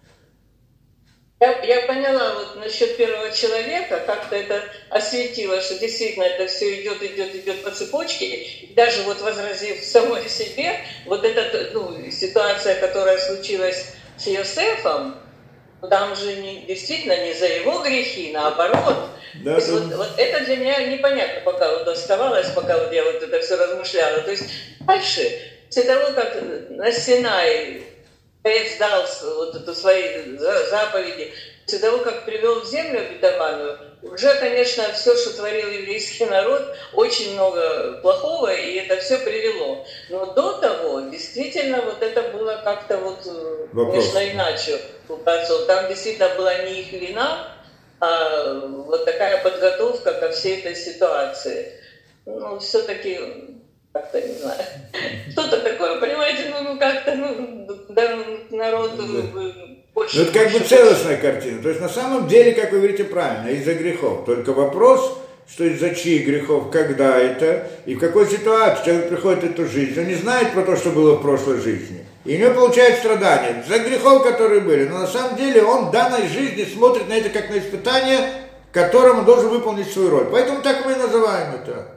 Я поняла вот насчет первого человека, как-то это осветило, что действительно это все идет по цепочке. И даже вот возразив самой себе, вот эта ситуация, которая случилась с Йосефом, там же действительно не за его грехи, наоборот. Да, то есть вот это для меня непонятно, пока вот оставалось, пока вот я вот это все размышляла. То есть дальше, после того, как на Синай Творец дал вот эту свои заповеди, после того, как привел в землю обетованную, уже, конечно, все, что творил еврейский народ, очень много плохого, и это все привело. Но до того, действительно, вот это было как-то вот, конечно, иначе у отцов. Там действительно была не их вина, а вот такая подготовка ко всей этой ситуации. Ну, все-таки, как-то, не знаю, что-то такое, понимаете, как-то, народ... Ну, это как бы целостная картина. То есть на самом деле, как вы говорите правильно, из-за грехов. Только вопрос, что из-за чьих грехов, когда это и в какой ситуации человек приходит в эту жизнь. Он не знает про то, что было в прошлой жизни. И у него получает страдания за грехов, которые были. Но на самом деле он в данной жизни смотрит на это как на испытание, которым он должен выполнить свою роль. Поэтому так мы и называем это.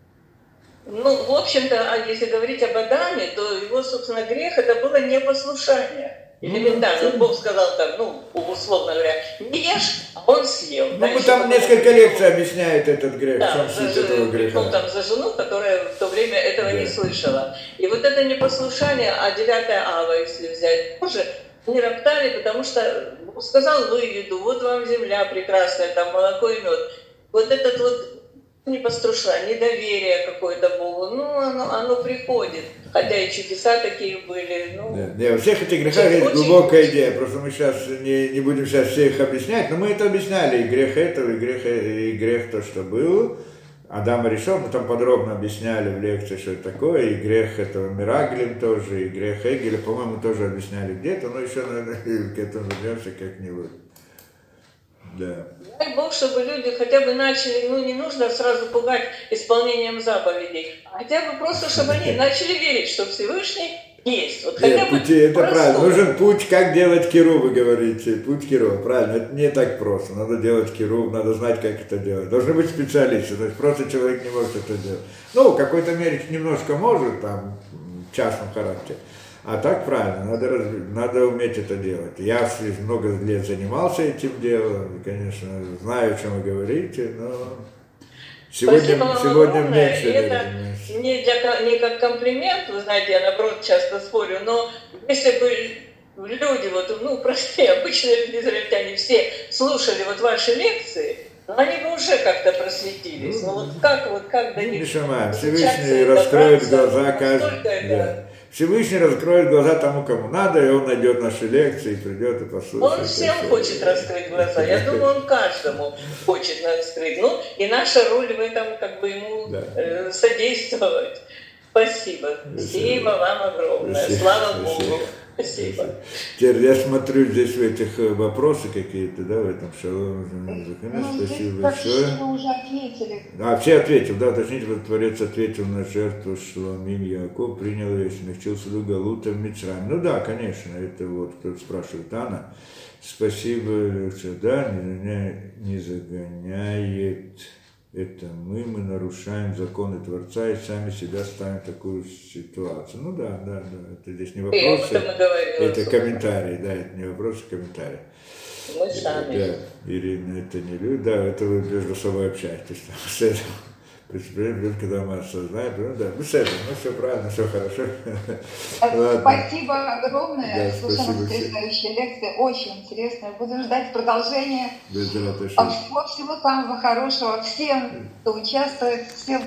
Ну, в общем-то, если говорить об Адаме, то его, собственно, грех это было непослушание. Элементарно. Бог сказал так, условно говоря, не ешь, а он съел. Ну, там несколько лекций объясняет этот грех, да, в чем суть этого греха. Ну, там за жену, которая в то время этого не слышала. И вот это непослушание, а 9 ава, если взять, тоже, они роптали, потому что Бог сказал выведу, вот вам земля прекрасная, там молоко и мед. Вот этот вот непослушание, недоверие какое-то Богу, оно приходит. Хотя и чудеса такие были. Да, во всех этих грехах есть глубокая идея. Просто мы сейчас не будем сейчас все их объяснять, но мы это объясняли. И грех этого, и грех то, что был. Адам решил, мы там подробно объясняли в лекции, что это такое. И грех этого Мираглим тоже, и грех Эгеля, по-моему, тоже объясняли где-то, но еще, наверное, к этому вернемся как-нибудь. Да. Дай Бог, чтобы люди хотя бы начали, не нужно сразу пугать исполнением заповедей, а хотя бы просто, чтобы они начали верить, что Всевышний есть. Вот хотя бы пути, это правильно. Нужен путь, как делать киру, вы говорите. Путь киру, правильно. Это не так просто. Надо делать киру, надо знать, как это делать. Должны быть специалисты. То есть просто человек не может это делать. В какой-то мере немножко может, там, в частном характере. А так правильно, надо уметь это делать. Я много лет занимался этим делом, и, конечно, знаю, о чем вы говорите, но сегодня меньше. Это не как комплимент, вы знаете, я наоборот часто спорю, но если бы люди, простые, обычные люди, израильтяне, все слушали ваши лекции, они бы уже как-то просветились. Как до них... Всевышний раскроет глаза каждому. Всевышний раскроет глаза тому, кому надо, и он найдет наши лекции, придет и послушает. Он всем хочет раскрыть глаза. Я думаю, он каждому хочет раскрыть. И наша роль в этом ему содействовать. Спасибо. Спасибо вам огромное. Слава Богу. Спасибо. Теперь я смотрю здесь в этих вопросы какие-то, в этом шалом. Спасибо большое. Вы уже ответили. Все ответил, уточните, Творец ответил на жертву Шломим Яков, принял ее, смягчился до Галута в Мицраим. Да, конечно, это кто-то спрашивает, Анна. Спасибо, что не загоняет. Это мы нарушаем законы Творца и сами себя ставим в такую ситуацию. Да, это здесь не вопросы, это комментарии, это не вопросы, а комментарии. Мы сами. Да, Ирина, это не люди, это вы между собой общаетесь. Представляешь, когда мы осознаем, ну да, ну все правильно, все хорошо. Спасибо огромное. Да, Слушаем спасибо потрясающие лекции, очень интересные. Будем ждать продолжения. Без ратуши. Всего самого хорошего всем, кто участвует, всем